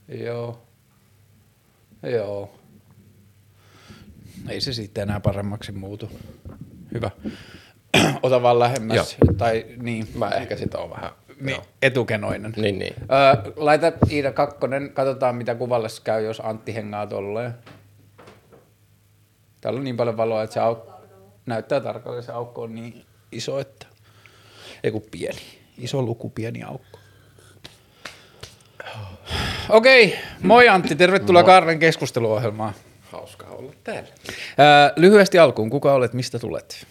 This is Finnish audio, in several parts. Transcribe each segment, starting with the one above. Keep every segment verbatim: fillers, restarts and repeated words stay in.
Joo. Joo. Ei se sitten enää paremmaksi muutu. Hyvä. Ota vaan lähemmäs. Joo. Tai niin. Mä ehkä sit oon vähän Niin, etukenoinen. Niin, niin. Öö, laita Iida kakkonen, katsotaan mitä kuvalle käy, jos Antti hengaa tolleen. Täällä on niin paljon valoa, että se auk- näyttää tarkalleen, se aukko on niin iso, että... Ei kun pieni. Iso luku, pieni aukko. Okei, moi Antti, tervetuloa Kaarren keskusteluohjelmaan. Hauska olla täällä. Öö, lyhyesti alkuun, kuka olet, mistä tulet?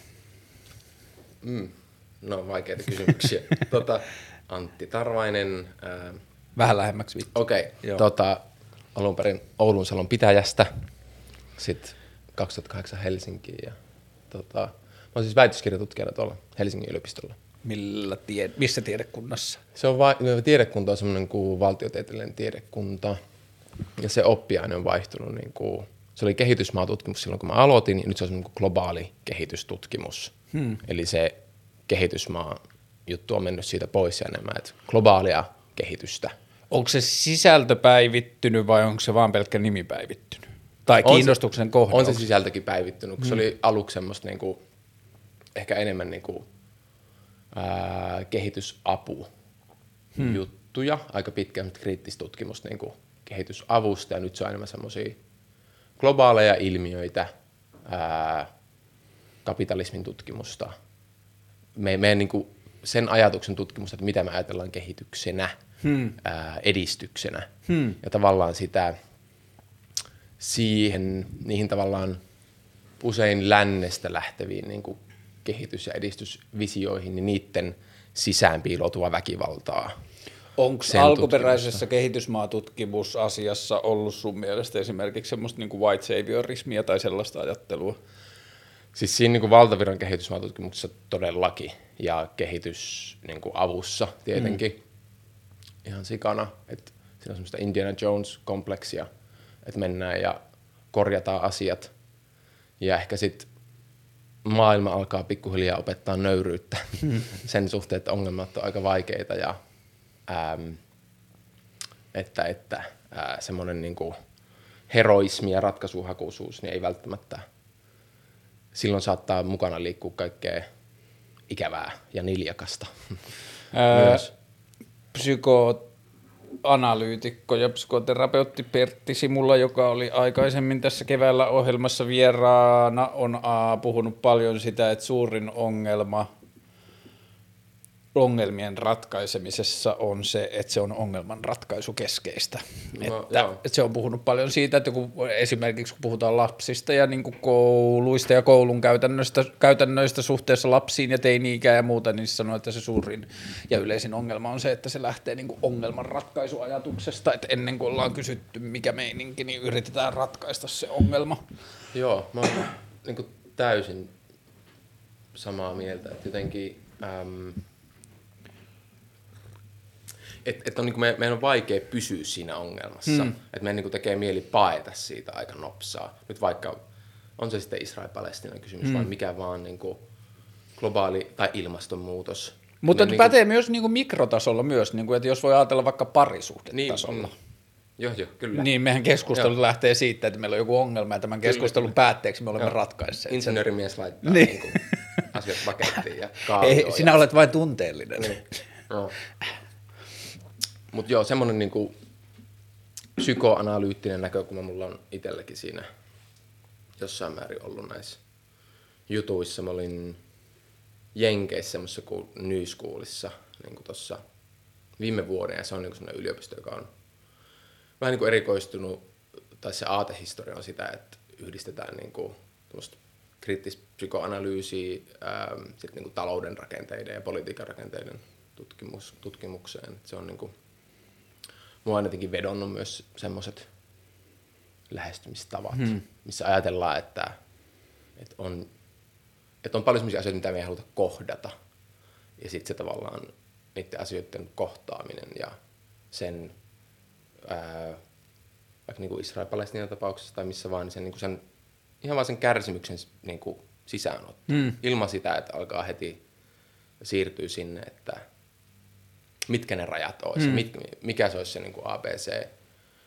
Mm. No, vaikeita kysymyksiä. tota, Antti Tarvainen. Ää... Vähän lähemmäksi vittu. Okei, okay. tota, alun perin Oulun Salon pitäjästä, sitten kaksituhattakahdeksan Helsinkiin. Ja, tota, mä oon siis väitöskirjatutkijana tuolla Helsingin yliopistolla. Millä tie- missä tiedekunnassa? Se on va- tiedekunta on semmoinen kuin valtiotieteellinen tiedekunta, ja se oppiaine on vaihtunut. Niin kuin, se oli kehitysmaatutkimus silloin, kun mä aloitin, ja nyt se on semmoinen kuin globaali kehitystutkimus. Hmm. Eli se kehitysmaa juttu on mennyt siitä pois ja enemmän, että globaalia kehitystä. Onko se sisältö päivittynyt vai onko se vaan pelkkä nimi päivittynyt? Tai On kiinnostuksen se, kohde? On se sisältökin päivittynyt, kun hmm. se oli aluksi semmoista niinku, ehkä enemmän niinku, ää, kehitysapu hmm. juttuja, aika pitkään kriittistä tutkimusta niinku, kehitysavusta, ja nyt se on enemmän semmoisia globaaleja ilmiöitä, ää, kapitalismin tutkimusta, me, meidän niinku, sen ajatuksen tutkimusta, että mitä me ajatellaan kehityksenä, hmm. ää, edistyksenä, hmm. ja tavallaan sitä siihen, niihin tavallaan usein lännestä lähteviin niin kuin kehitys- ja edistysvisioihin, niin niiden sisään piiloutuva väkivaltaa. Onko alkuperäisessä kehitysmaatutkimusasiassa ollut sun mielestä esimerkiksi semmoista niin kuin white saviorismia tai sellaista ajattelua? Siis siinä niin kuin valtavirran kehitysmaatutkimuksessa todellakin, ja kehitysavussa tietenkin mm. ihan sikana, että siinä on semmoista Indiana Jones-kompleksia, että mennään ja korjataan asiat. Ja ehkä sitten maailma alkaa pikkuhiljaa opettaa nöyryyttä hmm. sen suhteen, että ongelmat on aika vaikeita ja äm, että, että ää, semmoinen niinku heroismi ja ratkaisuhakuisuus niin ei välttämättä, silloin saattaa mukana liikkua kaikkea ikävää ja niljakasta. Myös. Psykoanalyytikko ja psykoterapeutti Pertti Simula, joka oli aikaisemmin tässä keväällä ohjelmassa vieraana, on a, puhunut paljon sitä, että suurin ongelma ongelmien ratkaisemisessa on se, että se on ongelman ratkaisukeskeistä. No, että, että se on puhunut paljon siitä, että kun esimerkiksi kun puhutaan lapsista ja niin kuin kouluista ja koulun käytännöistä, käytännöistä suhteessa lapsiin ja teini-ikään ja muuta, niin se sanoo, että se suurin ja yleisin ongelma on se, että se lähtee niin kuin ongelman ratkaisuajatuksesta, että ennen kuin ollaan kysytty mikä meininki, niin yritetään ratkaista se ongelma. Joo, mä oon niin kuin täysin samaa mieltä, että jotenkin äm, Että et on, niin me, meidän on vaikea pysyä siinä ongelmassa. Hmm. Että meidän niin tekee mieli paeta siitä aika nopsaa. Nyt vaikka on se sitten Israel-Palestinan kysymys, hmm. vai mikä vaan niin kuin globaali tai ilmastonmuutos. Mutta niin pätee niin kuin, myös niin kuin mikrotasolla myös, niin kuin, että jos voi ajatella vaikka parisuhdetasolla. Niin, joo, joo, kyllä. Niin meidän keskustelu joo. lähtee siitä, että meillä on joku ongelma ja tämän keskustelun kyllä, päätteeksi me olemme joo. ratkaisseet. Insinöörimies laittaa niin. Niin kuin asiat pakettiin ja kaavioon. Ei, sinä ja olet vain tunteellinen. Niin. No. Mutta joo, semmoinen niinku psykoanalyyttinen näkökulma mulla on itselläkin siinä jossain määrin ollut näissä jutuissa. Mä olin Jenkeissä semmoisessa kuin New Schoolissa niinku tossa viime vuoden, ja se on niinku semmoinen yliopisto, joka on vähän niinku erikoistunut, tai se aatehistoria on sitä, että yhdistetään niinku kriittistä psykoanalyysiä ähm, sit niinku talouden rakenteiden ja politiikan rakenteiden tutkimus, tutkimukseen. Se on niinku mua on jotenkin vedonnut myös semmoiset lähestymistavat, hmm. missä ajatellaan, että, että, on, että on paljon semmoisia asioita, mitä me ei haluta kohdata. Ja sitten se tavallaan niiden asioiden kohtaaminen ja sen, ää, vaikka niin kuin Israel-Palestinan tapauksessa tai missä vaan, niin sen, niin kuin sen, ihan vaan sen kärsimyksen niin kuin sisäänotto. Hmm. Ilman sitä, että alkaa heti siirtyä sinne, että mitkä ne rajat olisi, mm. mit, mikä se olisi se niin kuin A B C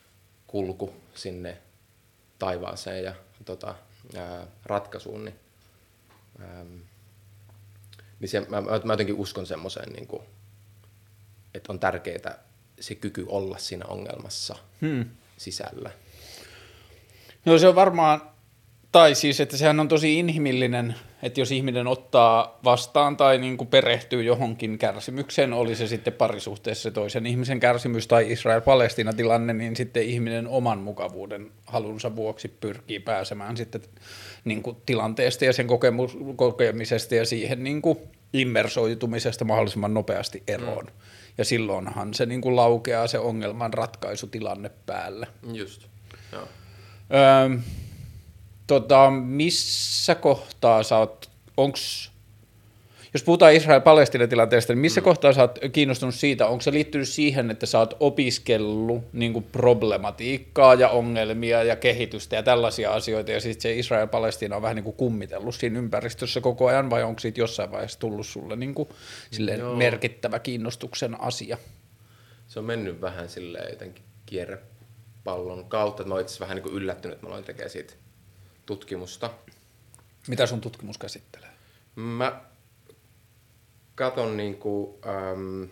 kulku sinne taivaaseen ja tota, ää, ratkaisuun, niin, ää, niin se, mä, mä jotenkin uskon semmoiseen, niin kuin, että on tärkeää se kyky olla siinä ongelmassa hmm. sisällä. No se on varmaan, tai siis, että sehän on tosi inhimillinen, että jos ihminen ottaa vastaan tai niin kuin perehtyy johonkin kärsimykseen, oli se sitten parisuhteessa toisen ihmisen kärsimys tai Israel-Palestiina-tilanne, niin sitten ihminen oman mukavuuden halunsa vuoksi pyrkii pääsemään sitten niin kuin tilanteesta ja sen kokemus, kokemisesta ja siihen niin kuin immersoitumisesta mahdollisimman nopeasti eroon. Mm. Ja silloinhan se niin kuin laukeaa se ongelman ratkaisutilanne päälle. Just, joo. Öö, tota, missä kohtaa sä oot, onks, jos puhutaan Israel-Palestiina-tilanteesta, niin missä mm. kohtaa sä oot kiinnostunut siitä, onko se liittynyt siihen, että sä oot opiskellut niin kuin problematiikkaa ja ongelmia ja kehitystä ja tällaisia asioita, ja sitten se Israel-Palestiina on vähän niin kuin kummitellut siinä ympäristössä koko ajan, vai onko siitä jossain vaiheessa tullut sulle niin kuin silleen merkittävä kiinnostuksen asia? Se on mennyt vähän silleen jotenkin kierrepallon kautta, että mä oon itse vähän niin kuin yllättynyt, että mä aloin tekemään siitä tutkimusta. Mitä sun tutkimus käsittelee? Mä katon niinku, äm,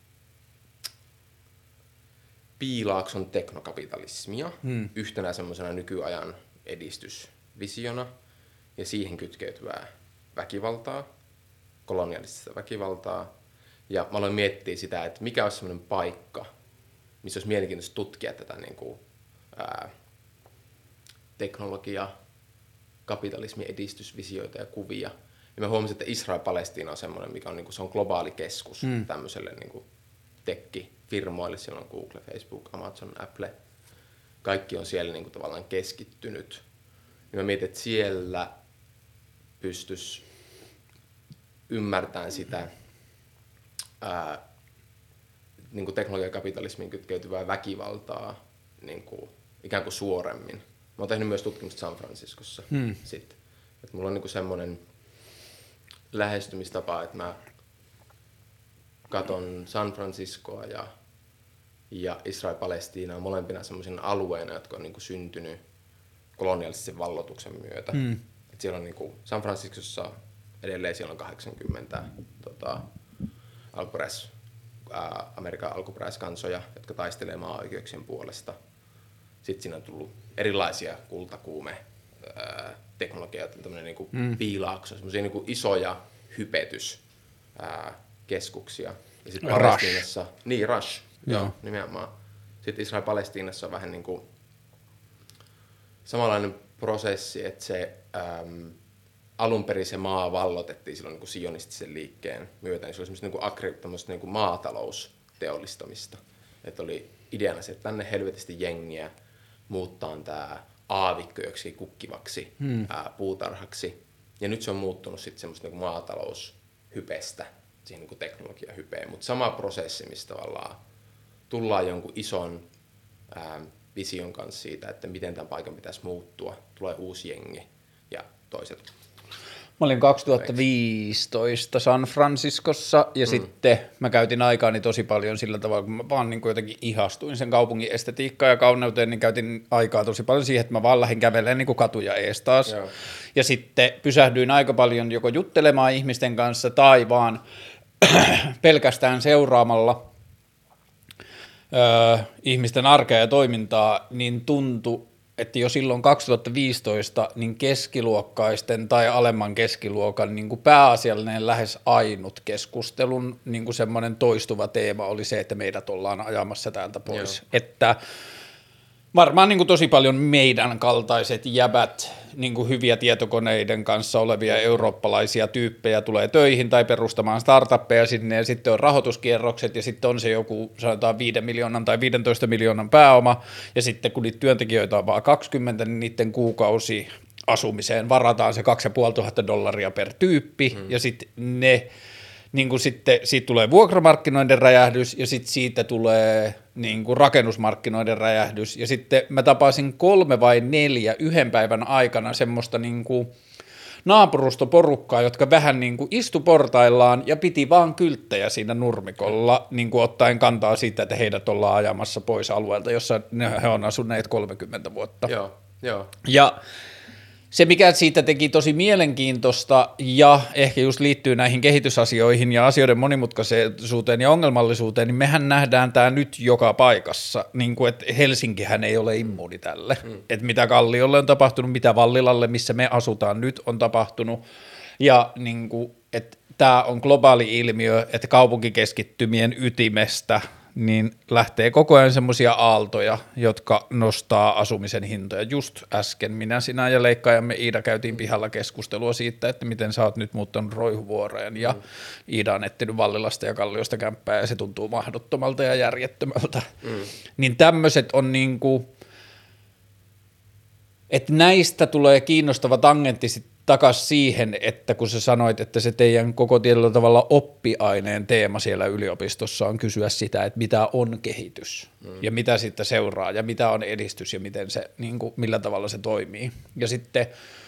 Piilaakson teknokapitalismia hmm. yhtenä semmoisena nykyajan edistysvisiona ja siihen kytkeytyvää väkivaltaa, kolonialistista väkivaltaa. Ja mä aloin miettiä sitä, että mikä olisi semmoinen paikka, missä olisi mielenkiintoista tutkia tätä niinku, ää, teknologiaa, kapitalismin edistysvisioita ja kuvia. Ja mä huomasin, että Israel-Palestiina on semmoinen, mikä on, niin kuin, se on globaali keskus mm. tämmöiselle niin kuin tekki-firmoille. Siellä on Google, Facebook, Amazon, Apple. Kaikki on siellä niin kuin, tavallaan keskittynyt. Ja mä mietin, että siellä pystyisi ymmärtämään sitä ää, niin kuin teknologian ja kapitalismiin kytkeytyvää väkivaltaa niin kuin, ikään kuin suoremmin. Mä oon tehnyt myös tutkimusta San Franciscossa. Hmm. Sit. Et mulla on niinku semmoinen lähestymistapa, että mä katon San Franciscoa ja, ja Israel-Palestiinaa molempina semmoisina alueina, jotka on niinku syntynyt kolonialistisen valloituksen myötä. Hmm. Et siellä on niinku San Franciscossa edelleen siellä on kahdeksankymmentä tota, alkuperäis, ää, Amerikan alkuperäiskansoja, jotka taistelee maa-oikeuksien puolesta. Sitten siinä on tullut erilaisia kultakuume ää, teknologioita, tämmöinen niinku mm. piilaakso, semmoisia niinku isoja hypetyskeskuksia. Ja sitten Palestiinassa, niin Rush, joo. joo, nimenomaan. Sitten Israel-Palestiinassa on vähän niinku samanlainen prosessi, että se äm, alun perin se maa vallotettiin silloin niinku sionistisen liikkeen myötä, niin se oli semmoista niinku agri, niinku maatalousteollistamista. Että oli ideana se, että tänne helvetisti jengiä muuttaa tämä aavikko joksikin kukkivaksi hmm. ää, puutarhaksi. Ja nyt se on muuttunut sitten semmoista niinku maataloushypestä siihen niinku teknologiahypeen. Mutta sama prosessi, missä tavallaan tullaan jonkun ison ää, vision kanssa siitä, että miten tämän paikan pitäisi muuttua. Tulee uusi jengi ja toiset. Mä olin kaksituhattaviisitoista San Franciscossa ja mm. sitten mä käytin aikaani tosi paljon sillä tavalla, kun mä vaan niin kuin jotenkin ihastuin sen kaupungin estetiikkaan ja kauneuteen, niin käytin aikaa tosi paljon siihen, että mä vaan lähdin kävelemään niin kuin katuja ees taas. Joo. Ja sitten pysähdyin aika paljon joko juttelemaan ihmisten kanssa tai vaan pelkästään seuraamalla öö, ihmisten arkea ja toimintaa, niin tuntui, että jo silloin kaksituhattaviisitoista niin keskiluokkaisten tai alemman keskiluokan niin kuin pääasiallinen lähes ainut keskustelun niin kuin semmoinen toistuva teema oli se, että meidät ollaan ajamassa täältä pois. Joo. Että varmaan niin kuin tosi paljon meidän kaltaiset jäbät, niin kuin hyviä tietokoneiden kanssa olevia eurooppalaisia tyyppejä tulee töihin tai perustamaan startuppeja sinne ja sitten on rahoituskierrokset ja sitten on se joku sanotaan viiden miljoonan tai viidentoista miljoonan pääoma ja sitten kun niitä työntekijöitä on vaan kaksikymmentä, niin niiden kuukausi asumiseen varataan se kaksituhatta dollaria per tyyppi hmm. ja sitten ne niin kuin sitten siitä tulee vuokramarkkinoiden räjähdys ja sitten siitä tulee niin kuin rakennusmarkkinoiden räjähdys ja sitten mä tapasin kolme vai neljä yhden päivän aikana semmoista niin kuin naapurustoporukkaa, jotka vähän niin kuin istu portaillaan ja piti vaan kylttejä siinä nurmikolla, niin kuin ottaen kantaa siitä, että heidät ollaan ajamassa pois alueelta, jossa he on asuneet kolmekymmentä vuotta. Joo, joo. Ja se, mikä siitä teki tosi mielenkiintoista ja ehkä just liittyy näihin kehitysasioihin ja asioiden monimutkaisuuteen ja ongelmallisuuteen, niin mehän nähdään tämä nyt joka paikassa, niin kuin, että Helsinkihän ei ole immuuni tälle, mm. että mitä Kalliolle on tapahtunut, mitä Vallilalle, missä me asutaan nyt, on tapahtunut, ja niin kuin, että tämä on globaali ilmiö, että kaupunkikeskittymien ytimestä niin lähtee koko ajan semmoisia aaltoja, jotka nostaa asumisen hintoja. Just äsken minä, sinä ja leikkaajamme Iida käytiin pihalla keskustelua siitä, että miten sä oot nyt muuttanut Roihuvuoreen ja mm. Iida on etsinyt Vallilasta ja Kalliosta kämppää ja se tuntuu mahdottomalta ja järjettömältä. Mm. Niin tämmöiset on niinku, että näistä tulee kiinnostava tangentti sitten takaisin siihen, että kun sä sanoit, että se teidän koko tietyllä tavalla oppiaineen teema siellä yliopistossa on kysyä sitä, että mitä on kehitys mm. ja mitä siitä seuraa ja mitä on edistys ja miten se, niin kuin, millä tavalla se toimii. Ja sitten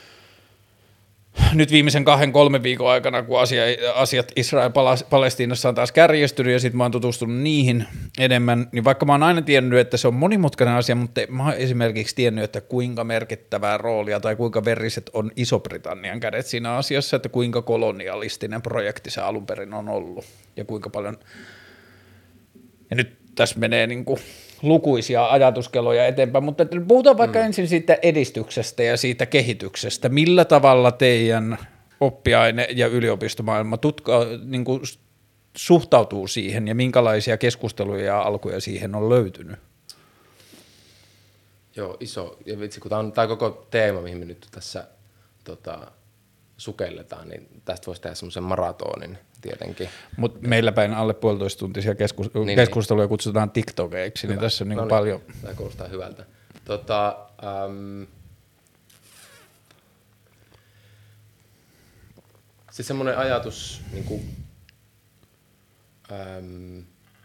nyt viimeisen kahden, kolmen viikon aikana, kun asia, asiat Israel-Palestiinassa on taas kärjestynyt ja sitten mä oon tutustunut niihin enemmän, niin vaikka mä oon aina tiennyt, että se on monimutkainen asia, mutta mä oon esimerkiksi tiennyt, että kuinka merkittävää roolia tai kuinka veriset on Iso-Britannian kädet siinä asiassa, että kuinka kolonialistinen projekti se alun perin on ollut ja kuinka paljon, ja nyt tässä menee niin kuin lukuisia ajatuskeloja eteenpäin, mutta puhutaan vaikka mm. ensin siitä edistyksestä ja siitä kehityksestä. Millä tavalla teidän oppiaine- ja yliopistomaailma tutka, niin kuin suhtautuu siihen ja minkälaisia keskusteluja ja alkuja siihen on löytynyt? Joo, iso. Ja vitsi, kun tämä on tämä koko teema, mihin me nyt tässä tota, sukelletaan, niin tästä voisi tehdä semmoisen maratonin tietenkin. Mutta meillä päin alle puolitoista tuntisia keskus- niin, keskusteluja niin. Kutsutaan TikTokeiksi, niin tässä on niin no paljon. Niin. Tämä kuulostaa hyvältä. Tota, ähm, siis semmoinen ajatus niin kuin, ähm,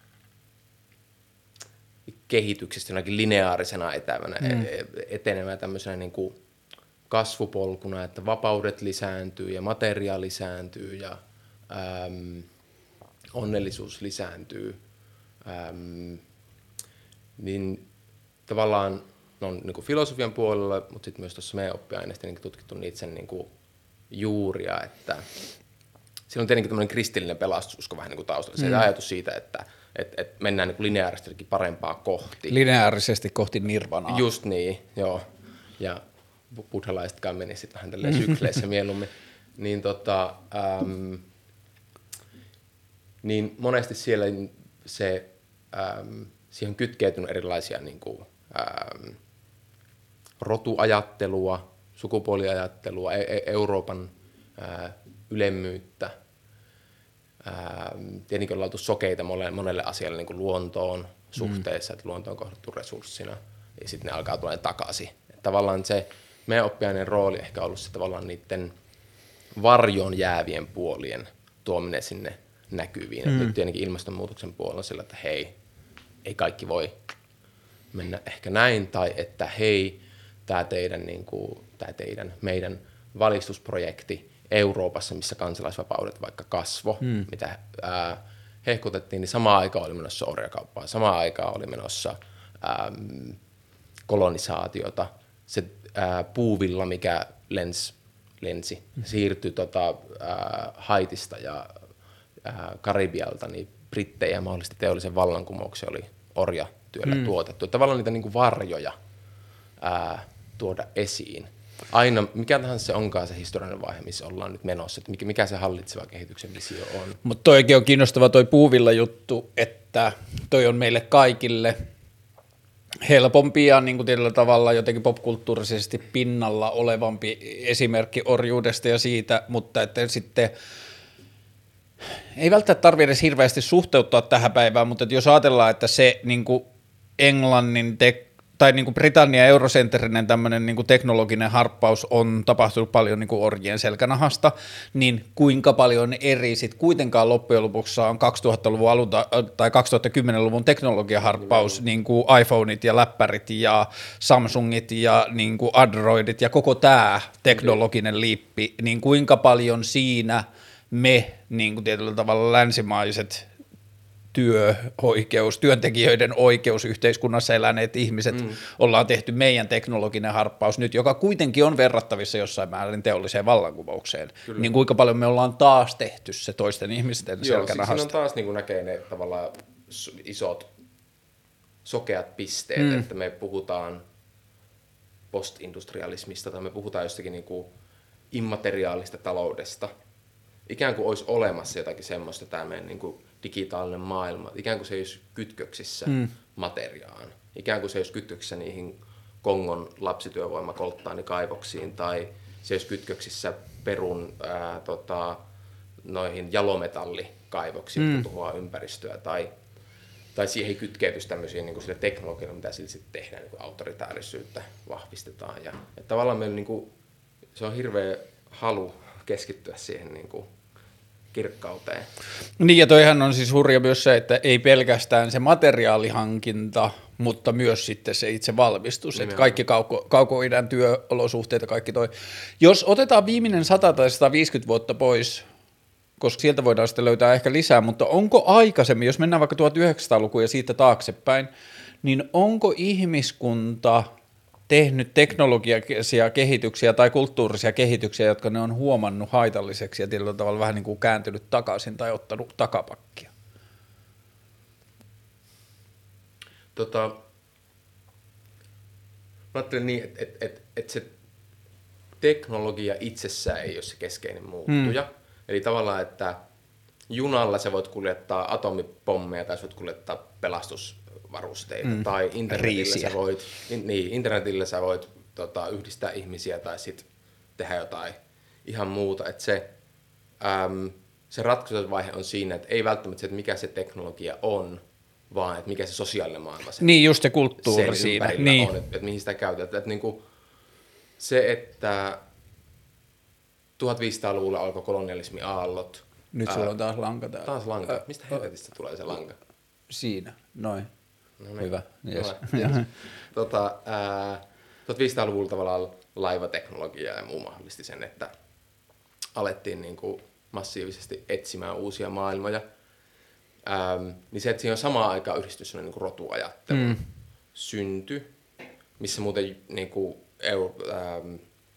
kehityksestä jonakin lineaarisena etävänä, mm. etenemään tämmöisenä niin kuin kasvupolkuna, että vapaudet lisääntyy ja materia lisääntyy ja äm, onnellisuus lisääntyy, äm, niin tavallaan no, niin kuin filosofian puolella, mutta sitten myös tuossa meidän oppiaineista niin tutkittu niitä sen niin kuin juuria, että siinä on tietenkin tämmöinen kristillinen pelastususko vähän niin kuin taustalla, se mm. ajatus siitä, että et, et mennään niin kuin lineaarisesti parempaa kohti. Lineaarisesti kohti nirvanaa. Just niin, joo. Ja buddhalaisetkaan meni sitten vähän tälleen sykleissä mieluummin. Niin, tota, äm, niin monesti siellä se, äm, siihen on kytkeytynyt erilaisia niin kuin, äm, rotuajattelua, sukupuoliajattelua, e- Euroopan ää, ylemmyyttä. Ää, tietenkin ollaan oltu sokeita monelle, monelle asialle niin kuin luontoon suhteessa, mm. että luonto on kohdattu resurssina ja sitten ne alkaa tulla takaisin. Että tavallaan se meidän oppiaineen rooli ehkä ollut se tavallaan niiden varjon jäävien puolien tuominen sinne näkyviin. Mm. Nyt tietenkin ilmastonmuutoksen puolella sillä, että hei, ei kaikki voi mennä ehkä näin, tai että hei, tämä teidän, niin kuin, tämä teidän, meidän valistusprojekti Euroopassa, missä kansalaisvapaudet vaikka kasvo, mm. mitä ää, hehkutettiin, niin samaan aikaan oli menossa orjakauppaa, samaan aikaan oli menossa äm, kolonisaatiota, se ää, puuvilla, mikä lens, lensi, mm. siirtyi tota, ää, Haitista ja ää, Karibialta, niin brittejä mahdollisesti teollisen vallankumouksen oli orjatyöllä mm. tuotettu. Tavallaan niitä niin kuin varjoja ää, tuoda esiin. Aina, mikä tahansa se onkaan se historiallinen vaihe, missä ollaan nyt menossa, että mikä, mikä se hallitseva kehityksen visio on. Mutta toikin on kiinnostava toi puuvilla juttu, että toi on meille kaikille helpompi ja niin kuin tietyllä tavalla jotenkin popkulttuurisesti pinnalla olevampi esimerkki orjuudesta ja siitä, mutta että sitten ei välttämättä tarvitse edes hirveästi suhteuttaa tähän päivään, mutta että jos ajatellaan, että se niin kuin Englannin te- tai niin kuin Britannia eurocentrinen tämmöinen niin kuin teknologinen harppaus on tapahtunut paljon niin kuin orjien selkänahasta, niin kuinka paljon eri sit kuitenkaan loppujen lopuksi on kaksituhattaluvun alulta tai kaksituhattakymmenluvun teknologiaharppaus, niin kuin iPhoneit ja läppärit ja Samsungit ja niin kuin Androidit ja koko tämä teknologinen liippi, niin kuinka paljon siinä me niin kuin tietyllä tavalla länsimaiset työoikeus, työntekijöiden oikeus yhteiskunnassa eläneet ihmiset, mm. ollaan tehty meidän teknologinen harppaus nyt, joka kuitenkin on verrattavissa jossain määrin teolliseen vallankumoukseen. Kyllä. Niin kuinka paljon me ollaan taas tehty se toisten ihmisten selkänahasta. Joo, siinä on taas niin kuin näkee ne tavallaan isot sokeat pisteet, mm. että me puhutaan postindustrialismista tai me puhutaan jostakin niin kuin immateriaalista taloudesta. Ikään kuin olisi olemassa jotakin semmoista tämä meidän niin kuin digitaalinen maailma, ikään kuin se ei olisi kytköksissä mm. materiaan, ikään kuin se ei olisi kytköksissä niihin Kongon lapsityövoimakolttaani-kaivoksiin tai se ei olisi kytköksissä Perun ää, tota, noihin jalometallikaivoksiin, mm. jotka tuhoaa ympäristöä tai, tai siihen ei kytkeytyisi tämmöisiä niin kuin sille teknologialle, mitä sillä sitten tehdään, niin kuin autoritäärisyyttä vahvistetaan ja että tavallaan meillä niin kuin, se on hirveä halu keskittyä siihen niin kuin kirkkauteen. Niin ja toihan on siis hurja myös se, että ei pelkästään se materiaalihankinta, mutta myös sitten se itse valmistus, että kaikki kauko, kaukoidän työolosuhteet ja kaikki toi. Jos otetaan viimeinen sata tai sata viisikymmentä vuotta pois, koska sieltä voidaan sitten löytää ehkä lisää, mutta onko aikaisemmin, jos mennään vaikka tuhatyhdeksänsataalukuun ja siitä taaksepäin, niin onko ihmiskunta tehnyt teknologisia kehityksiä tai kulttuurisia kehityksiä, jotka ne on huomannut haitalliseksi ja tietyllä tavalla vähän niin kuin kääntynyt takaisin tai ottanut takapakkia? Tota, mä ajattelen niin, että et, et, et se teknologia itsessään ei ole se keskeinen muuttuja. Hmm. Eli tavallaan, että junalla sä voit kuljettaa atomipommeja tai sä voit kuljettaa pelastusvarusteita mm. tai internetillä sä voit, in, niin, internetillä sä voit tota, yhdistää ihmisiä tai sit tehdä jotain ihan muuta. Et se, äm, se ratkaisuvaihe on siinä, että ei välttämättä se, että mikä se teknologia on, vaan että mikä se sosiaalinen maailma sen, niin, just se kulttuuri sen siinä. ympärillä niin. on, että, että mihin sitä käytetään. Että niinku, se, että tuhatviisisataaluvulla alkoi kolonialismi aallot. Nyt ää, sulla on taas lanka täällä. Taas lanka. Ää, Mistä helvetistä tulee se lanka? Siinä, noin. No niin. Hyvä. Yes. No, tota, ää, tuhatviisisataaluvulla tavallaan laivateknologia ja muu mahdollisti sen, että alettiin niin kuin massiivisesti etsimään uusia maailmoja. Ähm, niin se, että siinä on samaan aikaan yhdistys niin kuin rotuajattelu mm. synty, missä muuten niin kuin, eu, ähm,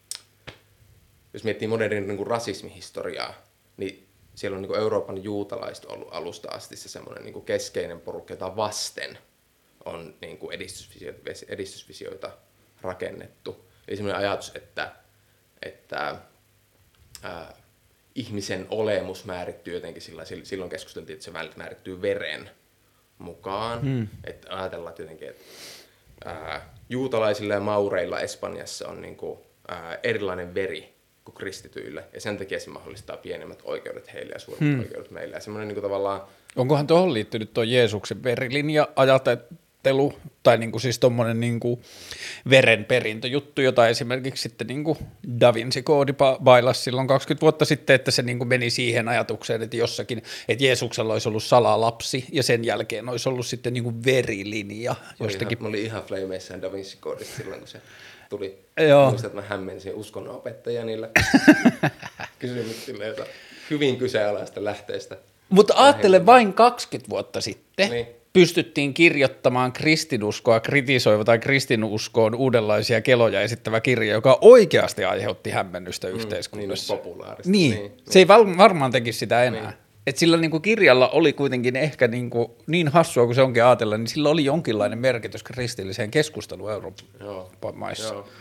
jos miettii modernin niin kuin rasismihistoriaa, niin siellä on niin kuin Euroopan juutalaiset ollut alusta asti se semmoinen niin kuin keskeinen porukka, jota vasten on niin kuin edistysvisioita, edistysvisioita rakennettu. Eli semmoinen ajatus, että, että ää, ihmisen olemus määrittyy jotenkin sillä, silloin keskusteltiin, että se määrittyy veren mukaan. Hmm. Että ajatellaan että jotenkin, että ää, juutalaisilla ja maureilla Espanjassa on niin kuin, ää, erilainen veri kuin kristityillä, ja sen takia se mahdollistaa pienemmät oikeudet heille ja suuremmat hmm. oikeudet meille. Ja semmoinen niin kuin tavallaan... Onkohan tuohon liittynyt tuo Jeesuksen verilinja ajattelu, tai niin kuin siis tuommoinen niin kuin verenperintöjuttu, jota esimerkiksi sitten niin kuin Da Vinci-koodi bailasi silloin kaksikymmentä vuotta sitten, että se niin kuin meni siihen ajatukseen, että jossakin, että Jeesuksella olisi ollut salalapsi, ja sen jälkeen olisi ollut sitten niin kuin verilinja. Jostakin... Mä olin ihan flameissaan Da Vinci-koodista silloin, kun se tuli. Joo. Muistan, että mä hämmensin uskonnonopettajia niillä kysymyksillä, joita hyvin kyseenalaista lähteestä. Mutta ajattele, vain kaksikymmentä vuotta sitten niin. pystyttiin kirjoittamaan kristinuskoa kritisoiva tai kristinuskoon uudenlaisia keloja esittävä kirja, joka oikeasti aiheutti hämmennystä mm, yhteiskunnassa. Niin populaarista. Niin, niin, se ei val- varmaan tekisi sitä enää. Niin. Et sillä niinku kirjalla oli kuitenkin ehkä niinku niin hassua kuin se onkin ajatella, niin sillä oli jonkinlainen merkitys kristilliseen keskusteluun Euroopan maissa. Joo.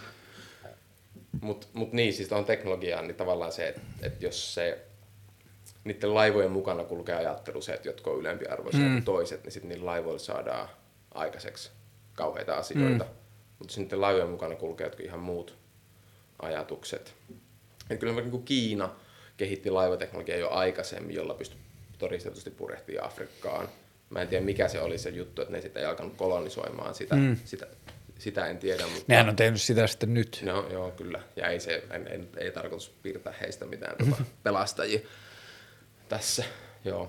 Mutta mut niin, siis tuohon teknologiaan, niin tavallaan se, että et jos se niiden laivojen mukana kulkee ajattelu se, että jotka on ylempiarvoisia mm. kuin toiset, niin sitten niillä laivoilla saadaan aikaiseksi kauheita asioita. Mm. Mutta niiden laivojen mukana kulkee jotkut ihan muut ajatukset. Et kyllä niin kuin Kiina kehitti laivateknologiaa jo aikaisemmin, jolla pystyi todistetusti purehtimaan Afrikkaan. Mä en tiedä, mikä se oli se juttu, että ne sitten ei alkanut kolonisoimaan sitä, mm. sitä, sitä en tiedä. Mutta... Nehän on tehnyt sitä sitten nyt. No joo, kyllä. Ja ei, se, en, en, ei tarkoitus piirtää heistä mitään tuota pelastajia tässä, joo.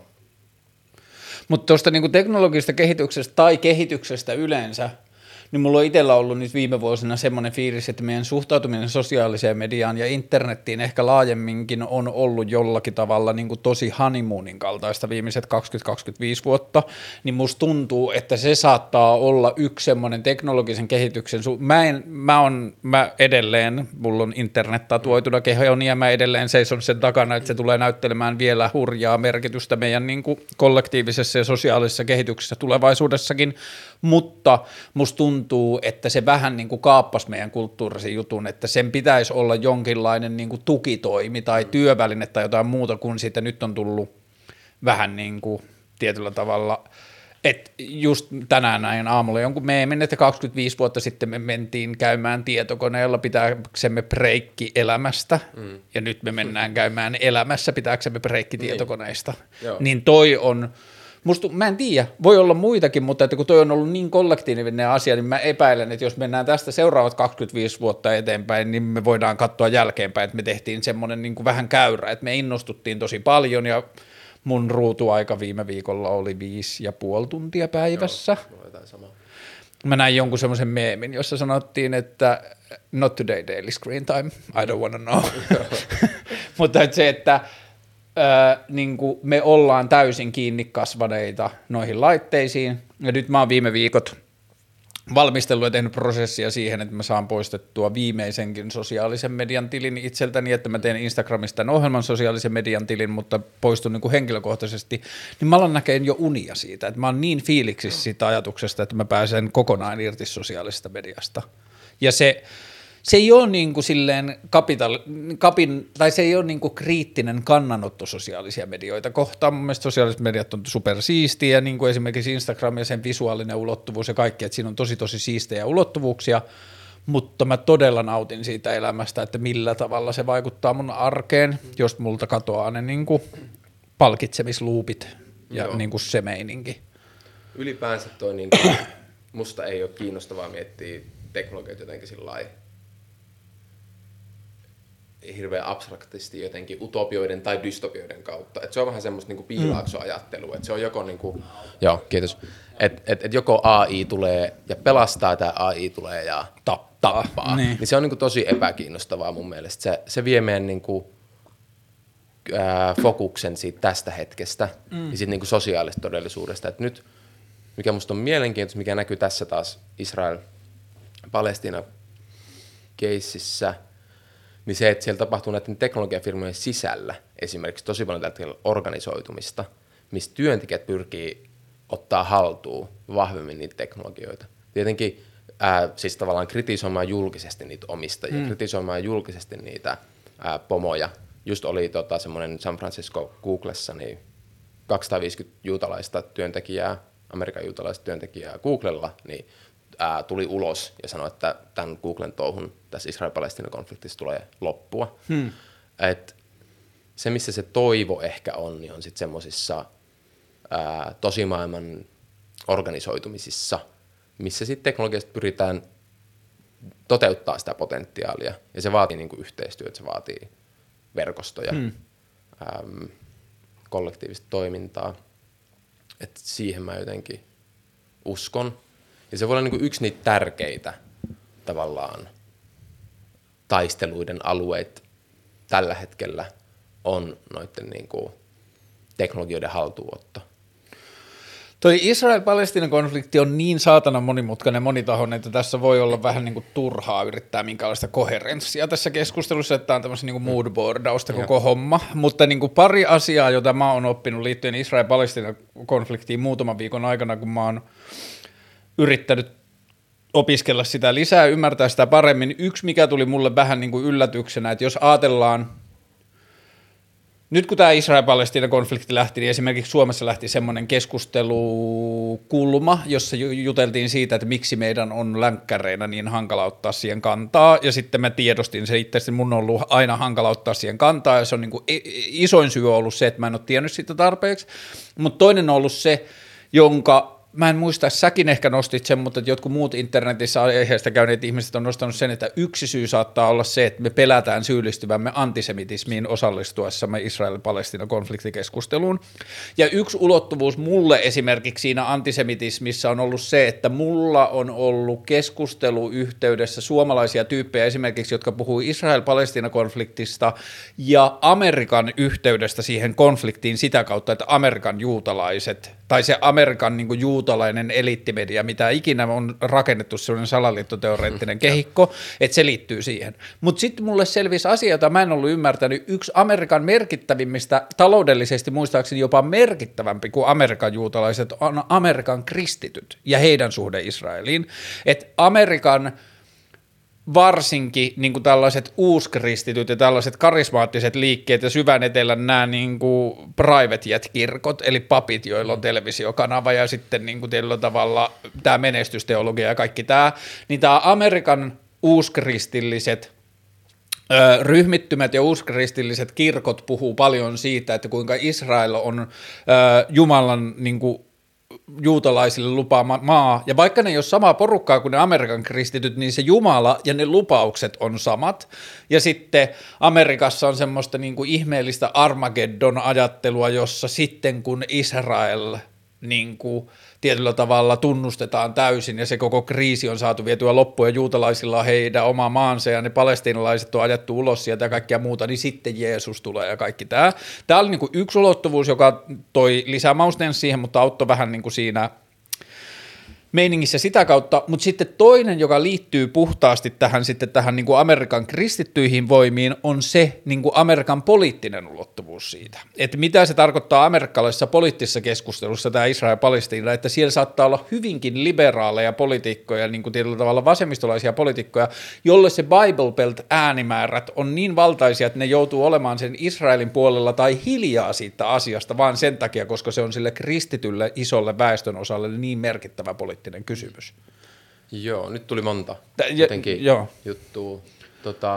Mutta tuosta niinku teknologisesta kehityksestä tai kehityksestä yleensä, niin mulla on itsellä ollut nyt viime vuosina semmoinen fiilis, että meidän suhtautuminen sosiaaliseen mediaan ja internettiin ehkä laajemminkin on ollut jollakin tavalla niin kuin tosi honeymoonin kaltaista viimeiset kaksikymmentä kaksikymmentäviisi vuotta, niin musta tuntuu, että se saattaa olla yksi semmoinen teknologisen kehityksen, su- mä, en, mä, on, mä edelleen, mulla on internet tatuoituna kehoni ja mä edelleen seison sen takana, että se tulee näyttelemään vielä hurjaa merkitystä meidän niin kuin kollektiivisessa ja sosiaalisessa kehityksessä tulevaisuudessakin, mutta musta tuntuu, että se vähän niin kuin kaappasi meidän kulttuurisen jutun, että sen pitäisi olla jonkinlainen niin kuin tukitoimi tai työväline tai jotain muuta, kun siitä nyt on tullut vähän niin kuin tietyllä tavalla, että just tänään näin aamulla jonkun meemin, että kaksikymmentäviisi vuotta sitten me mentiin käymään tietokoneella pitääksemme breikki elämästä, mm. ja nyt me mennään käymään elämässä pitääksemme breikki tietokoneista, niin, niin toi on... Musta, mä en tiedä, voi olla muitakin, mutta että kun toi on ollut niin kollektiivinen asia, niin mä epäilen, että jos mennään tästä seuraavat kaksikymmentäviisi vuotta eteenpäin, niin me voidaan katsoa jälkeenpäin, että me tehtiin semmoinen niin kuin vähän käyrä, että me innostuttiin tosi paljon ja mun ruutuaika viime viikolla oli viisi ja puoli tuntia päivässä. Joo, mä näin jonkun semmoisen meemin, jossa sanottiin, että not today daily screen time, I don't wanna know. Mutta että se, että Öö, niin kuin me ollaan täysin kiinni kasvaneita noihin laitteisiin, ja nyt mä oon viime viikot valmistellut ja tehnyt prosessia siihen, että mä saan poistettua viimeisenkin sosiaalisen median tilin itseltäni, että mä teen Instagramista tämän ohjelman sosiaalisen median tilin, mutta poistun niin kuin henkilökohtaisesti, niin mä alan näkeen jo unia siitä, että mä oon niin fiiliksissä siitä ajatuksesta, että mä pääsen kokonaan irti sosiaalisesta mediasta, ja se Se ei ole niin kuin silleen kapital, kapin, tai se ei ole niin kuin kriittinen kannanotto sosiaalisia medioita kohtaan. Mun mielestä sosiaaliset mediat on supersiistiä, niin kuin esimerkiksi Instagram ja sen visuaalinen ulottuvuus ja kaikki, että siinä on tosi tosi siistejä ulottuvuuksia, mutta mä todella nautin siitä elämästä, että millä tavalla se vaikuttaa mun arkeen, jos multa katoaa ne niin kuin palkitsemisluupit ja niin kuin se meininki. Ylipäänsä toi, niin kuin, musta ei ole kiinnostavaa miettiä teknologioita jotenkin sillä lailla hirveän abstraktisti jotenkin utopioiden tai dystopioiden kautta. Et se on vähän semmoista niinku piilaaksoajattelua, että se on joko niinku, joo, kiitos. Et, et, et joko A I tulee ja pelastaa tai A I tulee ja tappaa. tappaa. Niin. niin se on niinku tosi epäkiinnostavaa mun mielestä. Se, se vie meidän niinku, ää, fokuksen siitä tästä hetkestä mm. ja siitä niinku sosiaalisesta todellisuudesta. Et nyt, mikä musta on mielenkiintoista, mikä näkyy tässä taas Israel-Palestiina-keississä, niin se, että siellä tapahtuu näiden teknologiafirmojen sisällä esimerkiksi tosi paljon tällä organisoitumista, missä työntekijät pyrkii ottaa haltuun vahvemmin niitä teknologioita. Tietenkin ää, siis tavallaan kritisoimaan julkisesti niitä omistajia, mm. kritisoimaan julkisesti niitä ää, pomoja. Just oli tota, semmoinen San Francisco Googlessa niin kaksisataaviisikymmentä juutalaista työntekijää, Amerikan juutalaista työntekijää Googlella, niin Ää, tuli ulos ja sanoi, että tämän Googlen touhun tässä Israel-Palestiina-konfliktissa tulee loppua. Hmm. Et se, missä se toivo ehkä on, niin on sitten semmoisissa tosimaailman organisoitumisissa, missä sitten teknologiasta pyritään toteuttaa sitä potentiaalia. Ja se vaatii niinku yhteistyötä, se vaatii verkostoja, hmm. äm, kollektiivista toimintaa. Et siihen mä jotenkin uskon. Ja se voi olla niin kuin yksi niitä tärkeitä tavallaan taisteluiden alueita tällä hetkellä on noiden niin kuin teknologioiden haltuunotto. Toi Israel-Palestiina-konflikti on niin saatanan monimutkainen monitahoinen, että tässä voi olla vähän niin kuin turhaa yrittää minkälaista koherenssia tässä keskustelussa, että tämä on tämmöisen niin kuin moodboardausta koko homma, mutta niin kuin pari asiaa, jota mä oon oppinut liittyen Israel-Palestiina-konfliktiin muutaman viikon aikana, kun mä oon yrittänyt opiskella sitä lisää, ymmärtää sitä paremmin. Yksi, mikä tuli mulle vähän niin kuin yllätyksenä, että jos ajatellaan, nyt kun tämä Israel-Palestiina-konflikti lähti, niin esimerkiksi Suomessa lähti semmoinen keskustelukulma, jossa juteltiin siitä, että miksi meidän on länkkäreinä niin hankala ottaa siihen kantaa, ja sitten mä tiedostin se itse, mun on ollut aina hankala ottaa siihen kantaa, ja se on niin kuin isoin syy ollut se, että mä en ole tiennyt sitä tarpeeksi, mutta toinen on ollut se, jonka mä en muista, säkin ehkä nostit sen, mutta jotkut muut internetissä aiheesta käyneet ihmiset on nostanut sen, että yksi syy saattaa olla se, että me pelätään syyllistyvämme antisemitismiin osallistuessamme Israel-Palestiina-konfliktikeskusteluun. Ja yksi ulottuvuus mulle esimerkiksi siinä antisemitismissa on ollut se, että mulla on ollut keskusteluyhteydessä suomalaisia tyyppejä esimerkiksi, jotka puhuu Israel-Palestiina-konfliktista ja Amerikan yhteydestä siihen konfliktiin sitä kautta, että Amerikan juutalaiset tai se Amerikan niin kuin juutalainen eliittimedia, mitä ikinä on rakennettu sellainen salaliittoteoreettinen kehikko, että se liittyy siihen. Mutta sitten mulle selvisi asia, jota mä en ollut ymmärtänyt, yksi Amerikan merkittävimmistä, taloudellisesti muistaakseni jopa merkittävämpi kuin Amerikan juutalaiset, on Amerikan kristityt ja heidän suhde Israeliin. Että Amerikan varsinkin niin kuin tällaiset uuskristityt ja tällaiset karismaattiset liikkeet ja syvän etelän nämä niin kuin private jet-kirkot, eli papit, joilla on televisiokanava ja sitten niin kuin tietyllä tavalla tämä menestysteologia ja kaikki tämä, niin tämä Amerikan uuskristilliset ö, ryhmittymät ja uuskristilliset kirkot puhuu paljon siitä, että kuinka Israel on ö, Jumalan niin kuin juutalaisille lupaama maa, ja vaikka ne ei ole samaa porukkaa kuin ne Amerikan kristityt, niin se Jumala ja ne lupaukset on samat, ja sitten Amerikassa on semmoista niin kuin ihmeellistä Armageddon-ajattelua, jossa sitten kun Israel niin kuin tietyllä tavalla tunnustetaan täysin, ja se koko kriisi on saatu vietyä loppuun, ja juutalaisilla on heidän oma maansa, ja ne palestiinalaiset on ajettu ulos sieltä ja kaikkea muuta, niin sitten Jeesus tulee ja kaikki tämä. Tämä oli niin kuin yksi ulottuvuus, joka toi lisää mausteen siihen, mutta auttoi vähän niin kuin siinä meiningissä sitä kautta, mutta sitten toinen, joka liittyy puhtaasti tähän sitten tähän niin kuin Amerikan kristittyihin voimiin, on se niin kuin Amerikan poliittinen ulottuvuus siitä, että mitä se tarkoittaa amerikkalaisessa poliittisessa keskustelussa tämä Israel-Palestiina, että siellä saattaa olla hyvinkin liberaaleja poliitikkoja, niin kuin tietyllä tavalla vasemmistolaisia poliitikkoja, jolle se Bible Belt äänimäärät on niin valtaisia, että ne joutuu olemaan sen Israelin puolella tai hiljaa siitä asiasta vaan sen takia, koska se on sille kristitylle isolle väestönosalle niin merkittävä poliittinen kysymys. Joo, nyt tuli monta Tä, jotenkin joo. juttua. Tota,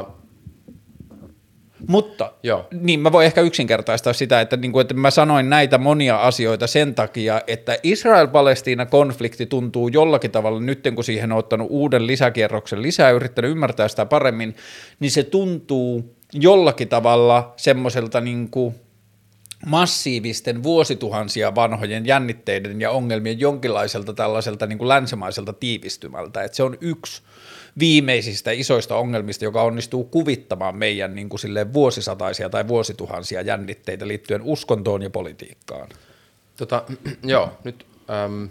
Mutta, joo. niin mä voin ehkä yksinkertaistaa sitä, että, niin kuin, että mä sanoin näitä monia asioita sen takia, että Israel-Palestiina-konflikti tuntuu jollakin tavalla, nyt kun siihen on ottanut uuden lisäkierroksen lisää, yrittänyt ymmärtää sitä paremmin, niin se tuntuu jollakin tavalla semmoiselta niin kuin massiivisten vuosituhansia vanhojen jännitteiden ja ongelmien jonkinlaiselta tällaiselta niin kuin länsimaiselta tiivistymältä, että se on yksi viimeisistä isoista ongelmista, joka onnistuu kuvittamaan meidän niin kuin silleen vuosisataisia tai vuosituhansia jännitteitä liittyen uskontoon ja politiikkaan. Tota, joo, nyt äm,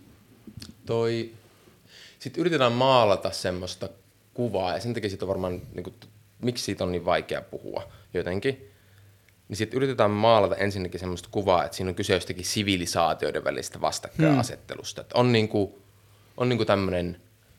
toi, sitten yritetään maalata semmoista kuvaa, ja sen takia siitä on varmaan, niin kuin, miksi siitä on niin vaikea puhua jotenkin, niin sitten yritetään maalata ensinnäkin semmoista kuvaa, että siinä on kyse jostakin sivilisaatioiden välistä vastakkainasettelusta. Hmm. Että on niinku, on niinku tämmöinen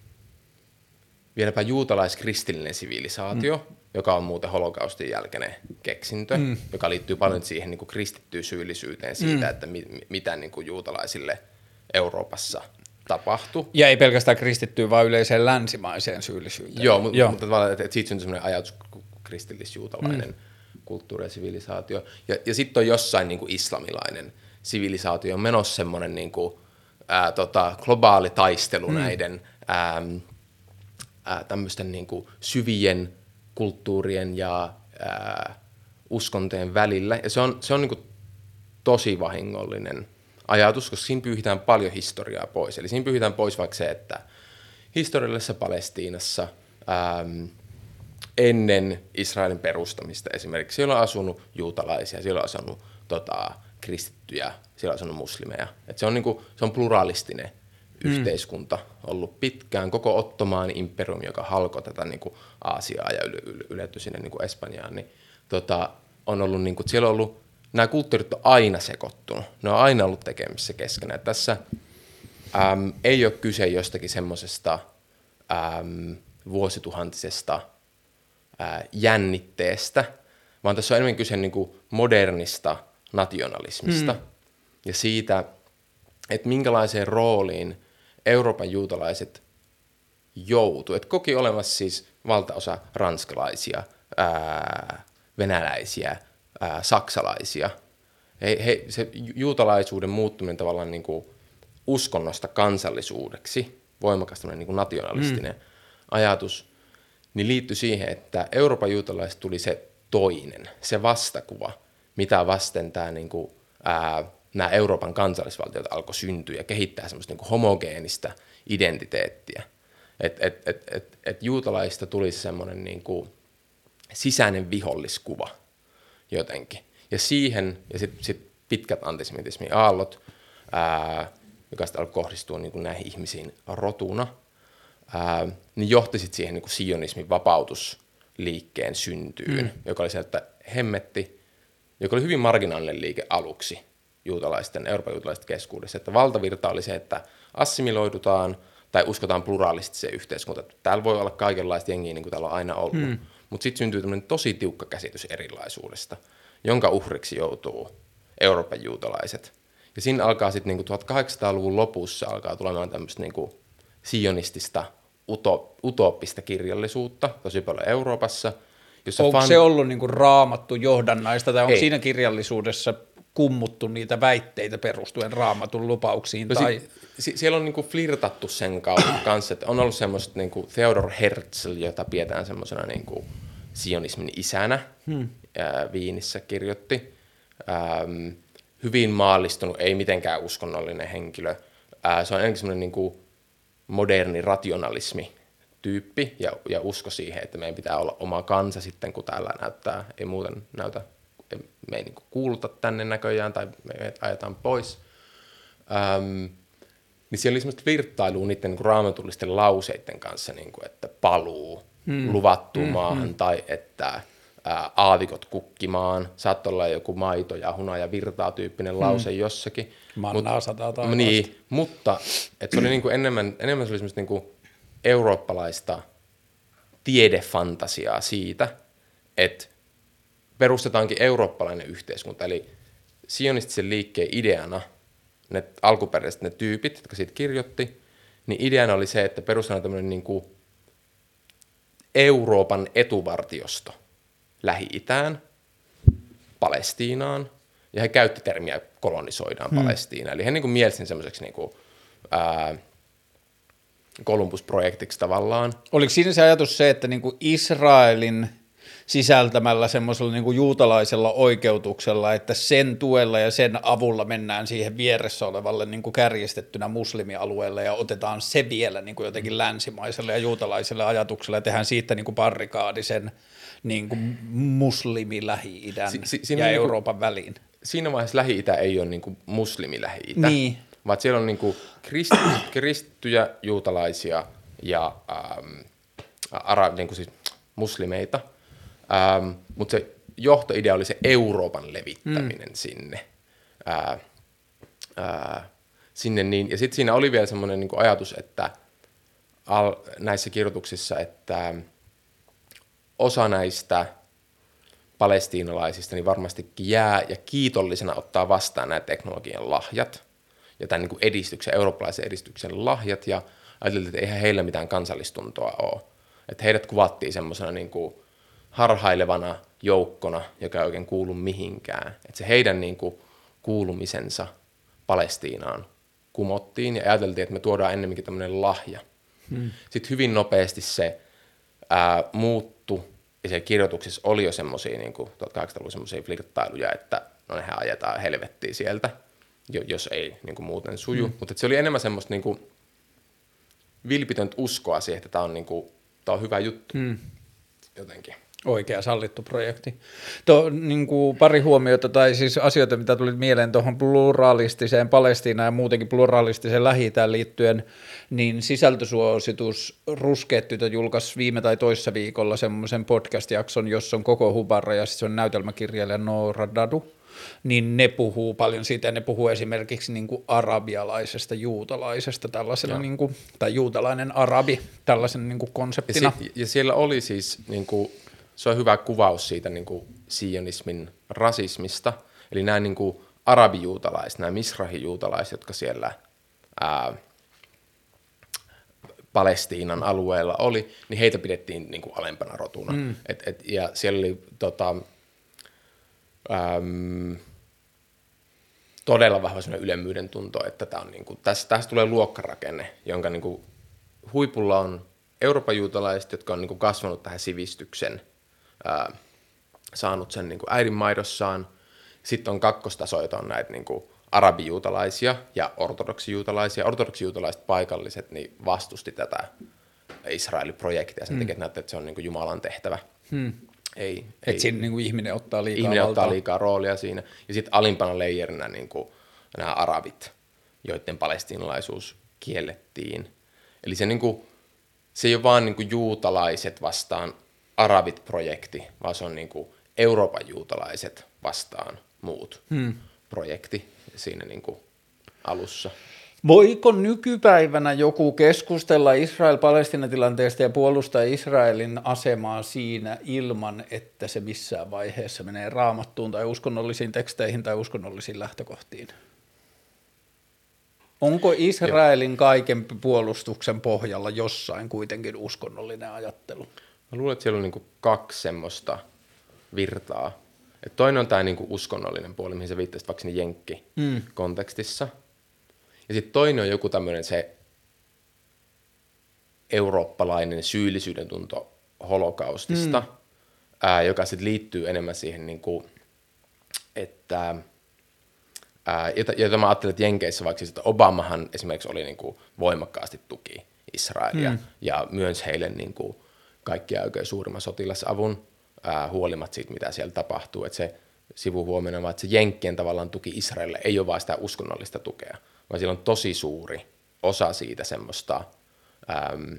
vieläpä juutalais-kristillinen sivilisaatio, hmm. joka on muuten holokaustin jälkeinen keksintö, hmm. joka liittyy paljon siihen niinku kristittyyn syyllisyyteen siitä, hmm. että mi- mitä niinku juutalaisille Euroopassa tapahtui. Ja ei pelkästään kristittyyn, vaan yleiseen länsimaiseen syyllisyyteen. Joo, mutta, Joo. mutta tavallaan, että, että siitä syntyi semmoinen ajatus kristillis-juutalainen hmm. kulttuuri ja sivilisaatio. Ja, ja sitten on jossain niin kuin islamilainen sivilisaatio, on menossa semmoinen niin kuin, ää, tota, globaali taistelu mm. näiden ää, ää, tämmöisten niin kuin syvien kulttuurien ja ää, uskontojen välillä. Ja se on, se on niin kuin tosi vahingollinen ajatus, koska siinä pyyhitään paljon historiaa pois. Eli siinä pyyhitään pois vaikka se, että historiallisessa Palestiinassa ää, ennen Israelin perustamista esimerkiksi. Siellä on asunut juutalaisia, siellä on asunut tota, kristittyjä, siellä on asunut muslimeja. Et se, on niinku, se on pluralistinen mm. yhteiskunta ollut pitkään. Koko Ottomaan imperiumi, joka halkoi tätä niinku Aasiaa ja yle, yle, ylettyi sinne niinku Espanjaan, niin tota, on ollut, niinku, siellä on ollut, nämä kulttuurit on aina sekoittunut. Ne on aina ollut tekemisissä keskenään. Et tässä äm, ei ole kyse jostakin semmoisesta äm, vuosituhantisesta jännitteestä, vaan tässä on enemmän kyse niin kuin modernista nationalismista mm. ja siitä, että minkälaiseen rooliin Euroopan juutalaiset joutuu. Että koki olemassa siis valtaosa ranskalaisia, ää, venäläisiä, ää, saksalaisia. He, he, se juutalaisuuden muuttuminen tavallaan niin kuin uskonnosta kansallisuudeksi, voimakas niin kuin nationalistinen mm. ajatus, niin liittyi siihen, että Euroopan juutalaiset tuli se toinen, se vastakuva, mitä vasten tämä, niin kuin, ää, nämä Euroopan kansallisvaltiot alkoi syntyä ja kehittää semmoista niin kuin homogeenista identiteettiä. Että et, et, et, et juutalaista tulisi semmoinen niin kuin sisäinen viholliskuva jotenkin. Ja siihen, ja sitten sit pitkät antisemitismin aallot, ää, joka sitten alkoi kohdistua niin kuin näihin ihmisiin rotuna, ää, niin johti sitten siihen niin kuin sionismin vapautusliikkeen syntyyn, mm. joka oli se, että hemmetti, joka oli hyvin marginaalinen liike aluksi juutalaisten, Euroopan juutalaisten keskuudessa, että valtavirta oli se, että assimiloidutaan tai uskotaan pluralistiseen yhteiskuntaan. Täällä voi olla kaikenlaista jengiä, niin kuin täällä on aina ollut, mm. mutta sitten syntyy tämmöinen tosi tiukka käsitys erilaisuudesta, jonka uhriksi joutuu Euroopan juutalaiset. Ja siinä alkaa sitten niinku tuhatkahdeksansataaluvun lopussa alkaa tulemaan tämmöistä niinku sionistista uto, utooppista kirjallisuutta tosi paljon Euroopassa. Jossa onko fan... se ollut niinku raamattu johdannaista tai onko Ei. siinä kirjallisuudessa kummuttu niitä väitteitä perustuen raamatun lupauksiin? No tai... si- si- siellä on niinku flirtattu sen kanssa, että on ollut semmoista niinku Theodor Herzl, jota pidetään semmoisena niinku sionismin isänä, hmm. ää, Viinissä kirjoitti. Ähm, hyvin maallistunut, ei mitenkään uskonnollinen henkilö. Ää, se on enemmän semmoinen niin kuin moderni rationalismi-tyyppi ja, ja usko siihen, että meidän pitää olla oma kansa sitten, kun täällä näyttää, ei muuten näytä, ei, me ei niin kuin kuuluta tänne näköjään tai me ajetaan pois. Ähm, niin siellä oli semmoista virtailua niiden niin kuin raamatullisten lauseiden kanssa, niin kuin, että paluu hmm. luvattuun hmm. maahan hmm. tai että Ää, aavikot kukkimaan, saattoi olla joku maito ja huna ja virtaa tyyppinen lause hmm. jossakin. Mannaa Mut, sataa taivaasta. Niin, mutta et se oli niinku enemmän, enemmän se oli semmoista niinku eurooppalaista tiedefantasiaa siitä, että perustetaankin eurooppalainen yhteiskunta. Eli sionistisen liikkeen ideana, ne alkuperäiset ne tyypit, jotka siitä kirjoitti, niin ideana oli se, että perustetaan tämmöinen niinku Euroopan etuvartiosto Lähi-Itään, Palestiinaan, ja he käytti termiä kolonisoidaan hmm. Palestiinaa. Eli he niin kuin mielsi sen semmoiseksi niin kuin, ää, Columbus-projektiksi tavallaan. Oliko siinä se ajatus se, että niin kuin Israelin sisältämällä semmoisella niin kuin juutalaisella oikeutuksella, että sen tuella ja sen avulla mennään siihen vieressä olevalle niin kuin kärjestettynä muslimialueelle ja otetaan se vielä niin kuin jotenkin länsimaiselle ja juutalaiselle ajatukselle ja tehdään siitä niin kuin barrikaadi sen niin kuin muslimi Lähi-idän si- si- ja Euroopan niin kuin, väliin. Siinä vaiheessa Lähi-itä ei ole niin kuin muslimi Lähi-itä, niin. vaan siellä on niin kuin krist- kristittyjä, juutalaisia ja ähm, ara- niin kuin siis muslimeita, ähm, mutta se johtoidea oli se Euroopan levittäminen mm. sinne. Äh, äh, sinne niin. Ja sitten siinä oli vielä semmoinen niin kuin ajatus, että al- näissä kirjoituksissa, että osa näistä palestiinalaisista niin varmastikin jää ja kiitollisena ottaa vastaan nämä teknologian lahjat ja tämän niin kuin edistyksen, eurooppalaisen edistyksen lahjat, ja ajateltiin, että eihän heillä mitään kansallistuntoa ole. Että heidät kuvattiin semmoisena niin kuin harhailevana joukkona, joka ei oikein kuulu mihinkään. Että se heidän niin kuin kuulumisensa Palestiinaan kumottiin, ja ajateltiin, että me tuodaan ennemminkin tämmöinen lahja. Hmm. Sitten hyvin nopeasti se ää, muuttui, ja siellä kirjoituksissa oli jo semmoisia niin kuin tuhatkahdeksansataaluvun semmoisia flirttailuja, että no nehän ajetaan helvettiin sieltä, jos ei niin kuin muuten suju. Mm. Mutta se oli enemmän semmoista niin kuin vilpitöntä uskoa siihen, että tämä on, niin kuin, tämä on hyvä juttu mm. jotenkin. Oikea sallittu projekti. Tuo, niin kuin pari huomiota tai siis asioita, mitä tuli mieleen tuohon pluralistiseen Palestiinaan ja muutenkin pluralistiseen Lähi-Itään liittyen, niin sisältösuositus Ruskeat tytöt julkaisi viime tai toissa viikolla semmoisen podcast-jakson, jossa on koko Hubarra ja se on näytelmäkirjailija Noora Dadu, niin ne puhuu paljon siitä ja ne puhuu esimerkiksi niin kuin arabialaisesta juutalaisesta tällaisena, niin kuin, tai juutalainen arabi tällaisen niin kuin konseptina. Ja, si- ja siellä oli siis niin kuin, se on hyvä kuvaus siitä niin kuin sionismin rasismista. Eli nämä niin kuin arabijuutalaiset, nämä misrahijuutalaiset, jotka siellä ää, Palestiinan alueella oli, niin heitä pidettiin niin kuin alempana rotuna. Mm. Et, et, ja siellä oli, tota, äm, todella vahva sellainen ylemmyyden tunto, että tää on niin kuin, tässä, tässä tulee luokkarakenne, jonka niin kuin, huipulla on Euroopan juutalaiset, jotka on niin kuin, kasvanut tähän sivistyksen, ää, saanut sen niin kuin, äidinmaidossaan. Sitten on kakkostaso, joita on näitä niin kuin, arabijuutalaisia ja ortodoksijuutalaisia. Ortodoksijuutalaiset paikalliset niin vastusti tätä Israelin projektia sen mm. takia, että se on niin kuin, Jumalan tehtävä. Mm. Ei, että ei, siinä niin kuin ihminen ottaa liikaa ihminen valtaa. ottaa liikaa roolia siinä. Ja sitten alimpana leijerinä niin kuin nämä arabit, joiden palestiinalaisuus kiellettiin. Eli se, niin kuin, se ei ole vaan niin kuin juutalaiset vastaan arabit-projekti, vaan se on niin kuin Euroopan juutalaiset vastaan muut hmm. projekti siinä niin kuin alussa. Voiko nykypäivänä joku keskustella Israel-Palestina-tilanteesta ja puolustaa Israelin asemaa siinä ilman, että se missään vaiheessa menee raamattuun tai uskonnollisiin teksteihin tai uskonnollisiin lähtökohtiin? Onko Israelin kaiken puolustuksen pohjalla jossain kuitenkin uskonnollinen ajattelu? Mä luulen, että siellä on niin kuin kaksi semmoista virtaa. Et toinen on tämä niin kuin uskonnollinen puoli, mihin sä viittasit vaikka sinne jenkki-kontekstissa. Mm. Ja sitten toinen on joku tämmöinen se eurooppalainen syyllisyyden tunto holokaustista, mm. ää, joka sitten liittyy enemmän siihen, niin kuin, että ää, jota, jota mä ajattelen, että Jenkeissä vaikka siis, että Obamahan esimerkiksi oli niin kuin, voimakkaasti tuki Israelia mm. ja myönsi heille niin kuin, kaikkia oikein suurimman sotilasavun ää, huolimatta siitä, mitä siellä tapahtuu. Että se sivuhuomiona, että se Jenkkien tavallaan tuki Israelille ei ole vain sitä uskonnollista tukea, vaan siellä on tosi suuri osa siitä semmoista, äm,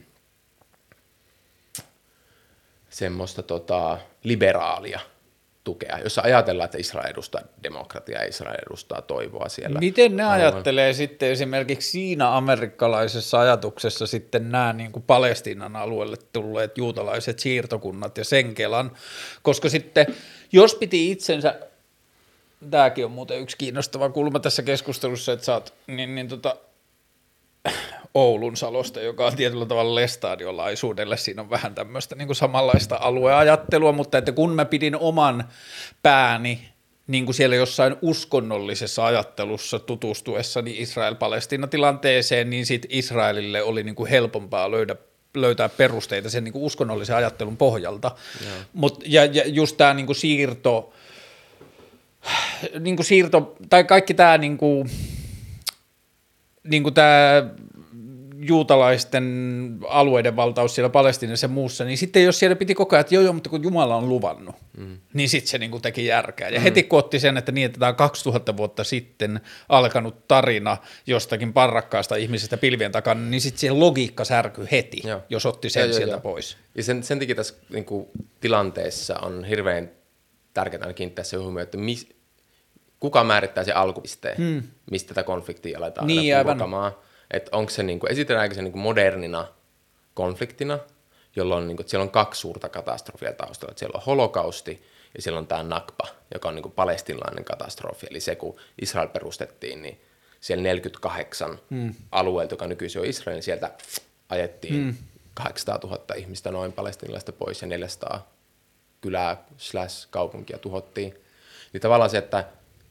semmoista tota, liberaalia tukea, jossa ajatellaan, että Israel edustaa demokratiaa ja Israel edustaa toivoa siellä. Miten ne ajattelee sitten esimerkiksi siinä amerikkalaisessa ajatuksessa sitten nämä niin kuin Palestiinan alueelle tulleet juutalaiset siirtokunnat ja sen kelan, koska sitten jos piti itsensä, tämäkin on muuten yksi kiinnostava kulma tässä keskustelussa, että sä oot niin, niin tota, Oulun Salosta, joka on tietyllä tavalla lestadiolaisuudelle, siinä on vähän tämmöistä niin kuin samanlaista alueajattelua, mutta että kun mä pidin oman pääni niin kuin siellä jossain uskonnollisessa ajattelussa tutustuessani Israel-Palestiina-tilanteeseen, niin sitten Israelille oli niin kuin helpompaa löydä, löytää perusteita sen niin kuin uskonnollisen ajattelun pohjalta. Mut, ja, ja just tämä niin kuin siirto, niin kuin siirto, tai kaikki tämä niin kuin, niin kuin tämä juutalaisten alueiden valtaus siellä Palestiinassa ja muussa, niin sitten jos siellä piti koko ajan, että joo, joo, mutta kun Jumala on luvannut, mm. niin sitten se niin kuin teki järkeä. Ja mm. heti kun otti sen, että niin, että tämä on kaksituhatta vuotta sitten alkanut tarina jostakin parrakkaasta ihmisestä pilvien takana, niin sitten siihen logiikka särkyi heti, joo. jos otti sen joo, sieltä joo. pois. Ja sen, sen takia tässä niin kuin, tilanteessa on hirveän tärkeää aina kiinnittää se huomioon, että mis, kuka määrittää se alkupisteen, hmm. mistä tätä konfliktia aletaan niin, aina purkamaan. Että onko se, niinku, esitelläänkö se niinku modernina konfliktina, jolloin niinku, siellä on kaksi suurta katastrofia taustalla. Et siellä on holokausti ja siellä on tämä Nakba, joka on niinku palestinalainen katastrofi. Eli se, kun Israel perustettiin, niin siellä neljäkymmentäkahdeksan hmm. alueelta, joka nykyisin on Israel, niin sieltä ajettiin hmm. kahdeksansataatuhatta ihmistä noin palestinalaista pois ja neljäsataa kylää slash kaupunkia tuhottiin. Niin tavallaan se, että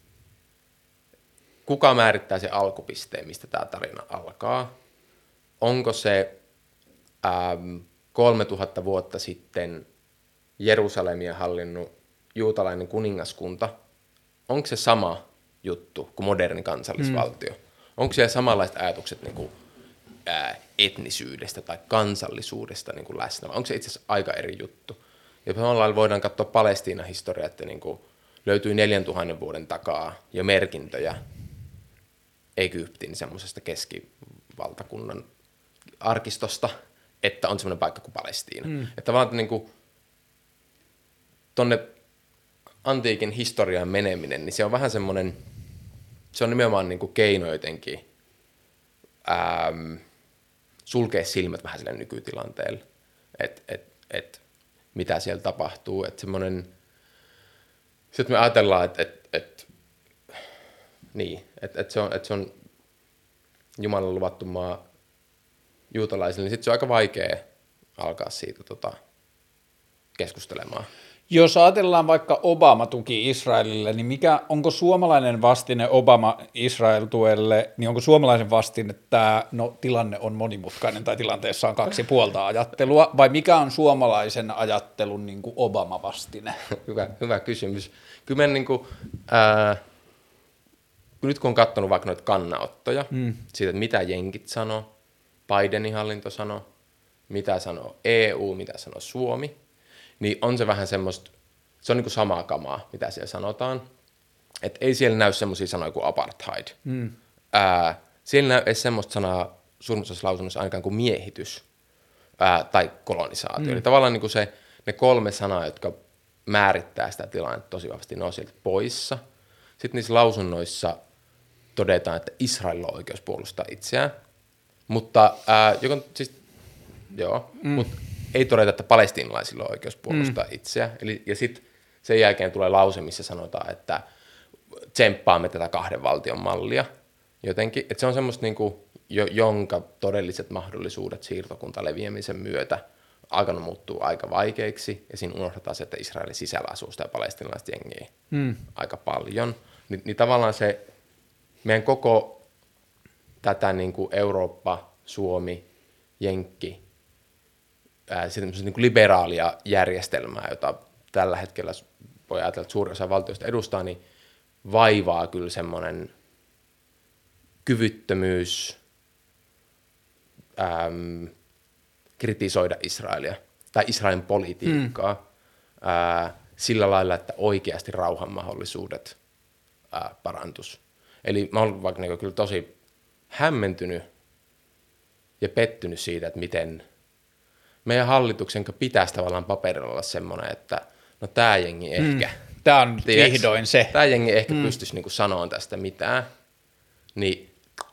kuka määrittää se alkupisteen, mistä tämä tarina alkaa? Onko se ähm, kolmetuhatta vuotta sitten Jerusalemia hallinnut juutalainen kuningaskunta? Onko se sama juttu kuin moderni kansallisvaltio? Mm. Onko siellä samanlaiset ajatukset niin kuin, ää, etnisyydestä tai kansallisuudesta niin kuin läsnä? Onko se itse asiassa aika eri juttu? Ja samalla voidaan katsoa Palestiinan historiaa, että niin kuin löytyy neljäntuhannen vuoden takaa jo merkintöjä Egyptin semmoisesta keskivaltakunnan arkistosta, että on semmoinen paikka kuin Palestiina. Mm. Että vaan niin kuin tonne antiikin historiaan meneminen, niin se on vähän semmoinen, se on nimenomaan niin kuin keino jotenkin ähm, sulkea silmät vähän sille nykytilanteelle, että et, et, mitä siellä tapahtuu. Että semmoinen, sitten me ajatellaan, että et, et, niin, että et se, et se on Jumalan luvattu maa juutalaisille, niin sitten se on aika vaikea alkaa siitä tota, keskustelemaan. Jos ajatellaan vaikka Obama tuki Israelille, niin mikä, onko suomalainen vastine Obama-Israel-tuelle, niin onko suomalaisen vastine, että tämä no, tilanne on monimutkainen tai tilanteessa on kaksi puolta ajattelua, vai mikä on suomalaisen ajattelun niin kuin Obama-vastine? Hyvä, hyvä kysymys. Kyllä meidän, niin kuin, ää, nyt kun on katsonut vaikka noita kannanottoja, mm. siitä, että mitä jenkit sanoo, Bidenin hallinto sanoo, mitä sanoo E U, mitä sanoo Suomi, niin on se vähän semmoista, se on niin kuin samaa kamaa, mitä siellä sanotaan. Että ei siellä näy semmoisia sanoja kuin apartheid. Mm. Ää, siellä näy edes semmoista sanaa suurimmassa lausunnossa ainakaan kuin miehitys ää, tai kolonisaatio. Mm. Eli tavallaan niin kuin se, ne kolme sanaa, jotka määrittää sitä tilannetta tosi vahvasti, ne on sieltä poissa. Sitten niissä lausunnoissa todetaan, että Israelilla on oikeus puolustaa itseään, mutta ää, joka, siis, joo, mm. mutta ei todeta, että palestiinalaisilla on oikeus puolustaa mm. itseään. Eli, ja sitten sen jälkeen tulee lause, missä sanotaan, että tsemppaamme tätä kahden valtion mallia jotenkin. Että se on semmoista, niin kuin, jo, jonka todelliset mahdollisuudet siirtokunta leviämisen myötä alkanut muuttua aika vaikeiksi. Ja siinä unohdetaan se, että Israelin sisällä asuu sitä palestiinalaiset jengiä mm. aika paljon. Ni, niin tavallaan se meidän koko tätä niin kuin Eurooppa, Suomi, Jenkki, ää, niin kuin liberaalia järjestelmää, jota tällä hetkellä voi ajatella, että suurin osa valtioista edustaa, niin vaivaa kyllä semmoinen kyvyttömyys äm, kritisoida Israelia tai Israelin politiikkaa mm. ää, sillä lailla, että oikeasti rauhan mahdollisuudet ää, parantus. Eli mä olen vaikka niin kyllä tosi hämmentynyt ja pettynyt siitä, että miten meidän hallituksen pitäisi tavallaan paperilla olla semmoinen, että no tää jengi ehkä. Mm. Tämä on tiiäks, vihdoin se. Tää jengi ehkä mm. pystyisi niinku sanomaan tästä mitään. Niin.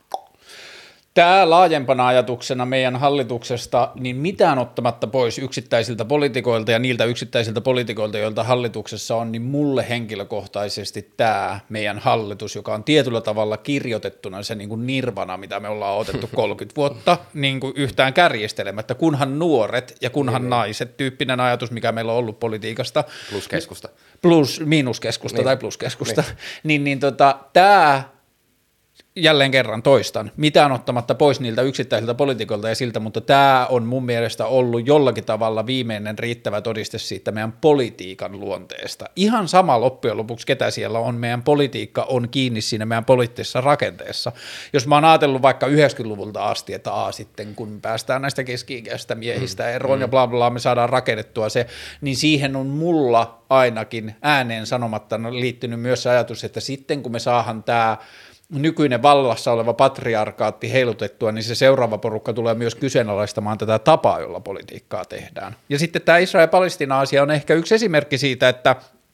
Tämä laajempana ajatuksena meidän hallituksesta, niin mitään ottamatta pois yksittäisiltä poliitikoilta ja niiltä yksittäisiltä poliitikoilta, joilta hallituksessa on, niin mulle henkilökohtaisesti tämä meidän hallitus, joka on tietyllä tavalla kirjoitettuna se niin kuin nirvana, mitä me ollaan otettu kolmekymmentä vuotta, niin kuin yhtään kärjestelemättä, kunhan nuoret ja kunhan niin, naiset, tyyppinen ajatus, mikä meillä on ollut politiikasta. Plus keskusta. Plus, miinuskeskusta niin. tai pluskeskusta. Niin, niin, niin tota, tämä... Jälleen kerran toistan, mitään ottamatta pois niiltä yksittäisiltä poliitikoilta ja siltä, mutta tämä on mun mielestä ollut jollakin tavalla viimeinen riittävä todiste siitä meidän politiikan luonteesta. Ihan sama loppujen lopuksi, ketä siellä on, meidän politiikka on kiinni siinä meidän poliittisessa rakenteessa. Jos mä oon ajatellut vaikka yhdeksänkymmentäluvulta asti, että a, sitten kun päästään näistä keski-ikäisistä miehistä mm. eroon mm. ja bla bla, me saadaan rakennettua se, niin siihen on mulla ainakin ääneen sanomatta liittynyt myös se ajatus, että sitten kun me saadaan tämä nykyinen vallassa oleva patriarkaatti heilutettua, niin se seuraava porukka tulee myös kyseenalaistamaan tätä tapaa, jolla politiikkaa tehdään. Ja sitten tämä Israel-Palestina-asia on ehkä yksi esimerkki siitä, että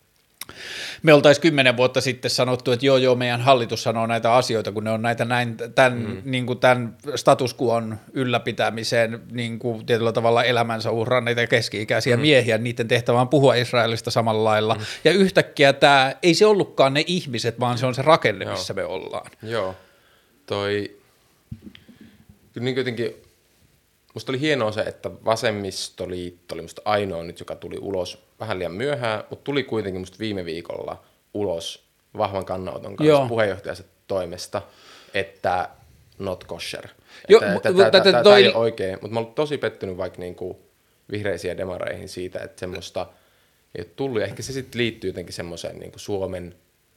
me oltaisiin kymmenen vuotta sitten sanottu, että joo, joo, meidän hallitus sanoo näitä asioita, kun ne on näitä näin, tämän, mm. niin kuin tämän status quon ylläpitämiseen niin kuin tietyllä tavalla elämänsä uhranneita keski-ikäisiä mm. miehiä, niiden tehtävä on puhua Israelista samalla lailla. Mm. Ja yhtäkkiä tämä, ei se ollutkaan ne ihmiset, vaan se on se rakenne, joo. missä me ollaan. Joo, toi, kyllä niin jotenkin, musta oli hienoa se, että Vasemmistoliitto oli musta ainoa nyt, joka tuli ulos vähän liian myöhään, mutta tuli kuitenkin musta viime viikolla ulos vahvan kannanoton kanssa Joo. puheenjohtajansa toimesta, että not kosher. Joo, tämä ei ole oikein, mutta mä olen tosi pettynyt vaikka niinku vihreisiin ja demareihin siitä, että semmoista ei ole tullut. Ehkä se sitten liittyy jotenkin semmoiseen niinku Suomen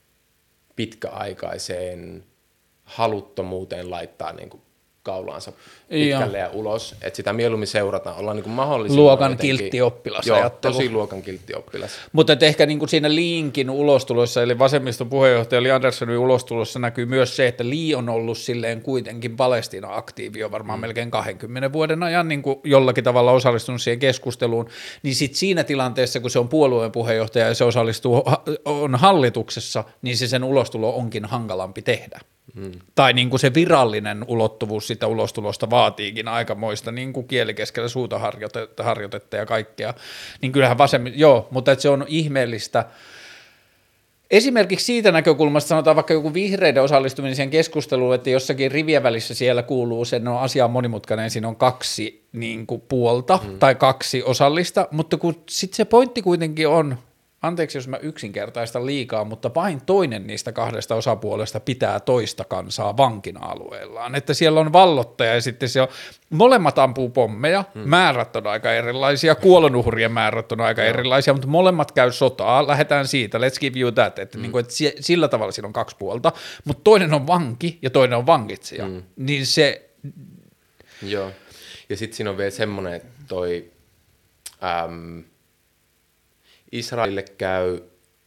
pitkäaikaiseen haluttomuuteen laittaa niinku kaulaansa pitkälle ja ulos, että sitä mieluummin seurataan, ollaan niin kuin mahdollisimman luokan kiltti oppilas joo, ajattelu. Tosi luokan kiltti oppilas. Mutta ehkä niin kuin siinä Liinkin ulostulossa, eli vasemmiston puheenjohtaja Li Anderssonin ulostulossa näkyy myös se, että Li on ollut silleen kuitenkin Palestiina-aktiivi jo varmaan mm. melkein kahdenkymmenen vuoden ajan niin kuin jollakin tavalla osallistunut siihen keskusteluun, niin sitten siinä tilanteessa, kun se on puolueen puheenjohtaja ja se osallistuu on hallituksessa, niin se sen ulostulo onkin hankalampi tehdä. Hmm. Tai niin kuin se virallinen ulottuvuus sitä ulostulosta vaatiikin aikamoista niin kuin kielikeskellä suuta harjoitetta, harjoitetta ja kaikkea, niin kyllähän vasemmin, joo, mutta että se on ihmeellistä. Esimerkiksi siitä näkökulmasta sanotaan vaikka joku vihreiden osallistuminen siihen keskusteluun, että jossakin rivien välissä siellä kuuluu sen, no asia on monimutkainen, siinä on kaksi niin kuin puolta hmm. tai kaksi osallista, mutta kun sitten se pointti kuitenkin on, anteeksi jos mä yksinkertaistan liikaa, mutta vain toinen niistä kahdesta osapuolesta pitää toista kansaa vankina alueellaan. Että siellä on vallottaja ja sitten se on, molemmat ampuu pommeja, hmm. määrät on aika erilaisia, kuolonuhrien määrät on aika erilaisia, mutta molemmat käy sotaa, lähdetään siitä, let's give you that, että, hmm. niin kuin, että sillä tavalla siinä on kaksi puolta, mutta toinen on vanki ja toinen on vangitsija, hmm. niin se... Joo, ja sitten siinä on vielä semmoinen, että toi... Äm, Israelille käy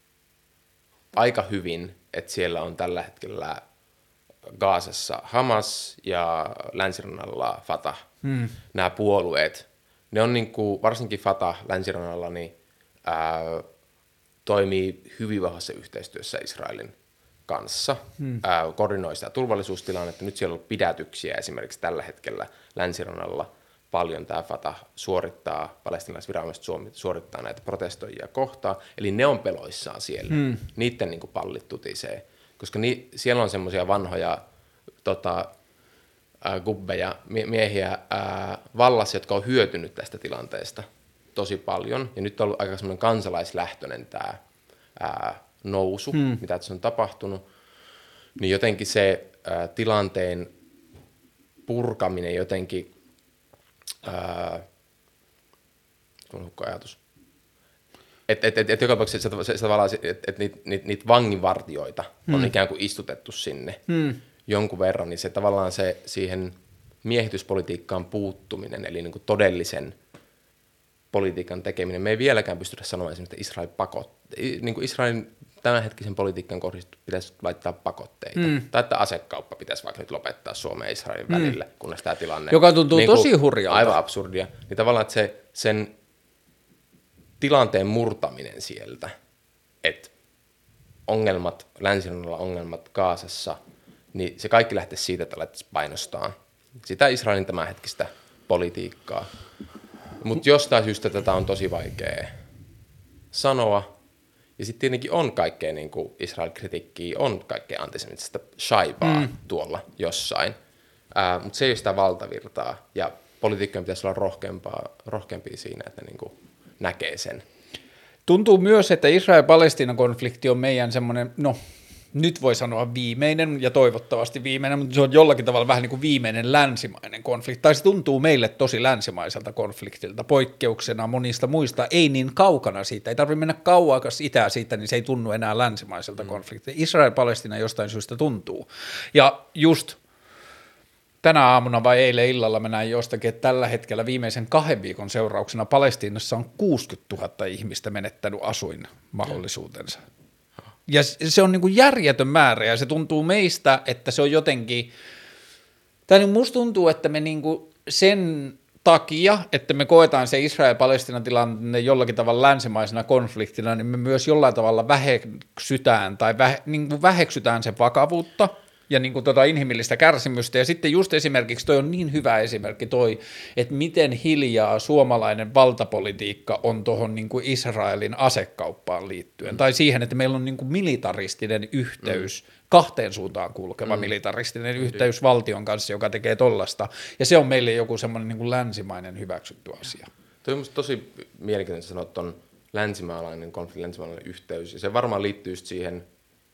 aika hyvin, että siellä on tällä hetkellä Gazassa Hamas ja länsirannalla Fatah. Hmm. Nämä puolueet, ne on niin kuin, varsinkin Fatah länsirannalla, niin ää, toimii hyvin vahvassa yhteistyössä Israelin kanssa. Hmm. Ää, koordinoi sitä turvallisuustilannetta. Nyt siellä on pidätyksiä esimerkiksi tällä hetkellä länsirannalla. Paljon tämä Fatah suorittaa, palestiinalaisviranomaiset suorittaa näitä protestoijia kohtaan, eli ne on peloissaan siellä, hmm. niiden niin kuin pallit tutisee, koska ni, siellä on semmoisia vanhoja tota, ää, gubbeja, mie- miehiä ää, vallassa, jotka on hyötynyt tästä tilanteesta tosi paljon, ja nyt on ollut aika semmoinen kansalaislähtöinen tämä ää, nousu, hmm. mitä tässä on tapahtunut, niin jotenkin se ää, tilanteen purkaminen jotenkin Ää, on hukka ajatus. Että et, et, et joka tapauksessa se, se, se, että et niitä niit, niit vanginvartioita hmm. on ikään kuin istutettu sinne hmm. jonkun verran, niin se tavallaan se siihen miehityspolitiikkaan puuttuminen, eli niin kuin todellisen politiikan tekeminen. Me ei vieläkään pystytä sanomaan esimerkiksi, että Israel pakottaa. Niin kuin Israelin tämänhetkisen politiikan kohdista pitäisi laittaa pakotteita. Mm. Tai että asekauppa pitäisi vaikka nyt lopettaa Suomen ja Israelin mm. välillä, kunnes tämä tilanne... Joka tuntuu niin tosi hurjalta. Aivan absurdia. Niin tavallaan, että se, sen tilanteen murtaminen sieltä, että ongelmat, länsirannalla ongelmat Gazassa, niin se kaikki lähtee siitä, että alettaisiin painostaa sitä Israelin tämänhetkistä politiikkaa. Mutta jostain syystä tätä on tosi vaikea sanoa. Ja sitten tietenkin on kaikkea niin kuin Israel-kritiikkiä, on kaikkea antisemitistä shaibaa mm. tuolla jossain. Uh, mutta se ei ole sitä valtavirtaa. Ja politiikkojen pitäisi olla rohkeampaa, rohkeampia siinä, että ne niin kuin näkee sen. Tuntuu myös, että Israel-Palestiina-konflikti on meidän semmoinen, no nyt voi sanoa viimeinen ja toivottavasti viimeinen, mutta se on jollakin tavalla vähän niin kuin viimeinen länsimainen konflikti. Tai se tuntuu meille tosi länsimaiselta konfliktilta, poikkeuksena monista muista, ei niin kaukana siitä, ei tarvitse mennä kauakas itää siitä, niin se ei tunnu enää länsimaiselta mm. konfliktilta. Israel-Palestiina jostain syystä tuntuu. Ja just tänä aamuna vai eilen illalla mä näin jostakin, että tällä hetkellä viimeisen kahden viikon seurauksena Palestiinassa on kuusikymmentätuhatta ihmistä menettänyt asuinmahdollisuutensa. Ja se on niin kuin järjetön määrä ja se tuntuu meistä, että se on jotenkin, tai niin musta tuntuu, että me niin kuin sen takia, että me koetaan se Israel-Palestiinan tilanne jollakin tavalla länsimaisena konfliktina, niin me myös jollain tavalla väheksytään tai vähe, niin kuin väheksytään sen vakavuutta ja niin kuin tota inhimillistä kärsimystä. Ja sitten just esimerkiksi toi on niin hyvä esimerkki toi, että miten hiljaa suomalainen valtapolitiikka on tuohon niin kuin Israelin asekauppaan liittyen. Mm. Tai siihen, että meillä on niin kuin militaristinen yhteys, mm. kahteen suuntaan kulkeva mm. militaristinen mm. yhteys valtion kanssa, joka tekee tollasta. Ja se on meille joku semmoinen niin kuin länsimainen hyväksytty asia. Toi on musta tosi mielenkiintoista sanoa, että on länsimaalainen konflikti, länsimaalainen yhteys. Ja se varmaan liittyy siihen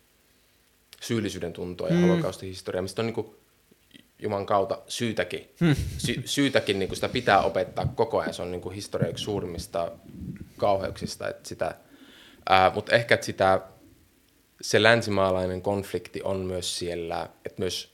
syyllisyyden tuntoa ja mm. holokaustin historiaa, mistä on niin kuin Juman kautta syytäkin, hmm. sy- syytäkin niin kuin sitä pitää opettaa koko ajan. Se on niin kuin historia yksi suurimmista kauheuksista. Että sitä, ää, mutta ehkä että sitä, se länsimaalainen konflikti on myös siellä, että myös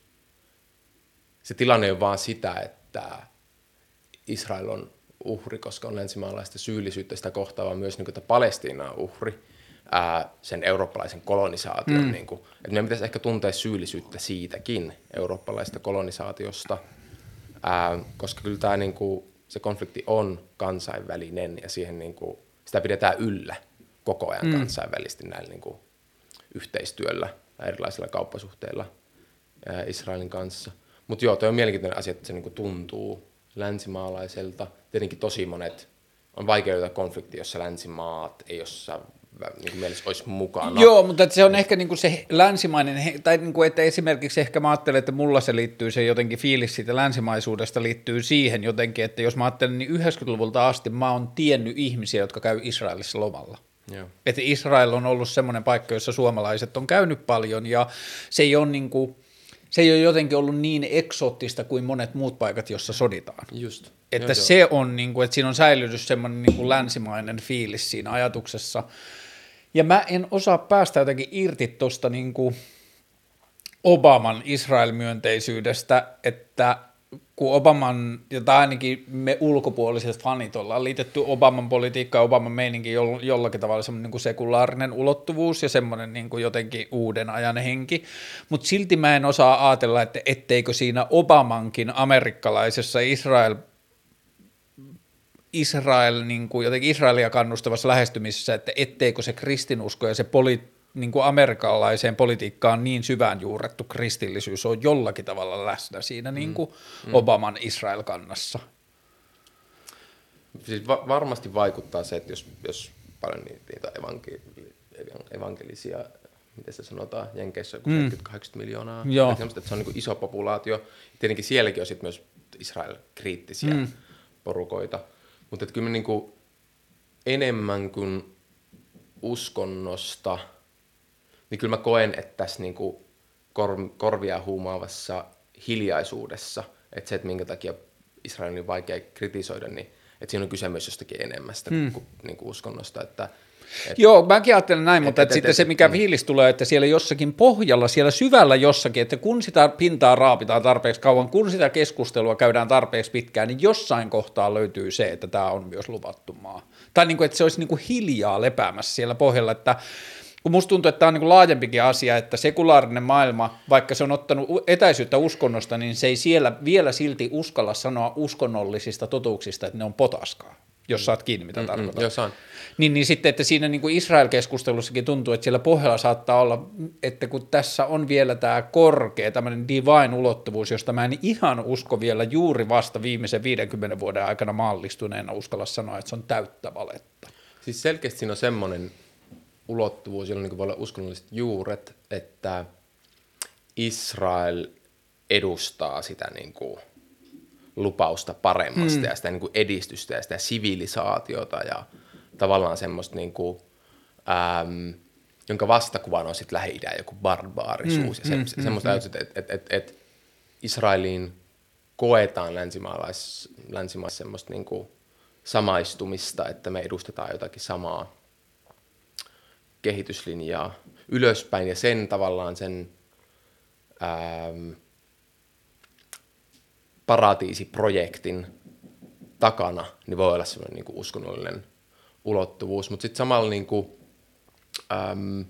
se tilanne on vaan sitä, että Israel on uhri, koska on länsimaalaista syyllisyyttä sitä kohtaa, vaan myös niin kuin, että Palestiina on uhri. Ää, sen eurooppalaisen kolonisaation, mm. niin kuin, että meidän pitäisi ehkä tuntea syyllisyyttä siitäkin eurooppalaisesta kolonisaatiosta, ää, koska kyllä tämä, niin kuin, se konflikti on kansainvälinen ja siihen, niin kuin, sitä pidetään yllä koko ajan mm. kansainvälisesti näillä niin kuin, yhteistyöllä ja erilaisilla kauppasuhteilla ää, Israelin kanssa. Mutta joo, toi on mielenkiintoinen asia, että se niin kuin, tuntuu länsimaalaiselta. Tietenkin tosi monet on vaikea löytää konflikti, jossa länsimaat ei jossain niin kuin mielessä olisi mukana. Joo, mutta se on ehkä niin kuin se länsimainen, tai niin kuin, että esimerkiksi ehkä mä ajattelen, että mulla se liittyy, se jotenkin fiilis siitä länsimaisuudesta liittyy siihen jotenkin, että jos mä ajattelen, niin yhdeksänkymmentäluvulta asti mä oon tiennyt ihmisiä, jotka käy Israelissa lomalla. Että Israel on ollut semmoinen paikka, jossa suomalaiset on käynyt paljon ja se ei ole, niin kuin, se ei ole jotenkin ollut niin eksoottista kuin monet muut paikat, jossa soditaan. Just. Että joo, se joo. on, niin kuin, että siinä on säilynyt semmoinen niin kuin länsimainen fiilis siinä ajatuksessa. Ja mä en osaa päästä jotenkin irti tuosta niin kuin Obaman Israel-myönteisyydestä, että kun Obaman, jota ainakin me ulkopuoliset fanit ollaan liitetty Obaman politiikkaan, Obaman meininki jollakin tavalla semmoinen niin kuin sekulaarinen ulottuvuus ja semmoinen niin kuin jotenkin uuden ajan henki, mutta silti mä en osaa ajatella, että etteikö siinä Obamankin amerikkalaisessa Israel Israel, niin kuin jotenkin Israelia kannustavassa lähestymisessä, että etteikö se kristinusko ja se poli, niin kuin amerikkalaiseen politiikkaan niin syvään juurettu kristillisyys on jollakin tavalla läsnä siinä mm. niin kuin mm. Obaman Israel-kannassa. Siis va- varmasti vaikuttaa se, että jos, jos paljon niitä evankeli- evankelisia, miten se sanotaan, Jenkeissä mm. seitsemänkymmentä kahdeksankymmentä miljoonaa, että se on niin kuin iso populaatio. Tietenkin sielläkin on sitten myös Israel-kriittisiä mm. porukoita. Mutta kyllä me niinku enemmän kuin uskonnosta, niin kyllä mä koen, että tässä niinku kor- korvia huumaavassa hiljaisuudessa, että se, että minkä takia Israelin on vaikea kritisoida, niin että siinä on kyse myös jostakin enemmästä mm. kuin niinku uskonnosta. Että, et, Joo, mäkin ajattelen näin, et, mutta et, et, sitten et, se, mikä fiilis mm. tulee, että siellä jossakin pohjalla, siellä syvällä jossakin, että kun sitä pintaa raapitaan tarpeeksi kauan, kun sitä keskustelua käydään tarpeeksi pitkään, niin jossain kohtaa löytyy se, että tämä on myös luvattu maa. Tai niin kuin, että se olisi niin kuin hiljaa lepäämässä siellä pohjalla, että kun musta tuntuu, että tämä on niin kuin laajempikin asia, että sekulaarinen maailma, vaikka se on ottanut etäisyyttä uskonnosta, niin se ei siellä vielä silti uskalla sanoa uskonnollisista totuuksista, että ne on potaskaa, jos saat kiinni, mitä mm, tarkoitan. Mm, jos on. Niin, niin sitten, että siinä niin kuin Israel-keskustelussakin tuntuu, että siellä pohjalla saattaa olla, että kun tässä on vielä tämä korkea, tämmöinen divine ulottuvuus, josta mä en ihan usko vielä juuri vasta viimeisen viidenkymmenen vuoden aikana maallistuneena uskalla sanoa, että se on täyttä valetta. Siis selkeästi siinä on semmoinen ulottuvuus, jolla niin voi olla uskonnolliset juuret, että Israel edustaa sitä niin kuin lupausta paremmasta mm. ja sitä niin kuin edistystä ja sitä sivilisaatiota ja tavallaan semmoista, niin kuin, äm, jonka vastakuvana on sitten Lähi-idän joku barbaarisuus mm, ja se, mm, se, semmoista mm, ajatusta, että et, et, et Israeliin koetaan länsimaalais, länsimaissa semmoista niin kuin samaistumista, että me edustetaan jotakin samaa kehityslinjaa ylöspäin ja sen tavallaan sen äm, paratiisiprojektin takana niin voi olla semmoinen niin kuin uskonnollinen ulottuvuus, mutta sitten samalla niin kuin, äm,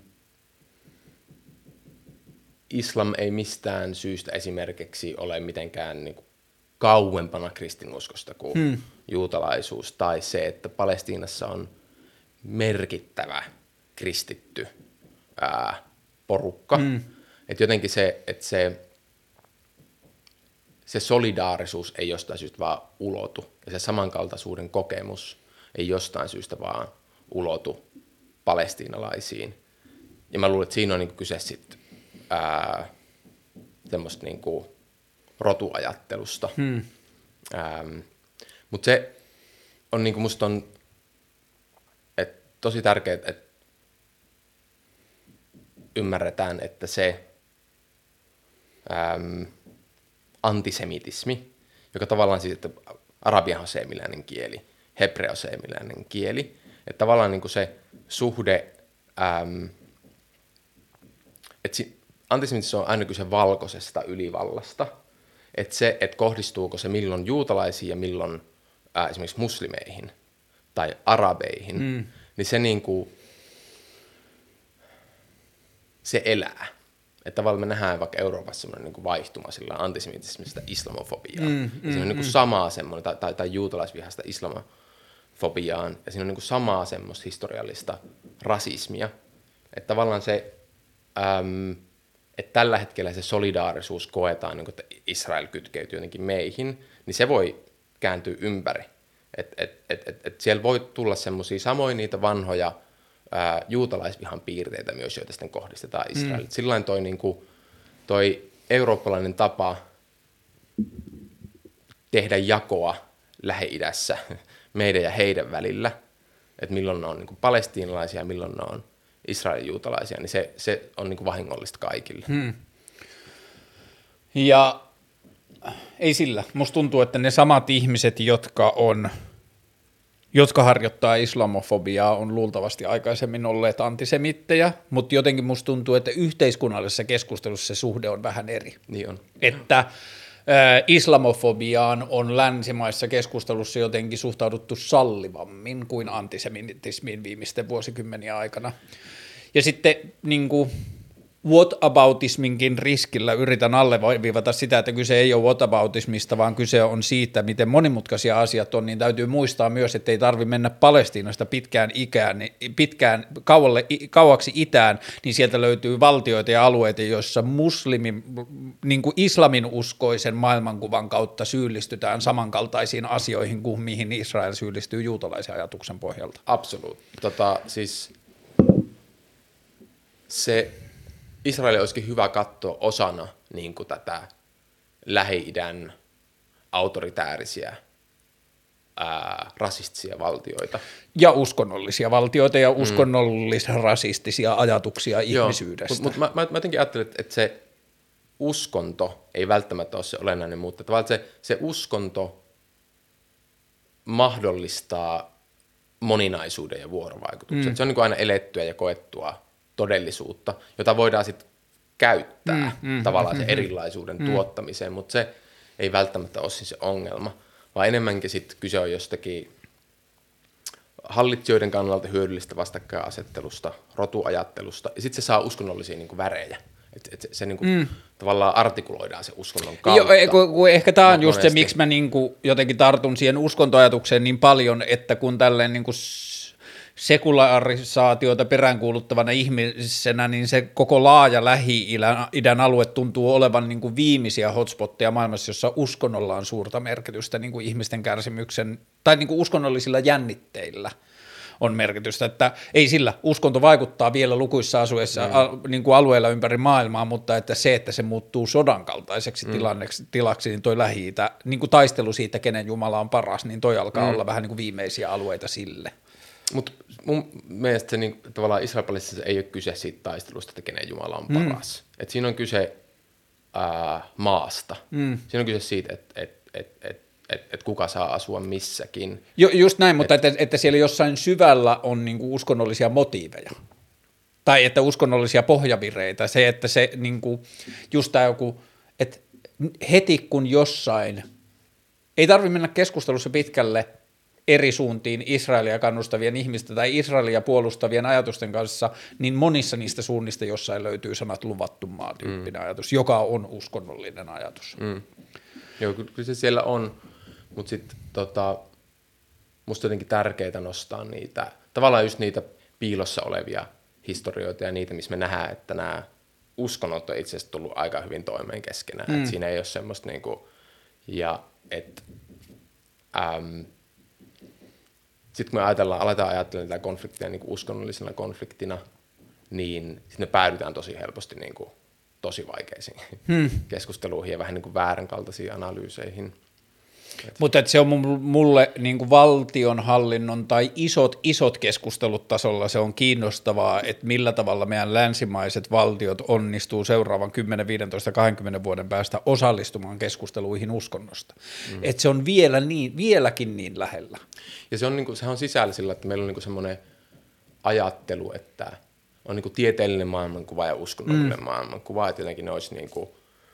islam ei mistään syystä esimerkiksi ole mitenkään niin kuin kauempana kristinuskosta kuin hmm. juutalaisuus tai se, että Palestiinassa on merkittävä kristitty ää, porukka. Hmm. Että jotenkin se, että se, se solidaarisuus ei jostain syystä vaan ulotu ja se samankaltaisuuden kokemus ei jostain syystä vaan ulotu palestiinalaisiin. Ja mä luulen, että siinä on niinku kyse sitten semmoista niinku rotuajattelusta. Hmm. Mutta se on niinku musta on et tosi tärkeää, että ymmärretään, että se äm, antisemitismi, joka tavallaan siis, että arabian on seemiläinen kieli, hebrea on seemiläinen kieli, että tavallaan niin kuin se suhde, äm, että si, antisemitismi on aina kyse valkoisesta ylivallasta, että se, että kohdistuuko se milloin juutalaisiin ja milloin ää, esimerkiksi muslimeihin tai arabeihin, mm. niin se niin kuin, se elää. Että tavallaan me nähdään vaikka Euroopassa semmoinen niin kuin vaihtuma sillä antisemitismistä islamofobiaan. Mm, mm, ja siinä on niin kuin mm. samaa semmoinen, tai, tai, tai juutalaisvihasta islamofobiaan, ja siinä on niin kuin samaa semmoista historiallista rasismia. Että tavallaan se, äm, että tällä hetkellä se solidaarisuus koetaan, niin kuin, että Israel kytkeytyy jotenkin meihin, niin se voi kääntyä ympäri. Että et, et, et, et siellä voi tulla semmoisia samoin niitä vanhoja Ää, juutalaisvihan piirteitä myös, joita sitten kohdistetaan Israelille. Mm. Sillain toi, niin kuin, toi eurooppalainen tapa tehdä jakoa Lähi-idässä meidän ja heidän välillä, että milloin ne on niin kuin palestiinalaisia ja milloin ne on Israelin juutalaisia, niin se, se on niin kuin vahingollista kaikille. Hmm. Ja ei sillä. Musta tuntuu, että ne samat ihmiset, jotka on, jotka harjoittaa islamofobiaa, on luultavasti aikaisemmin olleet antisemittejä, mutta jotenkin musta tuntuu, että yhteiskunnallisessa keskustelussa se suhde on vähän eri. Niin on. Että äh, islamofobiaan on länsimaissa keskustelussa jotenkin suhtauduttu sallivammin kuin antisemitismiin viimeisten vuosikymmenien aikana. Ja sitten niin kuin whataboutisminkin riskillä yritän alleviivata sitä, että kyse ei ole whataboutismista, vaan kyse on siitä, miten monimutkaisia asiat on, niin täytyy muistaa myös, että ei tarvitse mennä Palestiinasta pitkään ikään, pitkään kaualle, kauaksi itään, niin sieltä löytyy valtioita ja alueita, joissa muslimin, niin kuin islamin uskoisen maailmankuvan kautta syyllistytään samankaltaisiin asioihin kuin mihin Israel syyllistyy juutalaisen ajatuksen pohjalta. Absoluut. Tota, siis se Israel olisikin hyvä katsoa osana niin kuin tätä Lähi-idän autoritäärisiä ää, rasistisia valtioita. Ja uskonnollisia valtioita ja uskonnollis-rasistisia ajatuksia mm. ihmisyydestä. Mutta mut mä, mä jotenkin ajattelen, että se uskonto ei välttämättä ole se olennainen, mutta tavallaan se, se uskonto mahdollistaa moninaisuuden ja vuorovaikutuksen. Mm. Se on niin kuin aina elettyä ja koettua todellisuutta, jota voidaan sitten käyttää mm, mm, tavallaan mm, sen erilaisuuden mm. tuottamiseen, mutta se ei välttämättä ole siis se ongelma, vaan enemmänkin sitten kyse on jostakin hallitsijoiden kannalta hyödyllistä vastakkainasettelusta, rotuajattelusta, ja sitten se saa uskonnollisia niin kuin värejä. Että et se, se niin kuin, mm. tavallaan artikuloidaan se uskonnon kautta. Joo, kun, kun ehkä tämä on just se, miksi mä niin kuin jotenkin tartun siihen uskontoajatukseen niin paljon, että kun tälleen niin kuin sekularisaatiota peräänkuuluttavana ihmisenä, niin se koko laaja Lähi-idän alue tuntuu olevan niin kuin viimeisiä hotspotteja maailmassa, jossa uskonnolla on suurta merkitystä niin kuin ihmisten kärsimyksen, tai niin kuin uskonnollisilla jännitteillä on merkitystä, että ei sillä, uskonto vaikuttaa vielä lukuissa asuessa, mm. a, niin kuin alueilla ympäri maailmaa, mutta että se, että se muuttuu sodan kaltaiseksi mm. tilanneksi, tilaksi, niin toi Lähi-itä, niin kuin taistelu siitä, kenen Jumala on paras, niin toi alkaa mm. olla vähän niin kuin viimeisiä alueita sille. Mutta mun mielestä se niin, tavallaan Israel-Palestiinassa ei ole kyse siitä taistelusta, että kenen Jumala on paras. Mm. Et siinä on kyse ää, maasta. Mm. Siinä on kyse siitä, että et, et, et, et, et kuka saa asua missäkin. Jo, just näin, et, mutta että, että siellä jossain syvällä on niinku uskonnollisia motiiveja. Tai että uskonnollisia pohjavireitä. Se, että se niinku, just tämä joku, että heti kun jossain, ei tarvitse mennä keskustelussa pitkälle eri suuntiin Israelia kannustavien ihmisten tai Israelia puolustavien ajatusten kanssa, niin monissa niistä suunnista jossain löytyy sanat luvattu maa-tyyppinen mm. ajatus, joka on uskonnollinen ajatus. Mm. Joo, kyllä se siellä on, mutta sitten tota, musta jotenkin tärkeää nostaa niitä, tavallaan just niitä piilossa olevia historioita ja niitä, missä me nähdään, että nämä uskonnot on itse asiassa tullut aika hyvin toimeen keskenään. Mm. Et siinä ei ole semmoista niinku, ja että äm, sitten kun me ajatellaan, aletaan ajattelemaan tätä konfliktia niin kuin uskonnollisena konfliktina, niin sitten me päädytään tosi helposti niin kuin tosi vaikeisiin hmm. keskusteluihin ja vähän niin kuin vääränkaltaisiin analyyseihin. Mutta se on mulle niin kuin valtionhallinnon tai isot, isot keskustelut tasolla se on kiinnostavaa, että millä tavalla meidän länsimaiset valtiot onnistuu seuraavan kymmenen, viisitoista, kaksikymmentä vuoden päästä osallistumaan keskusteluihin uskonnosta. Mm. Että se on vielä niin, vieläkin niin lähellä. Ja se on, niin kuin, sehän on sisällä sillä, että meillä on niin kuin semmoinen ajattelu, että on niin kuin tieteellinen maailmankuva ja uskonnollinen mm. maailmankuva, että jotenkin ne olisi niin kuin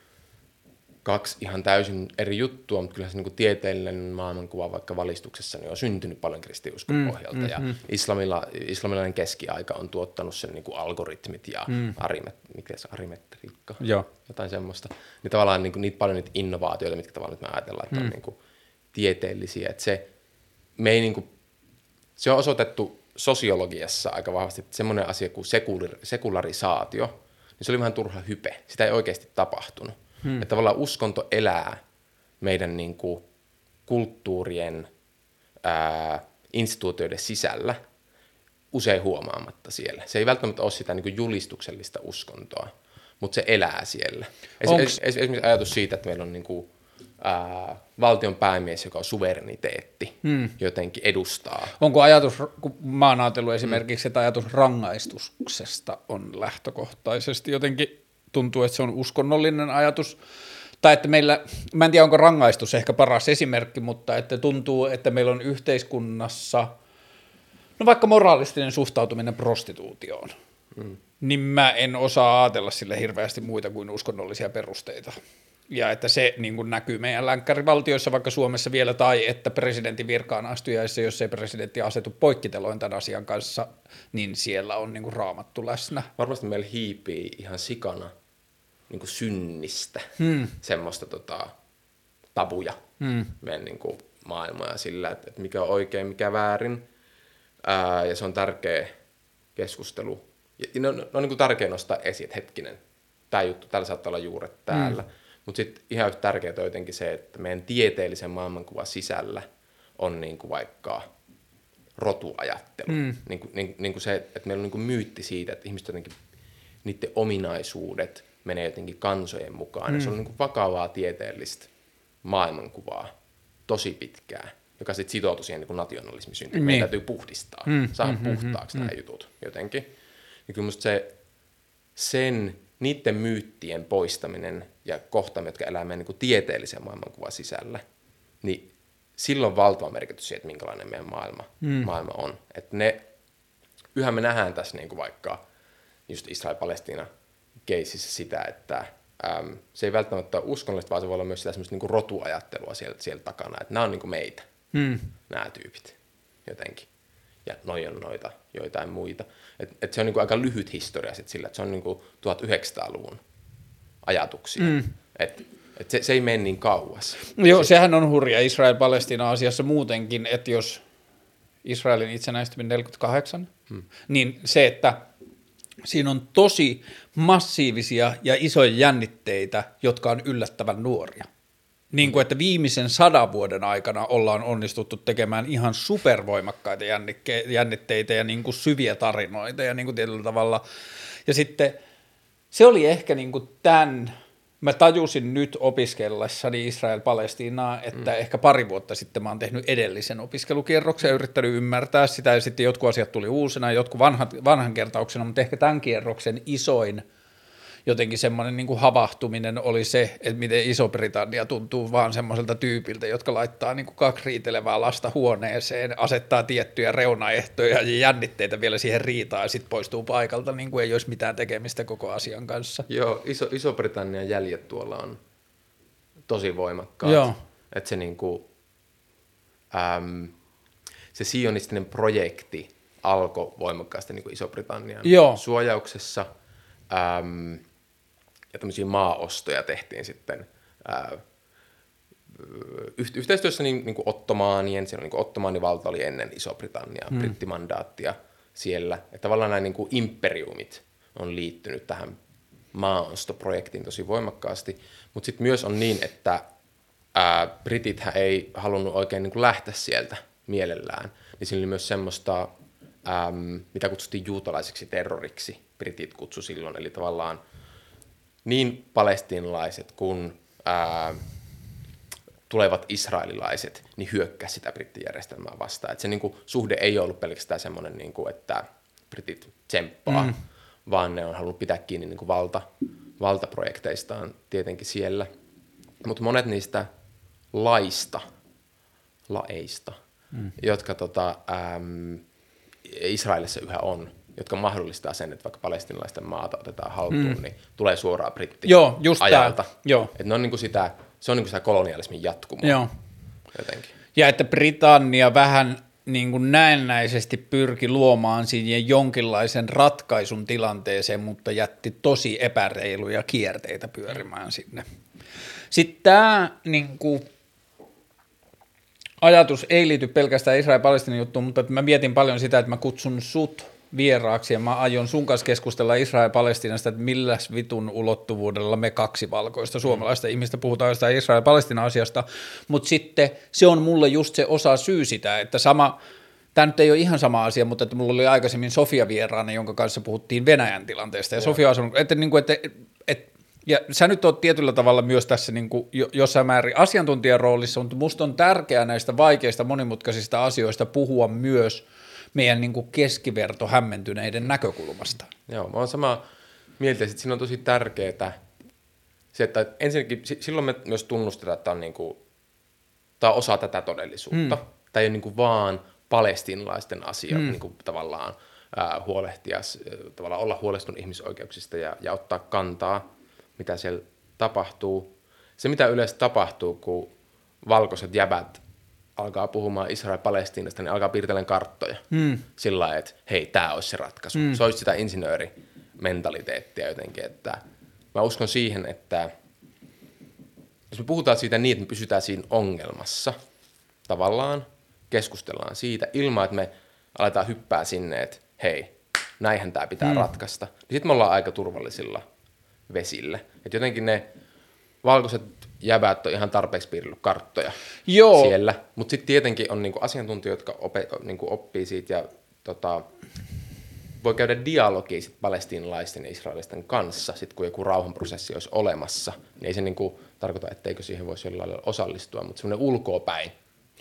kaksi ihan täysin eri juttua, mutta kyllähän se niin kuin tieteellinen maailmankuva vaikka valistuksessa niin on syntynyt paljon kristiuskon mm, pohjalta mm, ja mm. Islamilla, islamilainen keskiaika on tuottanut sen niin kuin algoritmit ja mm. arimet, mikä se arimetriikka, Joo. jotain semmoista. Niin tavallaan niin kuin niitä paljon niitä innovaatioita, mitkä tavallaan nyt me ajatellaan, että mm. on niin kuin tieteellisiä. Että se, me ei niin kuin, se on osoitettu sosiologiassa aika vahvasti, että semmoinen asia kuin sekular, sekularisaatio, niin se oli vähän turha hype. Sitä ei oikeasti tapahtunut. Hmm. Että tavallaan uskonto elää meidän niin kuin kulttuurien, ää, instituutioiden sisällä usein huomaamatta siellä. Se ei välttämättä ole sitä niin kuin julistuksellista uskontoa, mutta se elää siellä. Onks... Esimerkiksi ajatus siitä, että meillä on niin kuin, ää, valtion päämies, joka on suvereniteetti, hmm. jotenkin edustaa. Onko ajatus, kun mä oon ajatellut esimerkiksi, hmm. että ajatus rangaistuksesta on lähtökohtaisesti jotenkin tuntuu, että se on uskonnollinen ajatus, tai että meillä, mä en tiedä onko rangaistus ehkä paras esimerkki, mutta että tuntuu, että meillä on yhteiskunnassa, no vaikka moraalistinen suhtautuminen prostituutioon, hmm. niin mä en osaa ajatella sille hirveästi muita kuin uskonnollisia perusteita. Ja että se niin kuin näkyy meidän länkkärivaltioissa, vaikka Suomessa vielä, tai että presidentin virkaan astujaissa, jos ei presidentti asetu poikkiteloin tämän asian kanssa, niin siellä on niin kuin raamattu läsnä. Varmasti meillä hiipii ihan sikana niin kuin synnistä hmm. semmoista tota, tabuja hmm. meidän niin kuin maailmaa sillä, että, että mikä on oikein, mikä väärin. Ää, ja se on tärkeä keskustelu. Ja ne on, ne on niin kuin tärkeä nostaa esiin, että hetkinen, tämä juttu, täällä saattaa olla juuret täällä. Hmm. Mutta sitten ihan yhtä tärkeää on jotenkin se, että meidän tieteellisen maailmankuvan sisällä on niinku vaikka rotuajattelu. Mm. Niinku, niin, niinku se, että meillä on niinku myytti siitä, että ihmiset jotenkin, niiden ominaisuudet menee jotenkin kansojen mukaan. Mm. Ja se on niinku vakavaa tieteellistä maailmankuvaa tosi pitkään, joka sitten sitoutui siihen niinku nationalismin syntyyn. Niin. Meidän täytyy puhdistaa, mm. saada mm-hmm, puhtaaksi mm-hmm. nämä jutut jotenkin. Ja kyllä musta se, sen... niiden myyttien poistaminen ja kohtaaminen, jotka elää meidän niin kuin tieteellisen maailmankuvan sisällä, niin sillä on valtava merkitys siihen, että minkälainen meidän maailma, mm. maailma on. Että ne, yhä me nähdään tässä niin kuin vaikka just Israel-Palestiina-keisissä sitä, että äm, se ei välttämättä ole uskonnollista, vaan se voi olla myös sitä semmoista niin kuin rotuajattelua siellä, siellä takana, että nämä on niin kuin meitä, mm. nämä tyypit jotenkin. Ja noi on noita, joitain muita. Et, et se on niinku aika lyhyt historia sit sillä, että se on niinku tuhatyhdeksänsataaluvun ajatuksia. Mm. Et, et se, se ei mene niin kauas. Joo, se, sehän on hurja Israel-Palestiina-asiassa muutenkin, että jos Israelin itsenäistyminen neljäkymmentäkahdeksan, hmm. niin se, että siinä on tosi massiivisia ja isoja jännitteitä, jotka on yllättävän nuoria. Niin kuin, että viimeisen sadan vuoden aikana ollaan onnistuttu tekemään ihan supervoimakkaita jännitteitä ja niin kuin syviä tarinoita ja niin kuin tietyllä tavalla. Ja sitten se oli ehkä niin kuin tämän, mä tajusin nyt opiskellessani Israel-Palestiinaa, että mm. ehkä pari vuotta sitten mä oon tehnyt edellisen opiskelukierroksen ja yrittänyt ymmärtää sitä ja sitten jotkut asiat tuli uusina, jotkut vanhat, vanhan kertauksena, mutta ehkä tämän kierroksen isoin jotenkin semmoinen niin kuin havahtuminen oli se, että miten Iso-Britannia tuntuu vaan semmoiselta tyypiltä, jotka laittaa niin kuin kaksi riitelevää lasta huoneeseen, asettaa tiettyjä reunaehtoja ja jännitteitä vielä siihen riitaan ja sitten poistuu paikalta, niin kuin ei olisi mitään tekemistä koko asian kanssa. Joo, Iso, Iso-Britannian jäljet tuolla on tosi voimakkaat. Joo. Että se, niin kuin, äm, se sionistinen projekti alkoi voimakkaasti niin kuin Iso-Britannian Joo. suojauksessa. Äm, ja tämmöisiä maaostoja tehtiin sitten ää, yhteistyössä niin, niin kuin ottomaanien, siellä niin kuin ottomaanivalta oli ennen Iso-Britanniaa, hmm. brittimandaattia siellä. Että tavallaan nämä niin kuin imperiumit on liittynyt tähän maaostoprojektiin tosi voimakkaasti, mutta sitten myös on niin, että ää, britithän ei halunnut oikein niin kuin lähteä sieltä mielellään, niin siinä oli myös semmoista, äm, mitä kutsuttiin juutalaiseksi terroriksi, britit kutsu silloin, eli tavallaan niin palestiinalaiset kuin ää, tulevat israelilaiset niin hyökkää sitä brittijärjestelmää vastaan. Et se niinku, suhde ei ollut pelkästään semmoinen, niinku, että britit tsemppaa, mm. vaan ne on halunnut pitää kiinni niinku, valta, valtaprojekteistaan tietenkin siellä. Mutta monet niistä laista, laeista, mm. jotka tota, äm, Israelissa yhä on, jotka mahdollistaa sen, että vaikka palestiinalaisten maata otetaan haltuun, mm. niin tulee suoraan brittiajalta. Että ne on niinku sitä, se on niinku sitä kolonialismin jatkumoa. Joo. Jotenkin. Ja että Britannia vähän niin kuin näennäisesti pyrki luomaan siihen jonkinlaisen ratkaisun tilanteeseen, mutta jätti tosi epäreiluja kierteitä pyörimään sinne. Sitten tämä niin kuin ajatus ei liity pelkästään Israel-Palestiinan juttuun, mutta että mä mietin paljon sitä, että mä kutsun sut vieraaksi ja mä aion sun kanssa keskustella Israel-Palestiinasta, että milläs vitun ulottuvuudella me kaksi valkoista suomalaista mm. ihmistä puhutaan jostain Israel-Palestiina-asiasta, mutta sitten se on mulle just se osa syy sitä, että sama, tämä nyt ei ole ihan sama asia, mutta että mulla oli aikaisemmin Sofia vieraana, jonka kanssa puhuttiin Venäjän tilanteesta ja Sofia on sanonut, että, niin kuin, että, että Ja sä nyt oot tietyllä tavalla myös tässä niin kuin jossain määrin asiantuntijan roolissa, mutta musta on tärkeää näistä vaikeista monimutkaisista asioista puhua myös meidän niin kuin keskiverto hämmentyneiden näkökulmasta. Joo, mä oon samaa mieltä, että siinä on tosi tärkeää se, että ensinnäkin silloin me myös tunnustetaan, että tämä on, niin kuin, tämä on osa tätä todellisuutta. Hmm. Tämä ei ole niin kuin vaan palestiinalaisten asia hmm. niin kuin tavallaan ää, huolehtia, tavallaan olla huolestunut ihmisoikeuksista ja, ja ottaa kantaa, mitä siellä tapahtuu. Se, mitä yleensä tapahtuu, kun valkoiset jäbät alkaa puhumaan Israel-Palestiinasta, niin alkaa piirtellä karttoja mm. sillä lailla, että hei, tämä olisi se ratkaisu. Mm. Se olisi sitä insinöörimentaliteettia jotenkin. Että mä uskon siihen, että jos me puhutaan siitä niin, että me pysytään siinä ongelmassa tavallaan, keskustellaan siitä ilman, että me aletaan hyppää sinne, että hei, näinhän tämä pitää mm. ratkaista, niin sitten me ollaan aika turvallisilla vesillä. Että jotenkin ne valkoiset jäbät on ihan tarpeeksi piirrillyt karttoja Joo. siellä, mutta sitten tietenkin on niinku asiantuntijoita, jotka ope, niinku oppii siitä ja tota, voi käydä dialogia sit palestiinalaisten ja israelisten kanssa, sit kun joku rauhanprosessi olisi olemassa. Niin ei se niinku tarkoita, etteikö siihen voisi jollain lailla osallistua, mutta semmoinen ulkoapäin.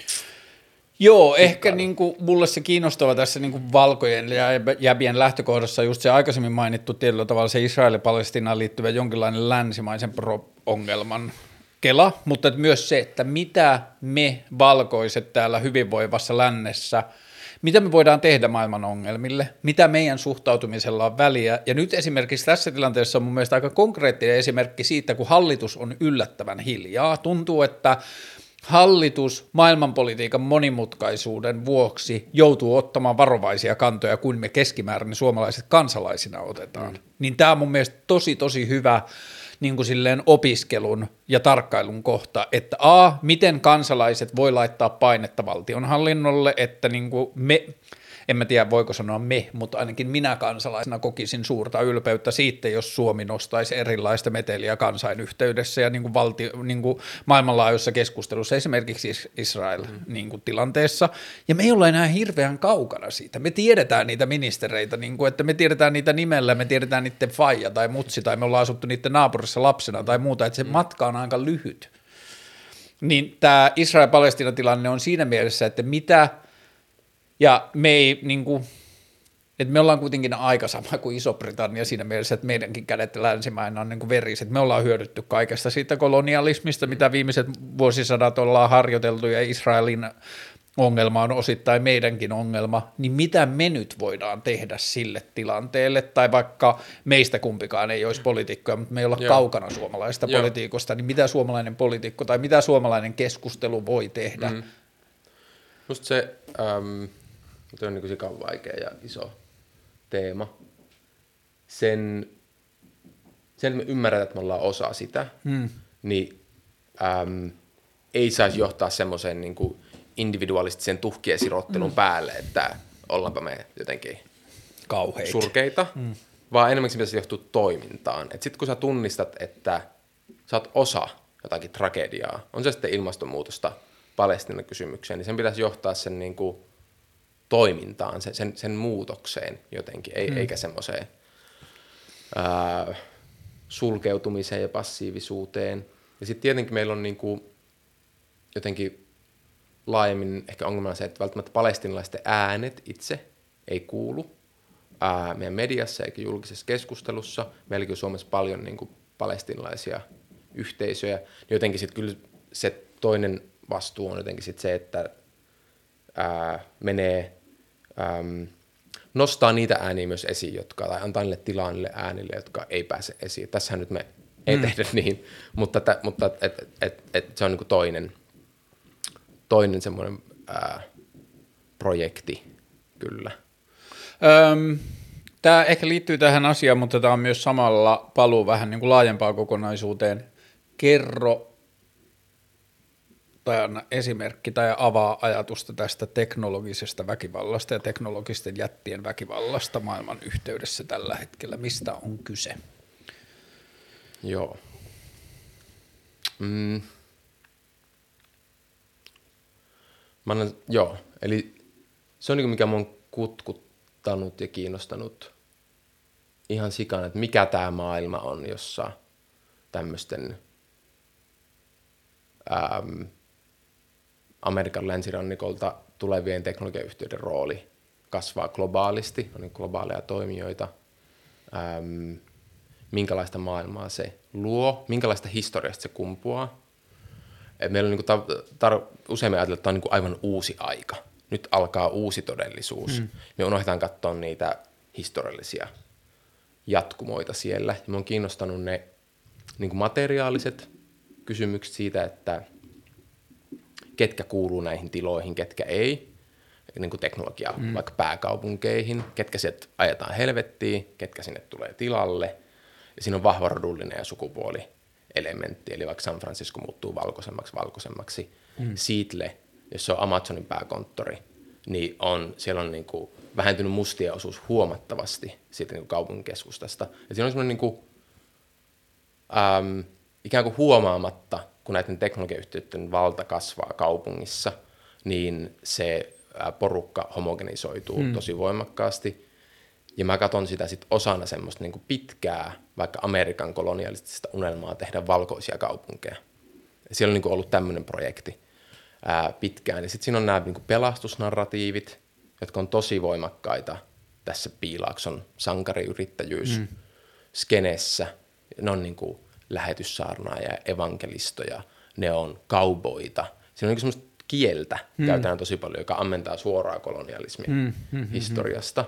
Joo, ehkä niin kuin, mulle se kiinnostava tässä niin kuin valkojen ja jäbien lähtökohdassa just se aikaisemmin mainittu tietyllä tavalla se Israel-Palestiinaan liittyvä jonkinlainen länsimaisen pro-ongelman kela, mutta että myös se, että mitä me valkoiset täällä hyvinvoivassa lännessä, mitä me voidaan tehdä maailman ongelmille, mitä meidän suhtautumisella on väliä. Ja nyt esimerkiksi tässä tilanteessa on mun mielestä aika konkreettinen esimerkki siitä, kun hallitus on yllättävän hiljaa. Tuntuu, että hallitus maailmanpolitiikan monimutkaisuuden vuoksi joutuu ottamaan varovaisia kantoja, kuin me keskimäärin suomalaiset kansalaisina otetaan. Mm. Niin tämä on mun mielestä tosi, tosi hyvä niin kuin silleen opiskelun ja tarkkailun kohta, että a, miten kansalaiset voi laittaa painetta valtionhallinnolle, että niin kuin me, en mä tiedä voiko sanoa me, mutta ainakin minä kansalaisena kokisin suurta ylpeyttä siitä, jos Suomi nostaisi erilaista meteliä kansainyhteydessä ja niin kuin valtio, niin kuin maailmanlaajuisessa keskustelussa, esimerkiksi Israel-tilanteessa, mm. niin ja me ei olla enää hirveän kaukana siitä. Me tiedetään niitä ministereitä, niin kuin, että me tiedetään niitä nimellä, me tiedetään niiden faija tai mutsi, tai me ollaan asuttu niiden naapurissa lapsena tai muuta, että se mm. matka on aika lyhyt. Niin tämä Israel-Palestiina-tilanne on siinä mielessä, että mitä. Ja me ei, niin kuin, että me ollaan kuitenkin aika sama kuin Iso-Britannia siinä mielessä, että meidänkin kädet länsimaina on niin kuin veriset. Me ollaan hyödytty kaikesta siitä kolonialismista, mitä viimeiset vuosisadat ollaan harjoiteltu, ja Israelin ongelma on osittain meidänkin ongelma. Niin mitä me nyt voidaan tehdä sille tilanteelle, tai vaikka meistä kumpikaan ei olisi poliitikkoja, mutta me ei olla Joo. kaukana suomalaisesta Joo. politiikosta, niin mitä suomalainen poliitikko tai mitä suomalainen keskustelu voi tehdä? Mm. Musta se... Um... Mutta on niin kuin sikan vaikea ja iso teema. Sen, sen me ymmärretään, että me ollaan osa sitä, hmm. niin äm, ei saisi johtaa semmoiseen niin kuin individualistisen tuhkien sirottelun hmm. päälle, että ollaanpa me jotenkin kauheita, surkeita, hmm. vaan enemmänkin pitäisi johtua toimintaan. Sitten kun sä tunnistat, että sä oot osa jotakin tragediaa, on se sitten ilmastonmuutosta Palestiinan kysymykseen, niin sen pitäisi johtaa sen niin kuin toimintaan, sen, sen, sen muutokseen jotenkin, ei, hmm. eikä semmoiseen ää, sulkeutumiseen ja passiivisuuteen. Ja sitten tietenkin meillä on niinku jotenkin laajemmin ehkä ongelmana se, että välttämättä palestiinalaisten äänet itse ei kuulu ää, meidän mediassa eikä julkisessa keskustelussa. Meilläkin on Suomessa paljon niinku palestiinalaisia yhteisöjä. Niin jotenkin sitten kyllä se toinen vastuu on jotenkin sit se, että ää, menee äm, nostaa niitä ääniä myös esiin, jotka, tai antaa niille tilaa niille äänille, jotka ei pääse esiin. Tässähän nyt me ei mm. tehdä niin, mutta, t- mutta et, et, et, et se on niinku toinen, toinen semmoinen ää, projekti, kyllä. Öm, tämä ehkä liittyy tähän asiaan, mutta tämä on myös samalla paluu vähän niin kuin laajempaan kokonaisuuteen. Kerro tai anna esimerkki tai avaa ajatusta tästä teknologisesta väkivallasta ja teknologisten jättien väkivallasta maailman yhteydessä tällä hetkellä. Mistä on kyse? Joo. Mm. Mä annan, joo, eli se on niin mikä mun kutkuttanut ja kiinnostanut ihan sikana, että mikä tämä maailma on, jossa tämmöisten ähm, Amerikan länsirannikolta tulevien teknologiayhtiöiden rooli kasvaa globaalisti, on niin globaaleja toimijoita, ähm, minkälaista maailmaa se luo, minkälaista historiasta se kumpuaa. Et meillä on niin kuin ta- tar- usein me ajatellaan, että tämä on niin kuin aivan uusi aika. Nyt alkaa uusi todellisuus. Mm. Me unohdetaan katsoa niitä historiallisia jatkumoita siellä. Ja me on kiinnostanut ne niin kuin materiaaliset kysymykset siitä, että ketkä kuuluu näihin tiloihin, ketkä ei. Niin kuin teknologia mm. vaikka pääkaupunkeihin, ketkä sieltä ajetaan helvettiin, ketkä sinne tulee tilalle. Ja siinä on vahva rodullinen ja sukupuolielementti, eli vaikka San Francisco muuttuu valkoisemmaksi valkoisemmaksi. Mm. Seattle, jos se on Amazonin pääkonttori, niin on, siellä on niin kuin vähentynyt mustien osuus huomattavasti siitä niin kuin kaupunkikeskustasta. Ja siinä on semmoinen niin kuin, äm, ikään kuin huomaamatta, kun näiden teknologiayhtiöiden valta kasvaa kaupungissa, niin se ä, porukka homogenisoituu mm. tosi voimakkaasti. Ja mä katson sitä sit osana semmoista niin kuin pitkää, vaikka Amerikan kolonialistista unelmaa tehdä valkoisia kaupunkeja. Ja siellä on niin kuin ollut tämmöinen projekti ää, pitkään. Ja sitten siinä on nämä niin kuin pelastusnarratiivit, jotka on tosi voimakkaita tässä Piilaakson sankariyrittäjyys mm. skenessä. Ne on niin kuin lähetyssaarnaajia, evankelistoja, ne on kauboita. Siinä on niin semmoista kieltä, mm. käytetään tosi paljon, joka ammentaa suoraa kolonialismia mm. Mm-hmm. historiasta.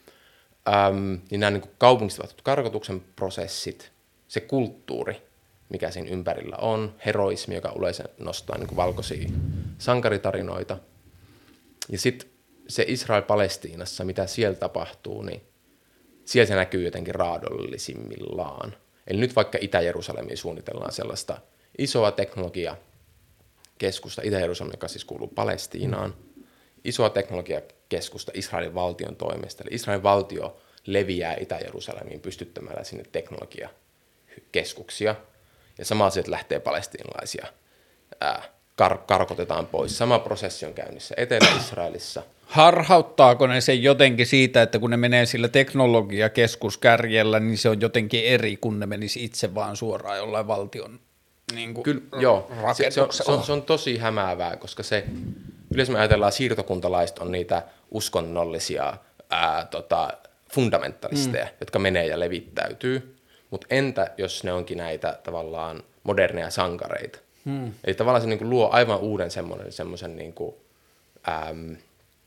Öm, niin nämä niin kuin kaupungista tapahtuvat karkotuksen prosessit, se kulttuuri, mikä siinä ympärillä on, heroismi, joka yleensä nostaa niin kuin valkoisia sankaritarinoita. Ja sitten se Israel-Palestiinassa, mitä siellä tapahtuu, niin siellä se näkyy jotenkin raadollisimmillaan. Eli nyt vaikka Itä-Jerusalemiin suunnitellaan sellaista isoa teknologiakeskusta, Itä-Jerusalem, joka siis kuuluu Palestiinaan, isoa teknologiakeskusta Israelin valtion toimesta. Eli Israelin valtio leviää Itä-Jerusalemiin pystyttämällä sinne teknologiakeskuksia. Ja sama asia, että lähtee palestiinalaisia, ää, kar- karkotetaan pois. Sama prosessi on käynnissä Etelä-Israelissa. Harhauttaako ne sen jotenkin siitä, että kun ne menee sillä teknologiakeskuskärjellä, niin se on jotenkin eri, kun ne menisi itse vaan suoraan jollain valtion niin kuin, Kyllä, joo. Se, se, on, se, on, se on tosi hämäävää, koska se, yleensä me ajatellaan, että siirtokuntalaiset on niitä uskonnollisia ää, tota, fundamentalisteja, mm. jotka menee ja levittäytyy. Mutta entä jos ne onkin näitä tavallaan moderneja sankareita? Mm. Eli tavallaan se niinku luo aivan uuden semmoisen niinku, äm,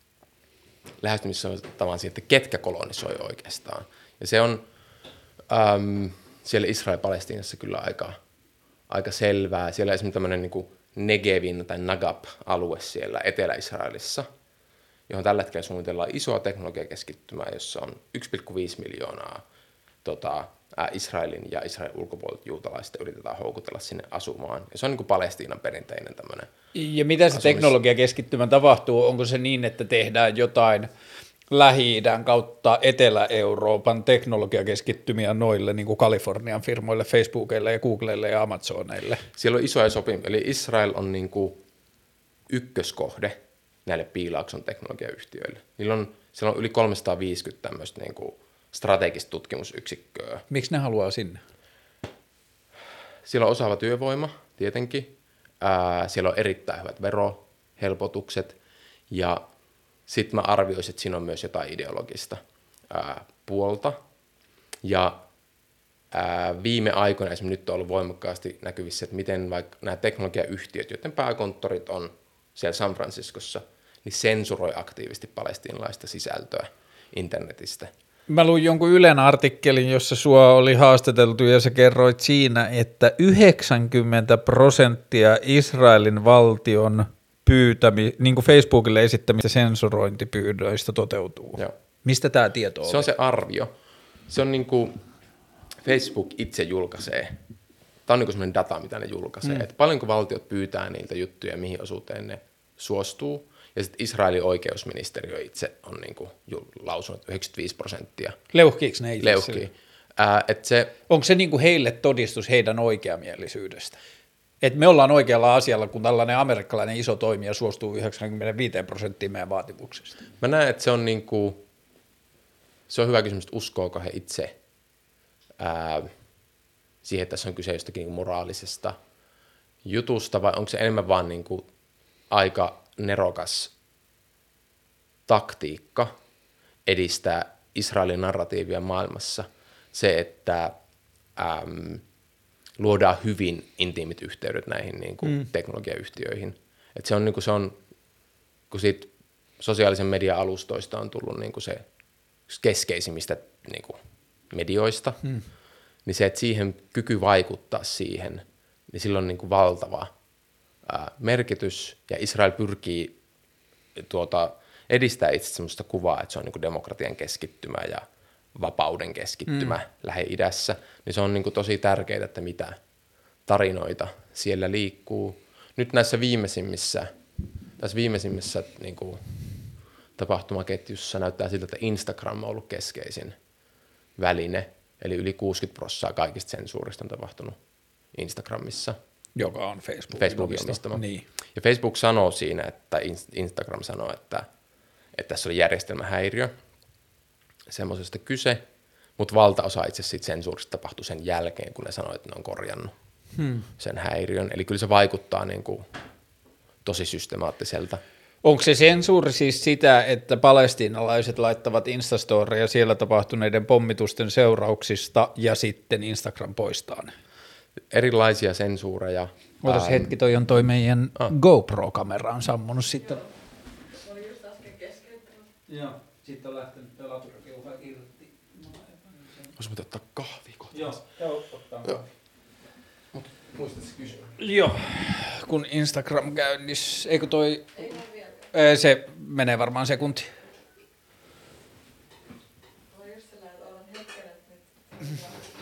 lähestymistavan siihen, että ketkä kolonisoi oikeastaan. Ja se on äm, siellä Israel-Palestiinassa kyllä aika, aika selvää. Siellä on esimerkiksi tämmöinen niinku Negevin tai Nagab-alue siellä Etelä-Israelissa, johon tällä hetkellä suunnitellaan isoa teknologiakeskittymää, jossa on yksi pilkku viisi miljoonaa tota, ää, Israelin ja Israelin ulkopuolelta juutalaista yritetään houkutella sinne asumaan. Ja se on niin kuin Palestiinan perinteinen tämmöinen. Ja mitä se asumis- teknologiakeskittymä tapahtuu? Onko se niin, että tehdään jotain Lähi-idän kautta Etelä-Euroopan teknologiakeskittymiä noille niin kuin Kalifornian firmoille, Facebookille ja Googlelle ja Amazoneille? Siellä on isoja sopimuksia. Eli Israel on niin kuin ykköskohde näille Piilaakson teknologiayhtiöille. Niillä on, siellä on yli kolmesataaviisikymmentä tämmöistä niin kuin strategista tutkimusyksikköä. Miksi ne haluaa sinne? Siellä on osaava työvoima, tietenkin. Ää, siellä on erittäin hyvät verohelpotukset. Ja sitten mä arvioisin, että siinä on myös jotain ideologista ää, puolta. Ja ää, viime aikoina esimerkiksi nyt on ollut voimakkaasti näkyvissä, että miten vaikka nämä teknologiayhtiöt, joiden pääkonttorit on siellä San Franciscossa, niin sensuroi aktiivisesti palestiinalaista sisältöä internetistä. Mä luin jonkun Ylen artikkelin, jossa sua oli haastateltu ja sä kerroit siinä, että yhdeksänkymmentä prosenttia Israelin valtion pyytämi, niin kuin Facebookille esittämistä sensurointipyydöistä toteutuu. Joo. Mistä tämä tieto on? Se on se arvio. Se on niin kuin Facebook itse julkaisee. Tämä on niin kuin sellainen data, mitä ne julkaisee. Mm. Että paljonko valtiot pyytää niiltä juttuja, mihin osuuteen ne suostuu. Ja sitten Israelin oikeusministeriö itse on niin kuin lausunut yhdeksänkymmentäviisi prosenttia. Leuhkiiko ne itse? Leuhkii. Ää, et se, onko se niin kuin heille todistus heidän oikeamielisyydestä? Että me ollaan oikealla asialla, kun tällainen amerikkalainen iso toimija suostuu yhdeksänkymmentäviisi prosenttia meidän vaatimuksesta. Mä näen, että se on, niin kuin, se on hyvä kysymys, että uskooko he itse ää, siihen, että tässä on kyse jostakin niin kuin moraalisesta jutusta, vai onko se enemmän vaan niin kuin aika nerokas taktiikka edistää Israelin narratiivia maailmassa, se, että äm, luodaan hyvin intiimit yhteydet näihin niin kuin mm. teknologiayhtiöihin. Et se on, niin kuin se on, kun siitä sosiaalisen median alustoista on tullut niin kuin se keskeisimmistä niin kuin medioista, mm. niin se, että siihen kyky vaikuttaa siihen, niin sillä on niin kuin valtava ää, merkitys, ja Israel pyrkii tuota, edistää itse sellaista kuvaa, että se on niin kuin demokratian keskittymä ja vapauden keskittymä mm. Lähi-idässä, niin se on niin kuin tosi tärkeää, että mitä tarinoita siellä liikkuu. Nyt näissä viimeisimmissä, tässä viimeisimmissä niin kuin tapahtumaketjussa näyttää siltä, että Instagram on ollut keskeisin väline, eli yli kuusikymmentä prosenttia kaikista sensuurista on tapahtunut Instagramissa. Joka on Facebookin, Facebookin omistama. Niin. Ja Facebook sanoo siinä, että Instagram sanoo, että, että tässä oli järjestelmähäiriö, semmoisesta kyse, mutta valtaosa itse siitä sensuurista tapahtui sen jälkeen, kun ne sanoi, että ne on korjannut hmm. sen häiriön. Eli kyllä se vaikuttaa niin kuin tosi systemaattiselta. Onko se sensuuri siis sitä, että palestiinalaiset laittavat Instastoria siellä tapahtuneiden pommitusten seurauksista ja sitten Instagram poistaa ne? Erilaisia sensuureja. Otas ähm, hetki, toi on toi meidän ah. GoPro-kamera on sammunut sitten. Se oli just äsken keskeyttänyt. Joo, sitten on lähtenyt pelapyräkiuha irti. Voisi muuten ottaa kahvia kohta. Joo, joo, ottaa kahvia. Mutta muistatko kysyä? Joo, kun Instagram käynnissä, eikö toi... Ei näin vielä. Se menee varmaan sekunti. Olen just sellainen, että olen hetken, että nyt...